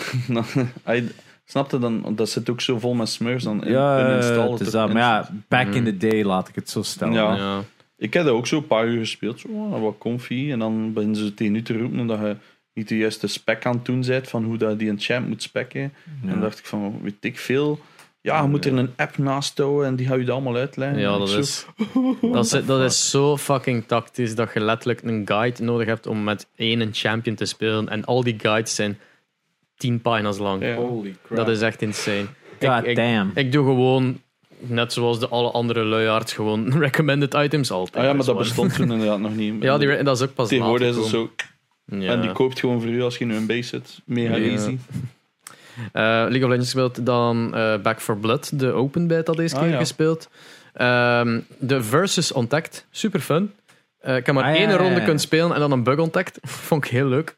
Snapte dan? Dat zit ook zo vol met smurfs. Dan Ja, uninstall het is dat. Maar ja, back in the day, laat ik het zo stellen. Ja. Ja. Ik heb dat ook zo een paar uur gespeeld. Zo, wat comfy. En dan beginnen ze tegen u te roepen dat je niet de juiste spec aan het doen bent van hoe dat die enchant moet spekken. En dan dacht ik van, weet ik veel. Ja, je moet er een app naast houden en die gaat je dat allemaal uitleggen. Ja, En dat ik is, zo, dat is zo fucking tactisch dat je letterlijk een guide nodig hebt om met één champion te spelen. En al die guides zijn 10 pagina's lang. Ja. Holy crap. Dat is echt insane. God damn. Ik doe gewoon, net zoals alle andere luiaards, gewoon recommended items altijd. Ah ja, maar dat Dus bestond toen inderdaad nog niet. ja, dat is ook pas Tegenwoordig later is het gekomen. zo... Ja. En die koopt gewoon voor u als je nu een base zit. Mega Ja. easy. League of Legends gespeeld. Dan Back 4 Blood, de open beta deze keer gespeeld. De Versus ontdekt. Super fun. Ik heb maar één ronde kunnen spelen en dan een bug ontdekt. Vond ik heel leuk.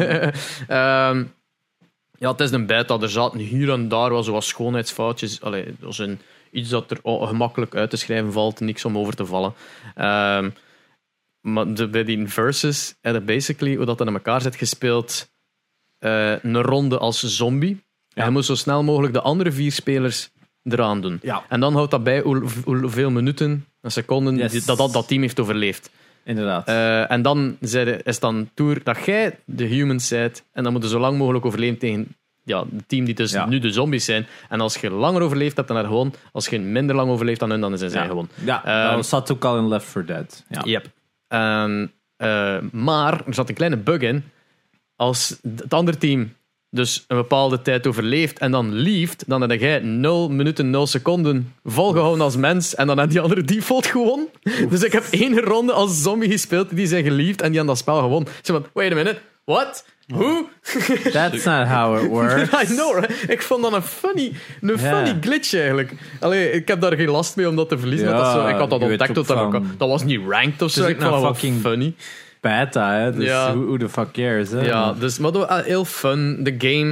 Het is een beta. Er zaten hier en daar wel zo wat schoonheidsfoutjes. Dat is iets dat er gemakkelijk uit te schrijven valt. Niks om over te vallen. Maar bij die Versus, basically, hoe dat in elkaar zit gespeeld, een ronde als zombie. Ja. Je moet zo snel mogelijk de andere 4 spelers eraan doen. Ja. En dan houdt dat bij hoeveel minuten en seconden dat team heeft overleefd. Inderdaad. En dan is dan tour dat jij de humans zijt en dan moet je zo lang mogelijk overleven tegen het team die dus nu de zombies zijn. En als je langer overleefd hebt dan haar gewoon, als je minder lang overleefd dan hun, dan zijn zij gewoon. Ja, dat zat ook al in Left 4 Dead. Ja. Yep. Maar er zat een kleine bug in. Als het andere team dus een bepaalde tijd overleeft en dan leeft, dan heb jij 0 minuten, 0 seconden volgehouden als mens en dan had die andere default gewonnen. Dus ik heb 1 ronde als zombie gespeeld, die zijn geliefd en die aan dat spel gewonnen. Zo van, wait a minute, what? Who? That's not how it works. I know, right? Ik vond dat een funny glitch eigenlijk. Allee, ik heb daar geen last mee om dat te verliezen. Ik had dat ontdekt dat was niet ranked of zo. Ik vond dat fucking funny. Beta, hè? Dus who the fuck cares? Hè? Ja, dus, maar dat was heel fun. De game.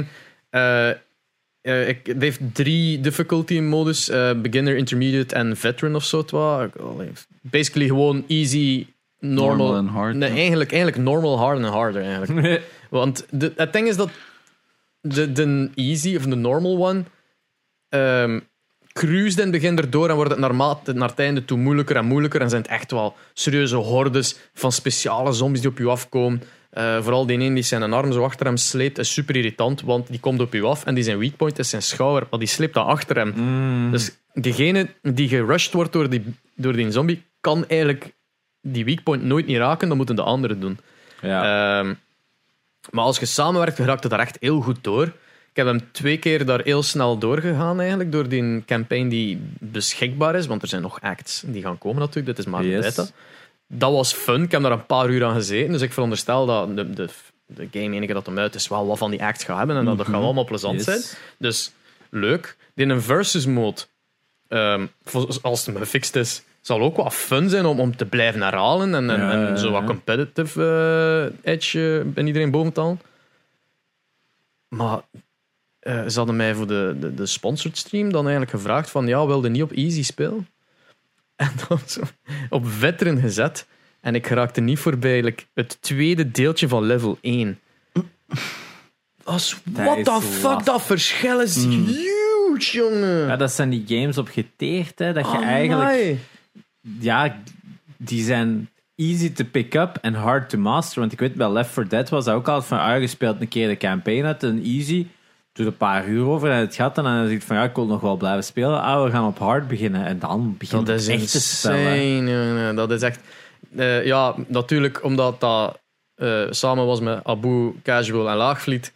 Het heeft 3 difficulty modus: beginner, intermediate en veteran of zo. Basically gewoon easy, normal en hard. Nee, eigenlijk normal, hard en harder. Eigenlijk. Want het ding is dat de easy of de normal one cruised in het begin erdoor en wordt het naar het einde toe moeilijker en moeilijker en zijn het echt wel serieuze hordes van speciale zombies die op je afkomen. Vooral die ene die zijn arm zo achter hem sleept is super irritant, want die komt op je af en die zijn weak point is zijn schouder, maar die sleept dat achter hem. Dus degene die gerushed wordt door die zombie kan eigenlijk die weak point nooit niet raken, dan moeten de anderen doen. Ja. Maar als je samenwerkt, raakt het daar echt heel goed door. Ik heb hem 2 keer daar heel snel doorgegaan eigenlijk, door die campaign die beschikbaar is, want er zijn nog acts die gaan komen natuurlijk, dit is maar een beta. Dat was fun, ik heb daar een paar uur aan gezeten, dus ik veronderstel dat de game enige dat hem uit is wel wat van die acts gaat hebben en dat gaat allemaal plezant zijn. Dus leuk. In een versus mode, als het gefixt is, zal ook wat fun zijn om te blijven herhalen en zo wat competitive edge bij iedereen boven te halen. Maar ze hadden mij voor de sponsored stream dan eigenlijk gevraagd van wilde niet op easy spelen? En dan zo op veteran gezet en ik raakte niet voorbij het tweede deeltje van level 1. What the fuck, dat verschil is huge, jongen. Ja, dat zijn die games op geteerd, hè, dat je eigenlijk... Ja, die zijn easy to pick up en hard to master. Want ik weet, bij Left 4 Dead was dat ook altijd van, je speelt een keer de campaign uit en easy, doe er een paar uur over en het gaat en dan zeg je van, ik wil nog wel blijven spelen. We gaan op hard beginnen en dan begint dat het echt te spelen. Dat is echt... natuurlijk, omdat dat samen was met Abu, Casual en Laagvliet.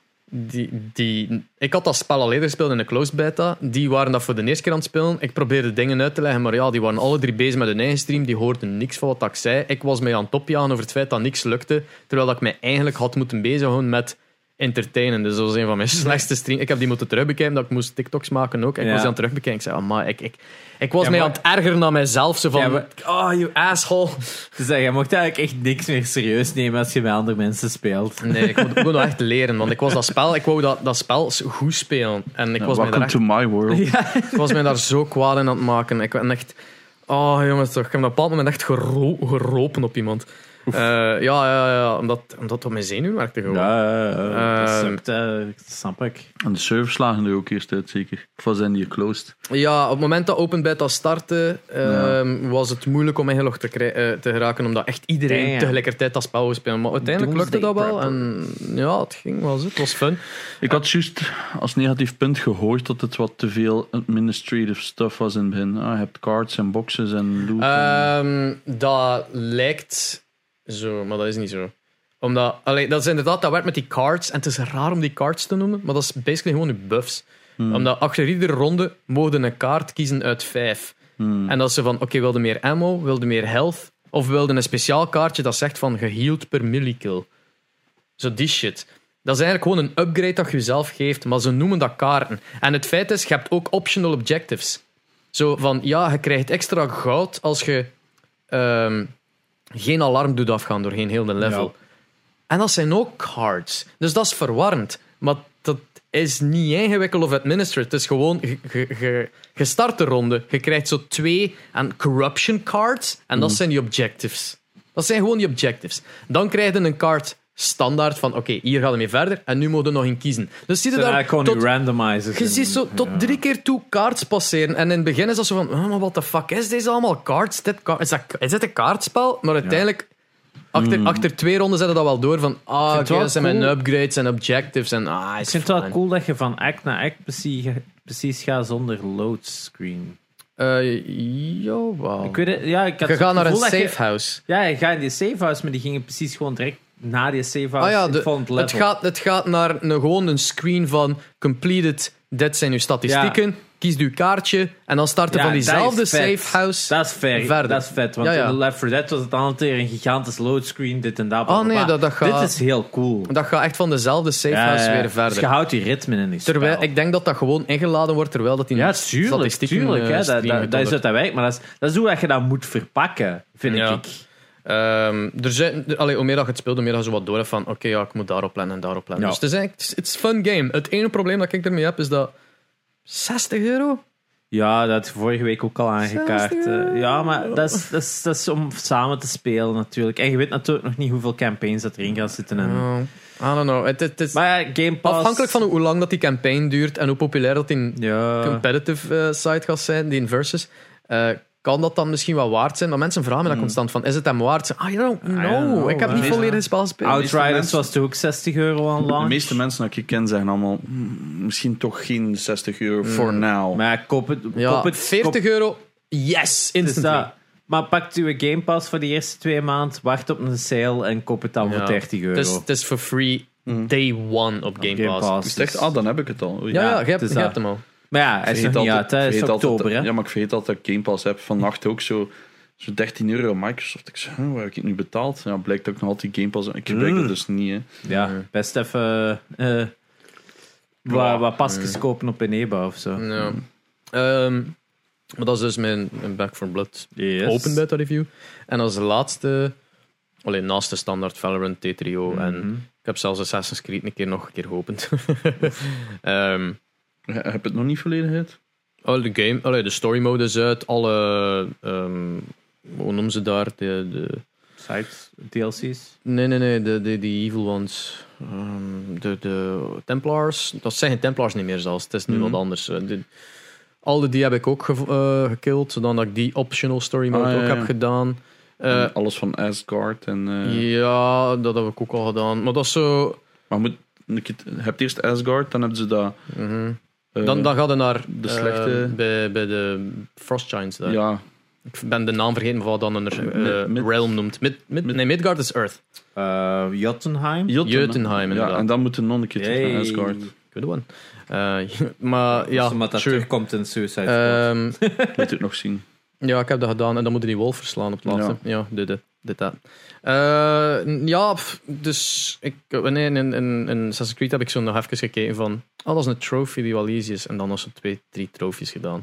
Ik had dat spel al eerder gespeeld in een closed beta. Die waren dat voor de eerste keer aan het spelen. Ik probeerde dingen uit te leggen, maar die waren alle 3 bezig met hun eigen stream. Die hoorden niks van wat ik zei. Ik was mij aan het opjagen over het feit dat niks lukte, terwijl dat ik mij eigenlijk had moeten bezighouden met entertainen. Dus dat was een van mijn slechtste streams. Ik heb die moeten terugbekijken, dat ik moest TikToks maken ook. Ik was die aan het terugbekijken. Ik zei, maar ik was mij aan het ergeren naar mijzelf. Zo van, you asshole. Dus je mocht eigenlijk echt niks meer serieus nemen als je met andere mensen speelt. Nee, ik moet dat echt leren. Want ik wou dat spel goed spelen. En ik was welcome to my world. Ik was mij daar zo kwaad in aan het maken. Ik ben echt... jongens, toch. Ik heb op een bepaald moment echt geropen op iemand. Omdat het op mijn zenuwen werkte gewoon. Dat snap ik. En de servers lagen er ook eerst uit, zeker? Of was die closed? Ja, op het moment dat Open Beta startte, was het moeilijk om eigenlijk te geraken, omdat echt iedereen tegelijkertijd dat spel wil spelen. Maar uiteindelijk lukte dat wel. En het ging wel. Het was fun. Ik had juist als negatief punt gehoord dat het wat te veel administrative stuff was in het begin. Je hebt cards en boxes en loot. Dat lijkt... zo, maar dat is niet zo. Omdat, dat is inderdaad, dat werkt met die cards. En het is raar om die cards te noemen, maar dat is basically gewoon je buffs. Omdat achter iedere ronde mogen een kaart kiezen uit 5. En dat is zo van, wilde meer ammo, wilde meer health, of wilde een speciaal kaartje dat zegt van geheeld per millikill. Zo die shit. Dat is eigenlijk gewoon een upgrade dat je jezelf geeft, maar ze noemen dat kaarten. En het feit is, je hebt ook optional objectives. Zo van, ja, je krijgt extra goud als je geen alarm doet afgaan doorheen heel de level. Ja. En dat zijn ook cards. Dus dat is verwarrend. Maar dat is niet ingewikkeld of administered. Het is gewoon, je start de ronde, je krijgt zo 2 corruption cards en dat zijn die objectives. Dat zijn gewoon die objectives. Dan krijg je een card standaard van, oké, hier gaan we mee verder en nu moeten we nog in kiezen. Dus zie je daar gewoon tot, randomizers. je ziet zo tot 3 keer toe cards passeren en in het begin is dat zo van, oh, maar what the fuck is deze allemaal cards? Is dit een kaartspel? Maar uiteindelijk achter 2 ronden zetten dat wel door van dat zijn mijn upgrades en objectives en ik vind het wel cool dat je van act naar act precies gaat zonder loadscreen. Jawel. Ik weet het, ja, ik had Je gaat naar een gevoel dat safe house. Ja, je gaat in die safe house, maar die gingen precies gewoon direct na die safe house in het volgende level. Het gaat naar gewoon een screen van completed, dit zijn uw statistieken, kies uw kaartje en dan starten van diezelfde safe house dat is fair, verder. dat is vet, want in Left 4 Dead was het altijd een gigantisch loadscreen, dit en dat. Dat gaat, dit is heel cool. Dat gaat echt van dezelfde safe house weer verder. Dus je houdt die ritme in die spel. Ik denk dat gewoon ingeladen wordt terwijl dat die statistieken tuurlijk, dat is wat dat werkt, maar dat is hoe dat je dat moet verpakken, vind ik. Hoe meer dat je het speelt, hoe meer dat je zo wat door hebt van oké, ik moet daarop plannen en daarop plannen. Dus het is eigenlijk it's a fun game. Het enige probleem dat ik ermee heb, is dat €60? Ja, dat had je vorige week ook al aangekaart. Ja, maar dat is om samen te spelen natuurlijk. En je weet natuurlijk nog niet hoeveel campaigns dat erin gaan zitten. I don't know. Maar ja, Game Pass... Afhankelijk van hoe lang dat die campaign duurt en hoe populair dat in competitive site gaat zijn, die in Versus, kan dat dan misschien wel waard zijn. Maar mensen vragen me dat constant van, is het hem waard? I don't know. Ik heb niet volledig het spel gespeeld. Outriders was toch ook €60 aan launch? De meeste mensen die ik ken zeggen allemaal, misschien toch geen €60 for now. Maar ja, koop het. €40, yes, instantly. Maar pakt uw Game Pass voor de eerste 2 maanden, wacht op een sale en koop het dan voor €30. Het is for free day one op Game Pass. Dus echt, dan heb ik het al. Ja, je hebt hem al. Maar ja, hij is nog niet uit, het is oktober. Hè? Ja, maar ik vergeet altijd dat ik Game Pass heb. Vannacht ook zo €13 op Microsoft. Ik zeg, waar heb ik het nu betaald? Ja, blijkt ook nog altijd Game Pass. Ik gebruik dat dus niet. Hè. Ja, best even wat pasjes kopen op Eneba of zo. Ja. Maar dat is dus mijn Back 4 Blood open beta review. En als laatste, naast de standaard Valorant, T3O en ik heb zelfs Assassin's Creed nog een keer geopend. Heb je het nog niet volledig uit? De story mode is uit. Alle, hoe noemen ze daar? De sites, DLC's? Nee, de evil ones. De Templars. Dat zijn geen Templars niet meer zelfs. Het is nu wat anders. Alle die heb ik ook gekillt, zodat ik die optional story mode ook heb gedaan. Alles van Asgard en... Ja, dat heb ik ook al gedaan. Maar dat is zo... Maar je hebt eerst Asgard, dan hebben ze dat... Dan gaat het naar de slechte... bij de Frost Giants daar. Ja. Ik ben de naam vergeten van wat dan een realm noemt. Midgard is Earth. Jotunheim? Jotunheim, inderdaad. Ja, en dan moet je nog een keer terug naar Asgard. Good one. Maar ja, omdat dat terugkomt in Suicide Squad. Moet ik nog zien. Ja, ik heb dat gedaan en dan moeten die wolf verslaan op het laatste. Ja, dit dat. Dus in Assassin's Creed heb ik zo nog even gekeken van, dat is een trophy die wel easy is. En dan nog zo 2-3 trophies gedaan.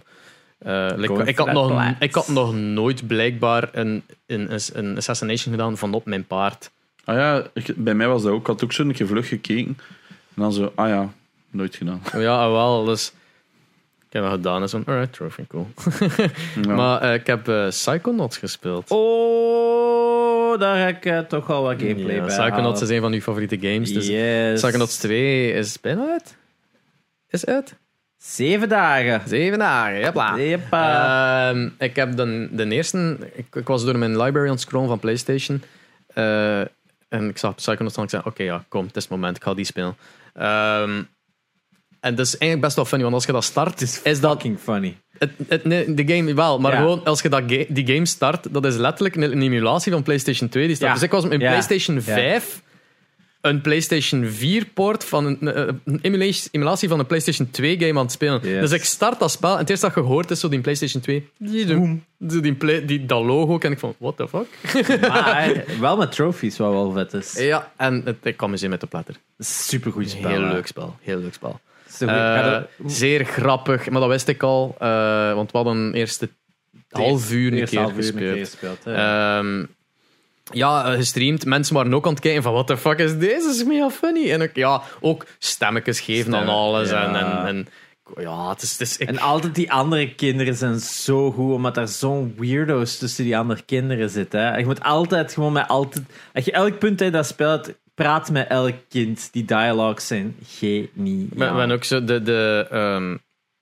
Ik had nog nooit blijkbaar een assassination gedaan van op mijn paard. Bij mij was dat ook. Ik had ook zo een keer vlug gekeken. En dan zo, nooit gedaan. Ja, wel. Dus ik heb dat gedaan en zo, alright, trophy, cool. Maar ik heb Psychonauts gespeeld. Daar heb ik toch al wat gameplay bij. Psychonauts is een van uw favoriete games. Dus Psychonauts 2 is bijna uit. Is uit? 7 dagen. 7 dagen, Jeppa. Ik heb de eerste... Ik was door mijn library aan het scrollen van PlayStation. En ik zag Psychonauts en ik zei, oké, kom, het is het moment, ik ga die spelen. En dat is eigenlijk best wel funny, want als je dat start... Het is fucking funny. De game wel, maar gewoon als je die game start, dat is letterlijk een emulatie van PlayStation 2 die start. Dus ik was met PlayStation 5 een PlayStation 4-port van een emulatie van een PlayStation 2-game aan het spelen. Yes. Dus ik start dat spel en het eerste dat je hoort is zo die PlayStation 2. Zo dat logo en ik van, what the fuck? Maar wel met trophies, wat wel vet is. Ja, en ik kan me zien met de platter. Supergoed spel. Heel hè. leuk spel. Heel leuk spel. Zo goed. Ga er- Zeer grappig, maar dat wist ik al. Want we hadden eerst het half uur een Eerst keer half uur een gespeeld. keer gespeeld, hè. Gestreamd. Mensen waren ook aan het kijken van what the fuck is deze? Is mega funny. En ook stemmetjes geven aan alles. Ja. En het is En altijd die andere kinderen zijn zo goed, omdat er zo'n weirdo's tussen die andere kinderen zitten. Hè. Je moet altijd gewoon met altijd... Als je elk punt in dat speelt, praat met elk kind. Die dialogues zijn geniaal. We hebben ook zo de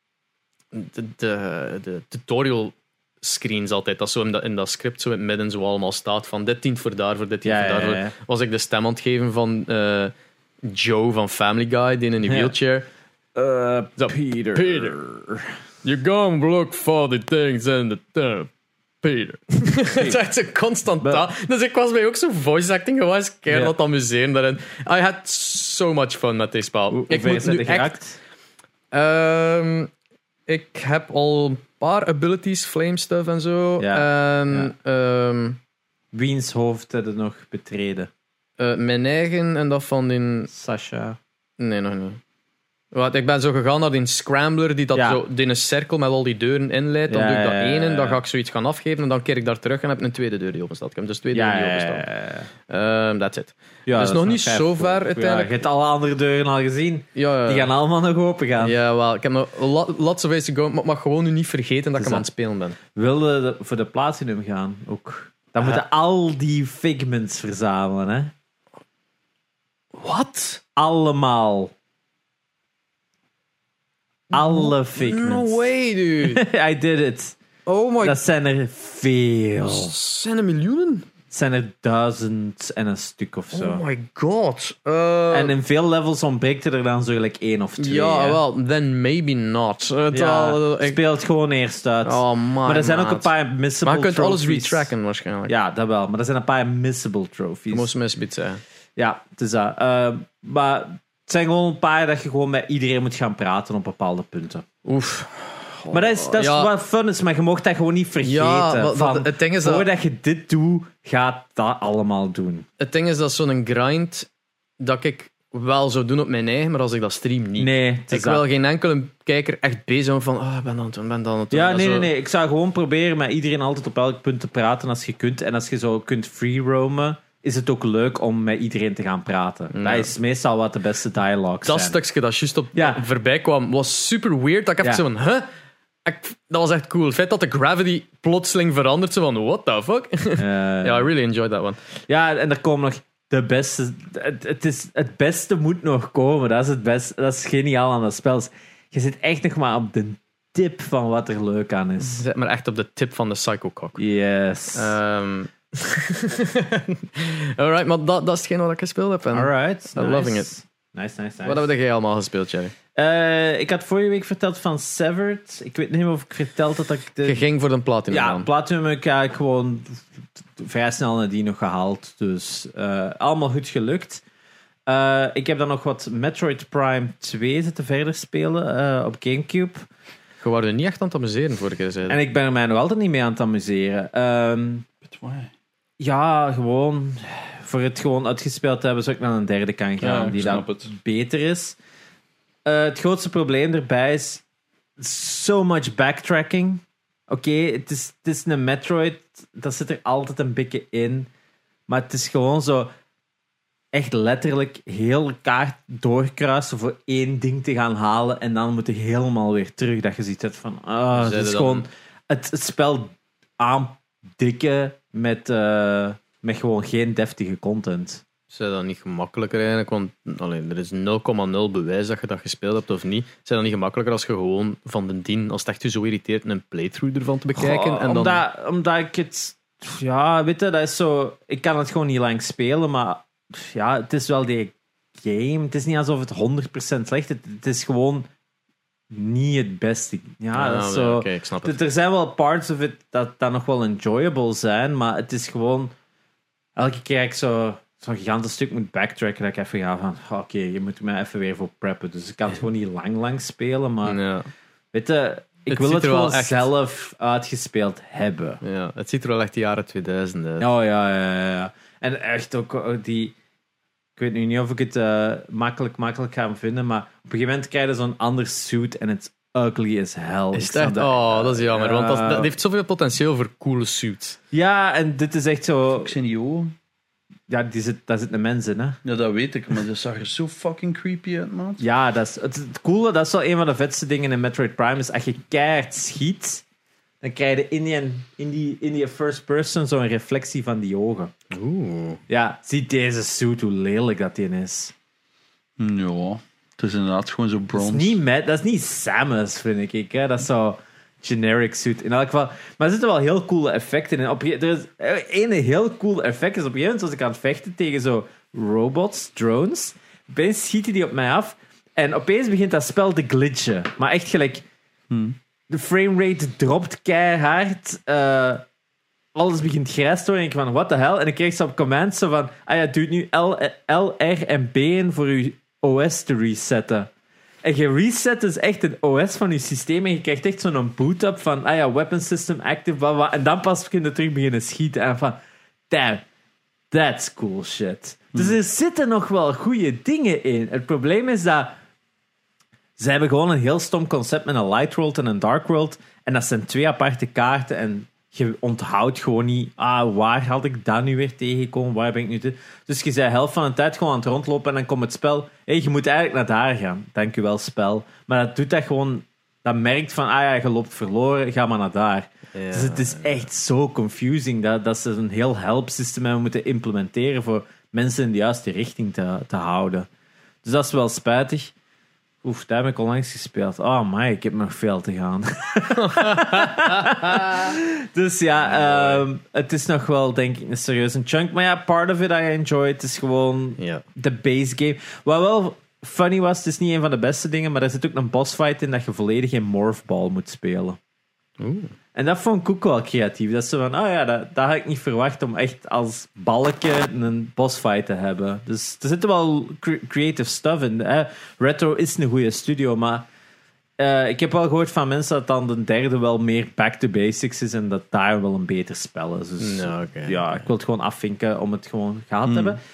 tutorial screens altijd. Dat zo in dat script zo in het midden zo allemaal staat van dit dient voor daarvoor, dit dient voor daarvoor. Ja. Was ik de stem aan het geven van Joe van Family Guy, die in die wheelchair. Peter. You go look for the things in the Peter. Het is echt zo constant dat. Dus ik was mij ook zo voice acting geweest. Keihard dat amuseren daarin. I had so much fun met dit spel. Hoe Ik ver moet zijn nu er geraakt? ik heb al een paar abilities, flame stuff en zo. Ja. En Wiens hoofd hebben nog betreden? mijn eigen en dat van die... Sasha. Nee, nog niet. Want ik ben zo gegaan naar die scrambler die zo die een cirkel met al die deuren inleidt. Dan doe ik dat ene, dan ga ik zoiets gaan afgeven en dan keer ik daar terug en heb ik een tweede deur die open staat. Ik heb dus twee deuren die open staan. That's it. Ja, dus dat nog is niet zo ver uiteindelijk. je hebt alle andere deuren al gezien. Ja, Die gaan allemaal nog open gaan. Ja, wel. Ik heb nog lots of ways to go, maar ik mag gewoon nu niet vergeten dat ik hem aan het spelen ben. Wilde voor de platinum gaan ook. Dan moeten al die figments verzamelen, hè? Wat? Allemaal. Alle figments. No way, dude. I did it. Oh my Dat zijn er veel. Zijn er miljoenen? Het zijn er 1000 en een stuk of zo. Oh my god. En in veel levels ontbreekt er dan zo gelijk 1 of 2. Ja, hè. wel, then maybe not. Speel het gewoon eerst uit. Oh my maar er zijn ook maat. een paar missable Maar je kunt alles trophies. retracken waarschijnlijk. Ja, dat wel. Maar er zijn een paar missable trophies. Je moest misbied zijn. Ja, het is dat. Maar het zijn gewoon een paar dat je gewoon met iedereen moet gaan praten op bepaalde punten. Oef. Maar dat is Ja. wat fun is, maar je mocht dat gewoon niet vergeten. Ja, het ding is dat... Voordat je dit doet, gaat dat allemaal doen. Het ding is dat zo'n grind dat ik wel zou doen op mijn eigen, maar als ik dat stream niet. Nee, het is Ik dat. wil geen enkele kijker echt bezig zijn van ik ben dan het doen, ben dan het doen. Ja, Dat zo- nee. Ik zou gewoon proberen met iedereen altijd op elk punt te praten als je kunt. En als je zo kunt free-roamen, is het ook leuk om met iedereen te gaan praten. Ja. Dat is meestal wat de beste dialogues Dat zijn. stukje dat juist Ja. voorbij kwam, was super weird. Dat ik even zo van, dat was echt cool. Het feit dat de gravity plotseling verandert, zo van, what the fuck? Ja, I really enjoyed that one. Ja, en er komen nog de beste... Het beste moet nog komen. Dat is het beste. Dat is geniaal aan dat spel. Je zit echt nog maar op de tip van wat er leuk aan is. Zet maar echt op de tip van de psychocock. Yes. Alright, maar dat is hetgeen wat ik gespeeld heb. En Alright. I'm loving it. Nice. Wat heb jij allemaal gespeeld, Jerry? Ik had vorige week verteld van Severed. Ik weet niet meer of ik verteld dat ik... Je ging voor de platinum Ja, aan. Platinum heb ik eigenlijk gewoon vrij snel naar die nog gehaald. Dus allemaal goed gelukt. Ik heb dan nog wat Metroid Prime 2 zitten verder spelen op Gamecube. Je was er niet echt aan het amuseren vorige keer, zei je. En ik ben er mij nog altijd niet mee aan het amuseren. But why? Ja, gewoon voor het gewoon uitgespeeld te hebben, zou ik naar een derde kan gaan Ja, ik die snap dat het. beter is. Het grootste probleem erbij is so much backtracking. Oké, het is een Metroid, dat zit er altijd een beetje in. Maar het is gewoon zo echt letterlijk heel de kaart doorkruisen voor één ding te gaan halen en dan moet je helemaal weer terug. Dat je ziet het van, het Zeiden is dan- gewoon het spel aandikken met gewoon geen deftige content. Zijn dat niet gemakkelijker eigenlijk? Want er is 0,0 bewijs dat je dat gespeeld hebt of niet. Zijn dat niet gemakkelijker als je gewoon van de 10, als het echt je zo irriteert, een playthrough ervan te bekijken? Goh, En dan... omdat ik het... Ja, weet je, dat is zo... Ik kan het gewoon niet lang spelen, maar ja, het is wel die game. Het is niet alsof het 100% slecht is. Het is gewoon niet het beste. Ja, dat is zo... Oké, ik snap het. Er zijn wel parts of it dat nog wel enjoyable zijn, maar het is gewoon... Elke keer ik zo zo'n gigantisch stuk moet backtracken, dat ik even ga van, oké, je moet me even weer voor preppen. Dus ik kan het gewoon niet lang spelen, maar weet je, ik wil het gewoon zelf uitgespeeld hebben. Ja, het ziet er wel echt de jaren 2000 uit. Oh ja. En echt ook die... Ik weet nu niet of ik het makkelijk ga vinden, maar op een gegeven moment krijg je zo'n ander suit en het ugly as hell. Is het echt? Dat is jammer, want dat heeft zoveel potentieel voor coole suits. Ja, en dit is echt zo... Ik zijn die ogen. Ja, daar zit een mens in, hè. Ja, dat weet ik, maar dat zag er zo fucking creepy uit, man. Ja, dat is het coole, dat is wel een van de vetste dingen in Metroid Prime, is als je keihard schiet, dan krijg je in die first person zo'n reflectie van die ogen. Oeh. Ja, zie deze suit, hoe lelijk dat die is. Ja, het is inderdaad gewoon zo bronze. Dat is niet Samus, vind ik. Hè? Dat is zo generic suit. In elk geval. Maar er zitten wel heel coole effecten in. Er is één heel cool effect. Is op een gegeven moment, als ik aan het vechten tegen zo robots, drones, opeens schieten die op mij af. En opeens begint dat spel te glitchen. Maar echt gelijk... De framerate dropt keihard. Alles begint grijs te worden. En ik van, what the hell? En ik kreeg zo op command zo van... doe nu L, R en B in voor je OS te resetten. En je reset dus echt een OS van je systeem en je krijgt echt zo'n boot-up van weapon system active, blah, blah, en dan pas kun je terug beginnen schieten. En van, damn, that's cool shit. Dus er zitten nog wel goede dingen in. Het probleem is dat ze hebben gewoon een heel stom concept met een light world en een dark world. En dat zijn twee aparte kaarten en je onthoudt gewoon niet, waar had ik dat nu weer tegengekomen, waar ben ik nu te... Dus je bent de helft van de tijd gewoon aan het rondlopen en dan komt het spel, je moet eigenlijk naar daar gaan. Dank u wel, spel. Maar dat doet dat gewoon, dat merkt van, je loopt verloren, ga maar naar daar. Ja. Dus het is echt zo confusing dat ze een heel helpsysteem hebben moeten implementeren voor mensen in de juiste richting te houden. Dus dat is wel spijtig. Oef, daar heb ik al langs gespeeld. Oh my, ik heb nog veel te gaan. Dus ja, het is nog wel, denk ik, een serieuze chunk. Maar ja, part of it I enjoy. Het is gewoon de base game. Wat wel funny was, het is niet een van de beste dingen, maar er zit ook een boss fight in dat je volledig in morphball moet spelen. Oeh. En dat vond ik ook wel creatief. Dat is zo van, dat had ik niet verwacht om echt als balkje een bossfight te hebben. Dus er zit wel creative stuff in. Retro is een goede studio, maar ik heb wel gehoord van mensen dat dan de derde wel meer back to basics is en dat daar wel een beter spel is. Dus ik wil het gewoon afvinken om het gewoon gehad te hebben.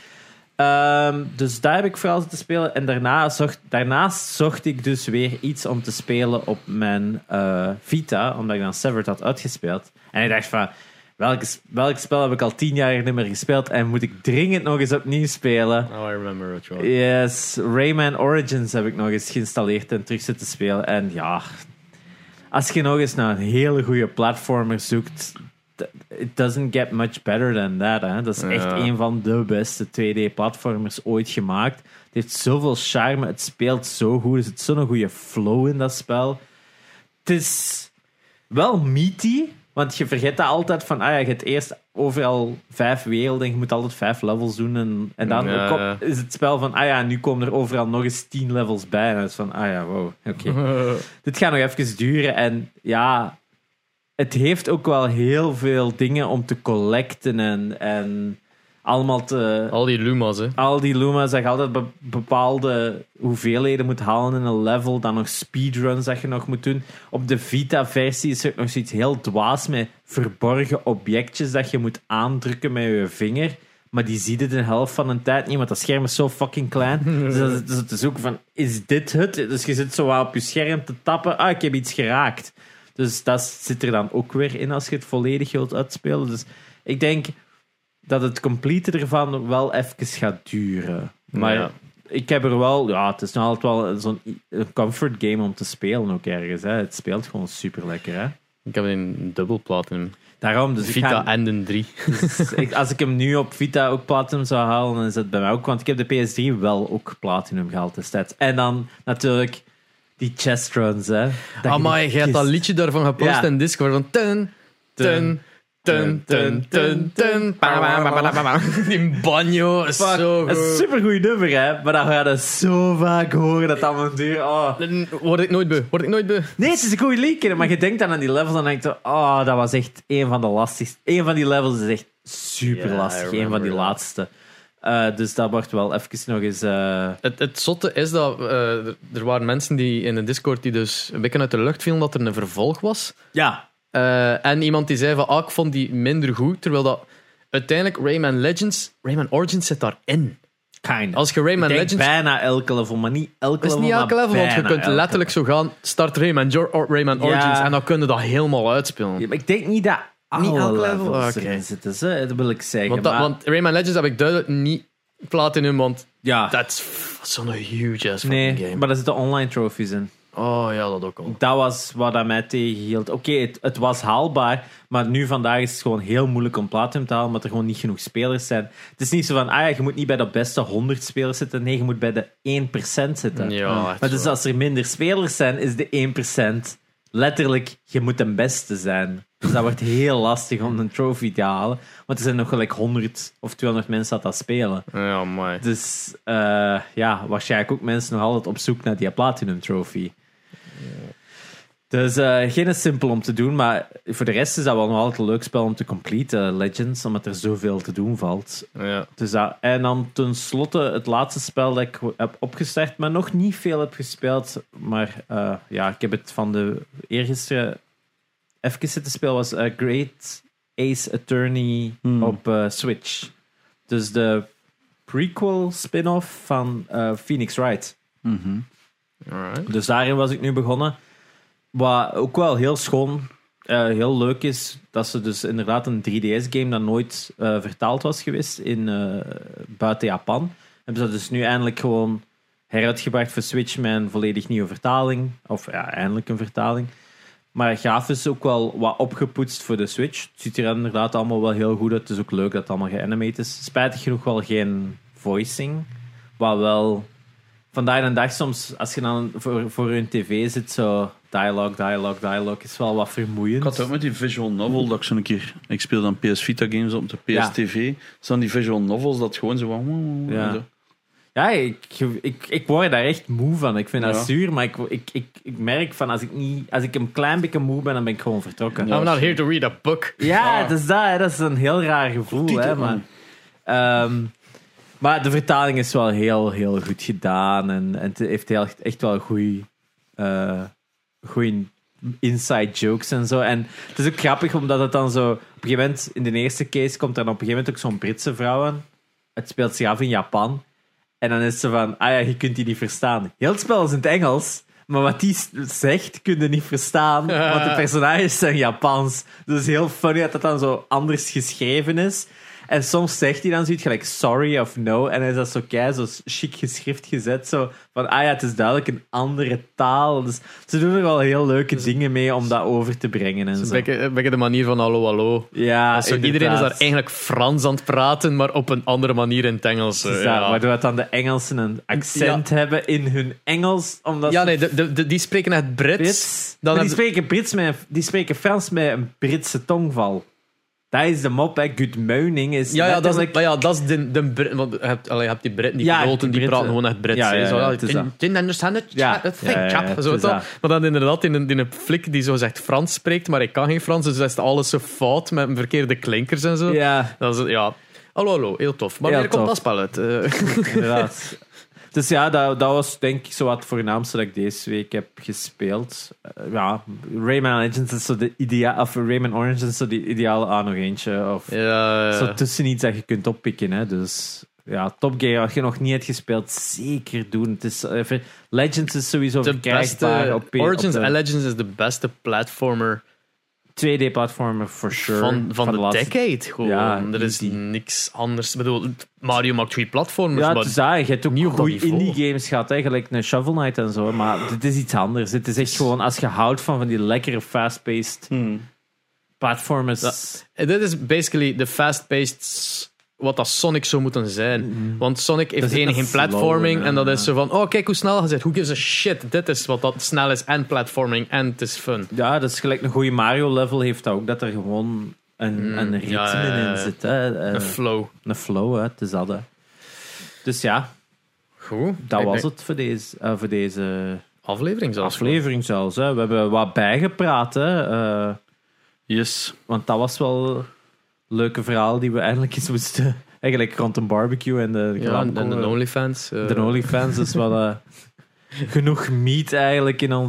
Dus daar heb ik vooral te spelen. En daarnaast zocht ik dus weer iets om te spelen op mijn Vita, omdat ik dan Severed had uitgespeeld. En ik dacht van, welk spel heb ik al 10 jaar niet meer gespeeld en moet ik dringend nog eens opnieuw spelen? Oh, I remember what you Yes, Rayman Origins heb ik nog eens geïnstalleerd en terug zitten spelen. En ja, als je nog eens naar een hele goede platformer zoekt, it doesn't get much better than that. Hè? Dat is echt een van de beste 2D-platformers ooit gemaakt. Het heeft zoveel charme, het speelt zo goed, er zit zo'n goede flow in dat spel. Het is wel meaty, want je vergeet dat altijd van, je hebt eerst overal 5 werelden en je moet altijd 5 levels doen en dan is het spel van, nu komen er overal nog eens 10 levels bij. En het is van, wow, oké. Dit gaat nog even duren en ja... Het heeft ook wel heel veel dingen om te collecten en allemaal te... Al die Luma's, hè? Al die Luma's, dat je altijd bepaalde hoeveelheden moet halen in een level, dan nog speedruns dat je nog moet doen. Op de Vita-versie is er nog zoiets heel dwaas met verborgen objectjes dat je moet aandrukken met je vinger. Maar die zie je de helft van de tijd niet, want dat scherm is zo fucking klein. Dus het is ook van, is dit het? Dus je zit zo op je scherm te tappen. Ik heb iets geraakt. Dus dat zit er dan ook weer in als je het volledig wilt uitspelen. Dus ik denk dat het complete ervan wel even gaat duren. Maar ik heb er wel... Ja, het is nog altijd wel zo'n comfort game om te spelen ook ergens. Hè. Het speelt gewoon super lekker. Hè. Ik heb een dubbel platinum. Daarom, dus Vita en een 3. Dus als ik hem nu op Vita ook platinum zou halen, dan is het bij mij ook... Want ik heb de PS3 wel ook platinum gehaald destijds. En dan natuurlijk... Die chest runs, hè. Maar je hebt dat liedje daarvan gepost in Discord. Van ten, ten, ten, ten, ten, ten. Die banjo is zo goed. Dat is een supergoeie nummer, hè. Maar dan ga je dat zo vaak horen, dat avontuur. Word ik nooit beu. Nee, het is een goeie liedje. Maar je denkt dan aan die levels en denkt dat was echt een van de lastigste. Een van die levels is echt super lastig. Een van die laatste. Dus dat wordt wel even nog eens... Het zotte is dat er waren mensen die in de Discord die dus een beetje uit de lucht vielen dat er een vervolg was. Ja. En iemand die zei van, ik vond die minder goed, terwijl dat uiteindelijk Rayman Origins zit daarin. Kind. Als je Rayman Legends... bijna elke level, maar niet elke level. Het is niet elke level, want je kunt letterlijk zo. zo gaan, start Rayman Origins, en dan kun je dat helemaal uitspelen. Ja, maar ik denk niet dat Niet alle elke level? levels Oké. erin zitten, hè? Dat wil ik zeggen. Want Rayman Legends heb ik duidelijk niet platinum, want ja. dat is zo'n huge ass Nee, game. maar er zitten online trophies in. Oh ja, dat ook al. Dat was wat dat mij tegenhield. Oké, het was haalbaar, maar nu vandaag is het gewoon heel moeilijk om platinum te halen, omdat er gewoon niet genoeg spelers zijn. Het is niet zo van, je moet niet bij de beste 100 spelers zitten. Nee, je moet bij de 1% zitten. Ja, maar dus als er minder spelers zijn, is de 1% letterlijk, je moet de beste zijn. Dus dat wordt heel lastig om een trophy te halen, want er zijn nog gelijk 100 of 200 mensen dat spelen. Ja, mooi. Dus waarschijnlijk ook mensen nog altijd op zoek naar die platinum trophy. Dus geen simpel om te doen, maar voor de rest is dat wel nog altijd een leuk spel om te completen, Legends, omdat er zoveel te doen valt. Ja. Dus en dan tenslotte het laatste spel dat ik heb opgestart, maar nog niet veel heb gespeeld. Maar ik heb het van de eergisteren even zitten spelen, was Great Ace Attorney op Switch. Dus de prequel spin-off van Phoenix Wright. Mhm. Alright. Dus daarin was ik nu begonnen. Wat ook wel heel schoon, heel leuk is, dat ze dus inderdaad een 3DS-game dat nooit vertaald was geweest buiten Japan. Hebben ze dus nu eindelijk gewoon heruitgebracht voor Switch met een volledig nieuwe vertaling. Of ja, eindelijk een vertaling. Maar grafisch ook wel wat opgepoetst voor de Switch. Het ziet er inderdaad allemaal wel heel goed uit. Het is ook leuk dat het allemaal geanimeerd is. Spijtig genoeg wel geen voicing. Wat wel... Vandaag de dag soms, als je dan voor je tv zit, zo dialogue, is wel wat vermoeiend. Ik had ook met die visual novel dat ik zo'n keer... Ik speel dan PS Vita games op de PS TV. Staan die visual novels dat gewoon zo van... Ja. Ja, ik word daar echt moe van. Ik vind dat zuur, maar ik merk van als ik een klein beetje moe ben, dan ben ik gewoon vertrokken. I'm not here to read a book. Ja, het is dat is een heel raar gevoel. Hè, maar de vertaling is wel heel, heel goed gedaan. En het heeft echt wel goede inside jokes en zo. En het is ook grappig, omdat het dan zo... Op een gegeven moment, in de eerste case, komt er dan op een gegeven moment ook zo'n Britse vrouw aan. Het speelt zich af in Japan. En dan is ze van, je kunt die niet verstaan. Heel het spel is in het Engels, maar wat die zegt, kun je niet verstaan. Want de personages zijn Japans. Dus het is heel funny dat dat dan zo anders geschreven is. En soms zegt hij dan zoiets gelijk sorry of no. En hij is dat zo zo chic geschrift gezet. Zo van, het is duidelijk een andere taal. Dus ze doen er wel heel leuke dingen mee om dat over te brengen. En zo. Een beetje de manier van hallo, hallo. Ja, zo, iedereen is daar eigenlijk Frans aan het praten, maar op een andere manier in het Engels. Waardoor dan de Engelsen een accent hebben in hun Engels. Omdat die spreken echt Brits. Die spreken Frans met een Britse tongval. Dat is de mop, hè. Good morning is dat is de Brit. Want je hebt die Britten, die groten, die praten gewoon echt Brits. Didn't understand it? Maar dan inderdaad in een flik die zo zegt Frans spreekt, maar ik kan geen Frans, dus is alles zo fout met verkeerde klinkers en zo. Ja. Hallo, heel tof. Maar wanneer komt dat spel uit? Inderdaad. Dus dat was denk ik zo wat het voornaamste dat ik deze week heb gespeeld. Rayman Legends is zo de of Rayman Origins is zo de ideale nog eentje. Of zo tussen iets dat je kunt oppikken. Hè. Dus Top Gear, als je nog niet hebt gespeeld, zeker doen. Het is, Legends is sowieso verkrijgbaar op Origins en Legends is de beste platformer 2D-platformer, for sure. Van de decade, gewoon. Ja, er is niks anders. Ik bedoel, Mario maakt 2 platformers, ja, maar... Ja, je hebt ook niet goede indie-games gehad, eigenlijk een Shovel Knight en zo, maar dit is iets anders. Het is echt gewoon, als je houdt van die lekkere fast-paced platformers... Dit is basically de fast-paced... Wat dat Sonic zou moeten zijn. Want Sonic heeft geen platforming. En dat is zo van, kijk hoe snel je zit. Who gives a shit? Dit is wat dat snel is. En platforming. En het is fun. Ja, dat is gelijk een goede Mario-level heeft dat ook. Dat er gewoon een ritme in zit. Hè. Een flow. Een flow, hè. Het is dat. Hè. Dus ja. Goed. Dat was het voor deze aflevering zelfs. Hè. We hebben wat bijgepraat. Hè. Yes. Want dat was wel... leuke verhaal die we eindelijk eens moesten Eigenlijk rond een barbecue en de en de OnlyFans. De OnlyFans is wel genoeg meat eigenlijk in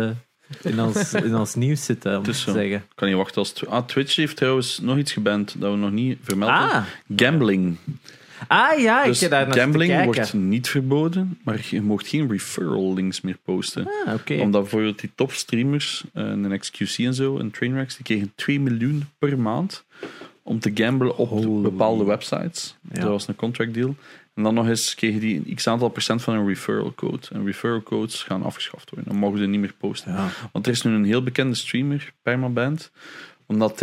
ons nieuws zitten, om te zeggen. Ik kan niet wachten als... Twitch heeft trouwens nog iets geband dat we nog niet vermeld hebben. Gambling. Ja, Dus ik heb daar naar gambling wordt niet verboden, maar je mag geen referral links meer posten. Okay. Omdat bijvoorbeeld die topstreamers, een XQC en zo, en Trainwrecks, die kregen 2 miljoen per maand om te gamblen op bepaalde websites. Ja. Dat was een contract deal. En dan nog eens kregen die een x-aantal procent van een referral code. En referral codes gaan afgeschaft worden. Dan mogen ze niet meer posten. Ja. Want er is nu een heel bekende streamer, Permaband, omdat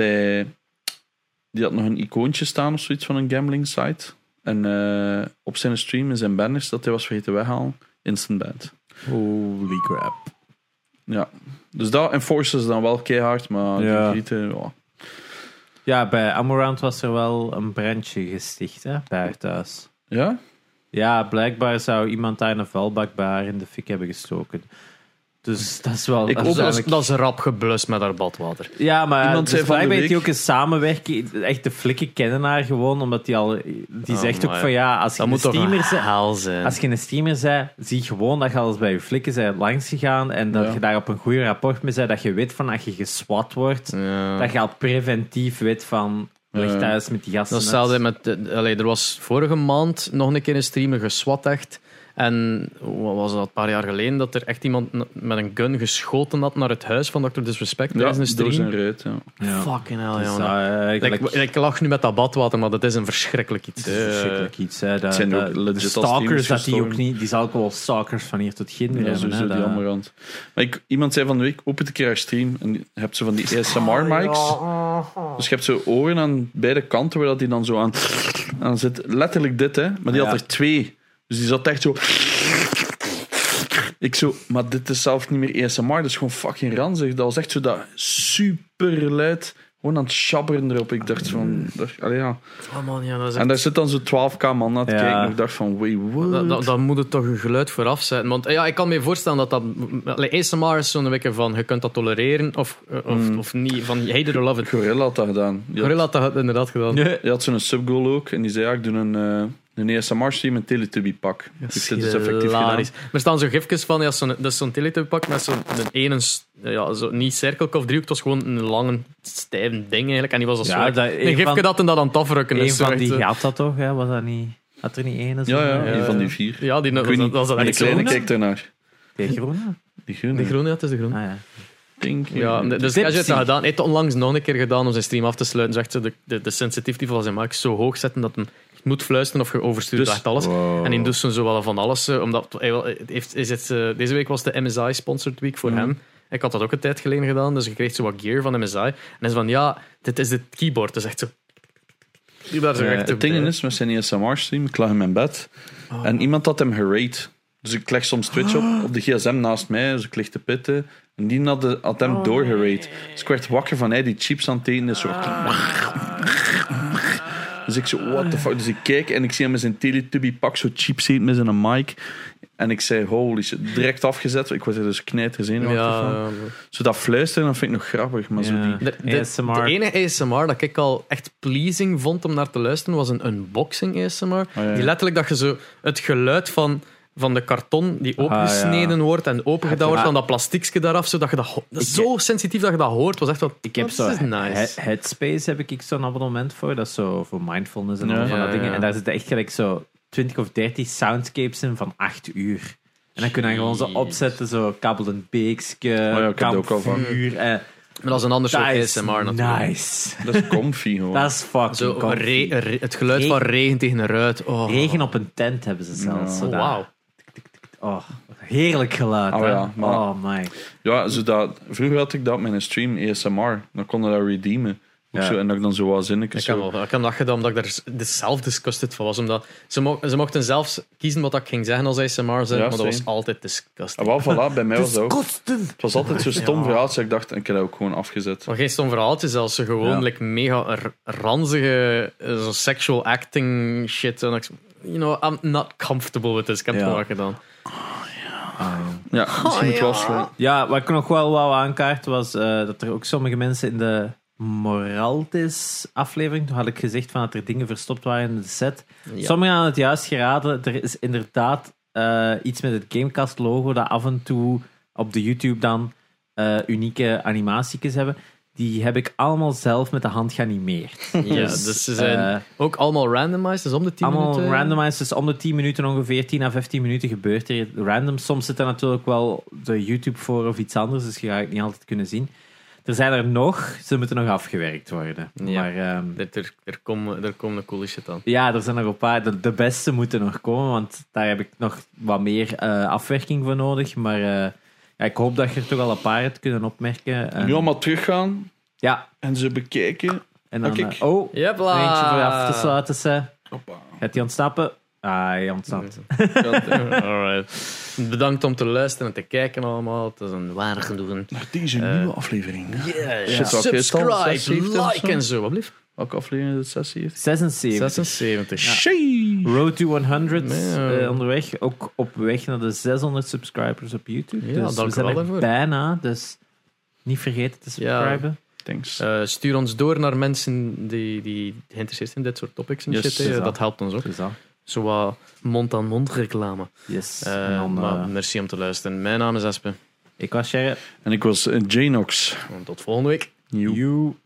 die had nog een icoontje staan of zoiets van een gambling site. En op zijn stream in zijn banners dat hij was vergeten weghalen, instant banned. Holy crap. Ja, dus dat enforcen ze dan wel keihard, maar die grieten, Ja, bij Amorant was er wel een brandje gesticht, hè, bij haar thuis. Ja? Ja, blijkbaar zou iemand daar een vuilbak bij haar in de fik hebben gestoken. Dus dat is wel... Dat is rap geblust met haar badwater. Ja, maar iemand zei van de blijkbaar week... heeft hij ook een samenwerking. Echt, de flikken kennen haar gewoon, omdat die zegt ook van ja, als je dat een moet toch streamer een hel zijn. Als je een streamer bent, zie gewoon dat je alles bij je flikken bent langs gegaan en dat je daar op een goede rapport mee bent, dat je weet van als je geswat wordt, dat je al preventief weet van leg thuis met die gasten. Dat hetzelfde met... er was vorige maand nog een keer een streamer geswat echt. En wat was dat, een paar jaar geleden, dat er echt iemand met een gun geschoten had naar het huis van Dr. Disrespect tijdens een stream. door zijn ruit, Ja. Fucking hell, Dus, jongen. Ik lach nu met dat badwater, maar dat is een verschrikkelijk iets. Verschrikkelijk iets. Hè. Het zijn ook De legit als stalkers, dat die ook gestorven. niet... Die zal ook wel stalkers van hier tot ginder Ja, hebben. sowieso, Hè, die Amorant. Maar iemand zei van de week, open een keer haar stream en je hebt zo van die ASMR-mics. Dus je hebt zo oren aan beide kanten waar dat die dan zo aan zit. Letterlijk dit, hè. Maar die had er 2. Dus die zat echt zo... Ik zo, maar dit is zelf niet meer ASMR, dat is gewoon fucking ranzig. Dat was echt zo dat super luid, gewoon aan het shabberen erop. Ik dacht van, allee, ja. Oh man, ja, dat is echt... En daar zit dan zo 12k man aan te kijken. En ik dacht van, wait, what? Dan moet het toch een geluid vooraf zijn. Want ja, ik kan me voorstellen dat ASMR is zo'n weken van, je kunt dat tolereren of niet. Van, hate it or love it. Gorilla had dat gedaan. Gorilla had dat inderdaad gedaan. Je had zo'n subgoal ook. En die zei, ja, ik doe een ASMR-stream in Teletubby-pak. Dus dit is effectief gedaan. Er staan zo gifjes van, ja, dat is zo'n Teletubby-pak met zo'n ene, zo, niet cirkel of driehoek, het was gewoon een lange, stijve ding eigenlijk. En die was al zo. Een gifje dat en dat aan het afrukken is. Een van die had dat toch? Hè? Was dat niet... Had er niet één? Ja, een van die 4. Ja, die dat is de kleine kijkt ernaar. Die groene? Die groene. Die groene, ja, het is de groene. Ah, ja. Ja, dus Cash heeft dat gedaan. Hij heeft het onlangs nog een keer gedaan om zijn stream af te sluiten. Zegt ze de sensitivity van zijn mic zo hoog zetten dat hem moet fluisteren of je overstuurt echt alles. En in dus zo wel van alles. Omdat deze week was de MSI Sponsored Week voor hem. Ik had dat ook een tijd geleden gedaan, dus ik kreeg zo wat gear van MSI. En hij is van, ja, dit is het keyboard. Dat is echt zo... Het ding is, met zijn ASMR-stream, ik lag in mijn bed en iemand had hem gerate. Dus ik leg soms Twitch op de gsm naast mij, dus ik lig te pitten. En die had hem doorgerate. Dus ik werd wakker van, die chips aan het eten is zo... Dus ik zo, what the fuck? Dus ik kijk en ik zie hem met zijn Teletubby-pak zo chips eten met zijn mic. En ik zei, holy shit, direct afgezet. Ik was er dus knijterzenuwachtig van. Zo dat fluisteren, dat vind ik nog grappig. Maar zo die... De enige ASMR dat ik al echt pleasing vond om naar te luisteren, was een unboxing ASMR. Die letterlijk dat je zo het geluid van de karton die opengesneden wordt en opengedaan wordt, van dat plastiekje daaraf, zodat je dat zo sensitief dat je dat hoort, was echt wat... Ik heb zo nice. Headspace heb ik zo'n abonnement voor, dat is zo voor mindfulness en al van dat dingen. En daar zitten echt gelijk zo 20 of 30 soundscapes in van 8 uur. En dan kun je gewoon zo opzetten, zo kabbelend beekje, kampvuur. Maar dat is een ander soort ASMR natuurlijk. Nice. Dat is comfy gewoon. Dat is fucking zo comfy. Het geluid van regen tegen een ruit. Oh. Regen op een tent hebben ze zelfs. Oh, wauw. Oh, heerlijk geluid. Oh my. Ja, vroeger had ik dat met een stream ASMR. Dan kon je dat redeemen. Zo, en dat ik dan zo wat zinnetjes... Ik heb dat gedaan omdat ik daar zelf disgusted van was. Omdat ze mochten zelfs kiezen wat ik ging zeggen als ASMR zijn, maar dat was altijd disgusting. Wel, voilà, bij mij was dat ook. Het was altijd zo'n stom verhaal, dus ik dacht, ik heb dat ook gewoon afgezet. Maar geen stom verhaaltje, zelfs ze gewoon mega ranzige zo sexual acting shit. En I'm not comfortable with this. Ik heb het gewoon gedaan. Ja, misschien moet wel slaan. Ja, wat ik nog wel wou aankaarten was dat er ook sommige mensen in de Moraltis aflevering. Toen had ik gezegd van dat er dingen verstopt waren in de set. Ja. Sommigen hadden het juist geraden. Er is inderdaad iets met het Gamecast logo dat af en toe op de YouTube dan unieke animatiekjes hebben. Die heb ik allemaal zelf met de hand geanimeerd. Ja, dus ze zijn ook allemaal randomized, dus om de 10 allemaal minuten. randomized, dus om de 10 minuten ongeveer, 10 à 15 minuten gebeurt er random. Soms zit er natuurlijk wel de YouTube voor of iets anders, dus je gaat het niet altijd kunnen zien. Er zijn er nog, ze moeten nog afgewerkt worden. Ja. Maar Er komen coole shit aan. ja, er zijn nog een paar. De beste moeten nog komen, want daar heb ik nog wat meer afwerking voor nodig. Maar ja, ik hoop dat je er toch al een paar hebt kunnen opmerken. En nu allemaal teruggaan Ja, en ze bekijken. en dan... Kijk. Eentje voor af te sluiten. Hoppa. Gaat die ontsnappen? Ah, hij ontsnapt. Alright. Bedankt om te luisteren en te kijken allemaal. Het is een waar genoegen. Naar deze nieuwe aflevering. Yeah. Shit, welke is het al? Subscribe, 76 of like zo? en zo. Wat blieft? Welke aflevering is het? 76? 76. 76. Shee! Road to 100 Nee, onderweg. Ook op weg naar de 600 subscribers op YouTube. Ja, dus dank we zijn wel er daarvoor. bijna. Dus niet vergeten te subscriben. Thanks. Stuur ons door naar mensen die geïnteresseerd zijn in dit soort topics en Yes, shit. is Dat helpt ons ook. Dus dat. Zo wat mond-aan-mond reclame. Yes. En dan, Maar merci om te luisteren. Mijn naam is Espe. ik was Sherry. En ik was Janox. Tot volgende week. Nieuw. You.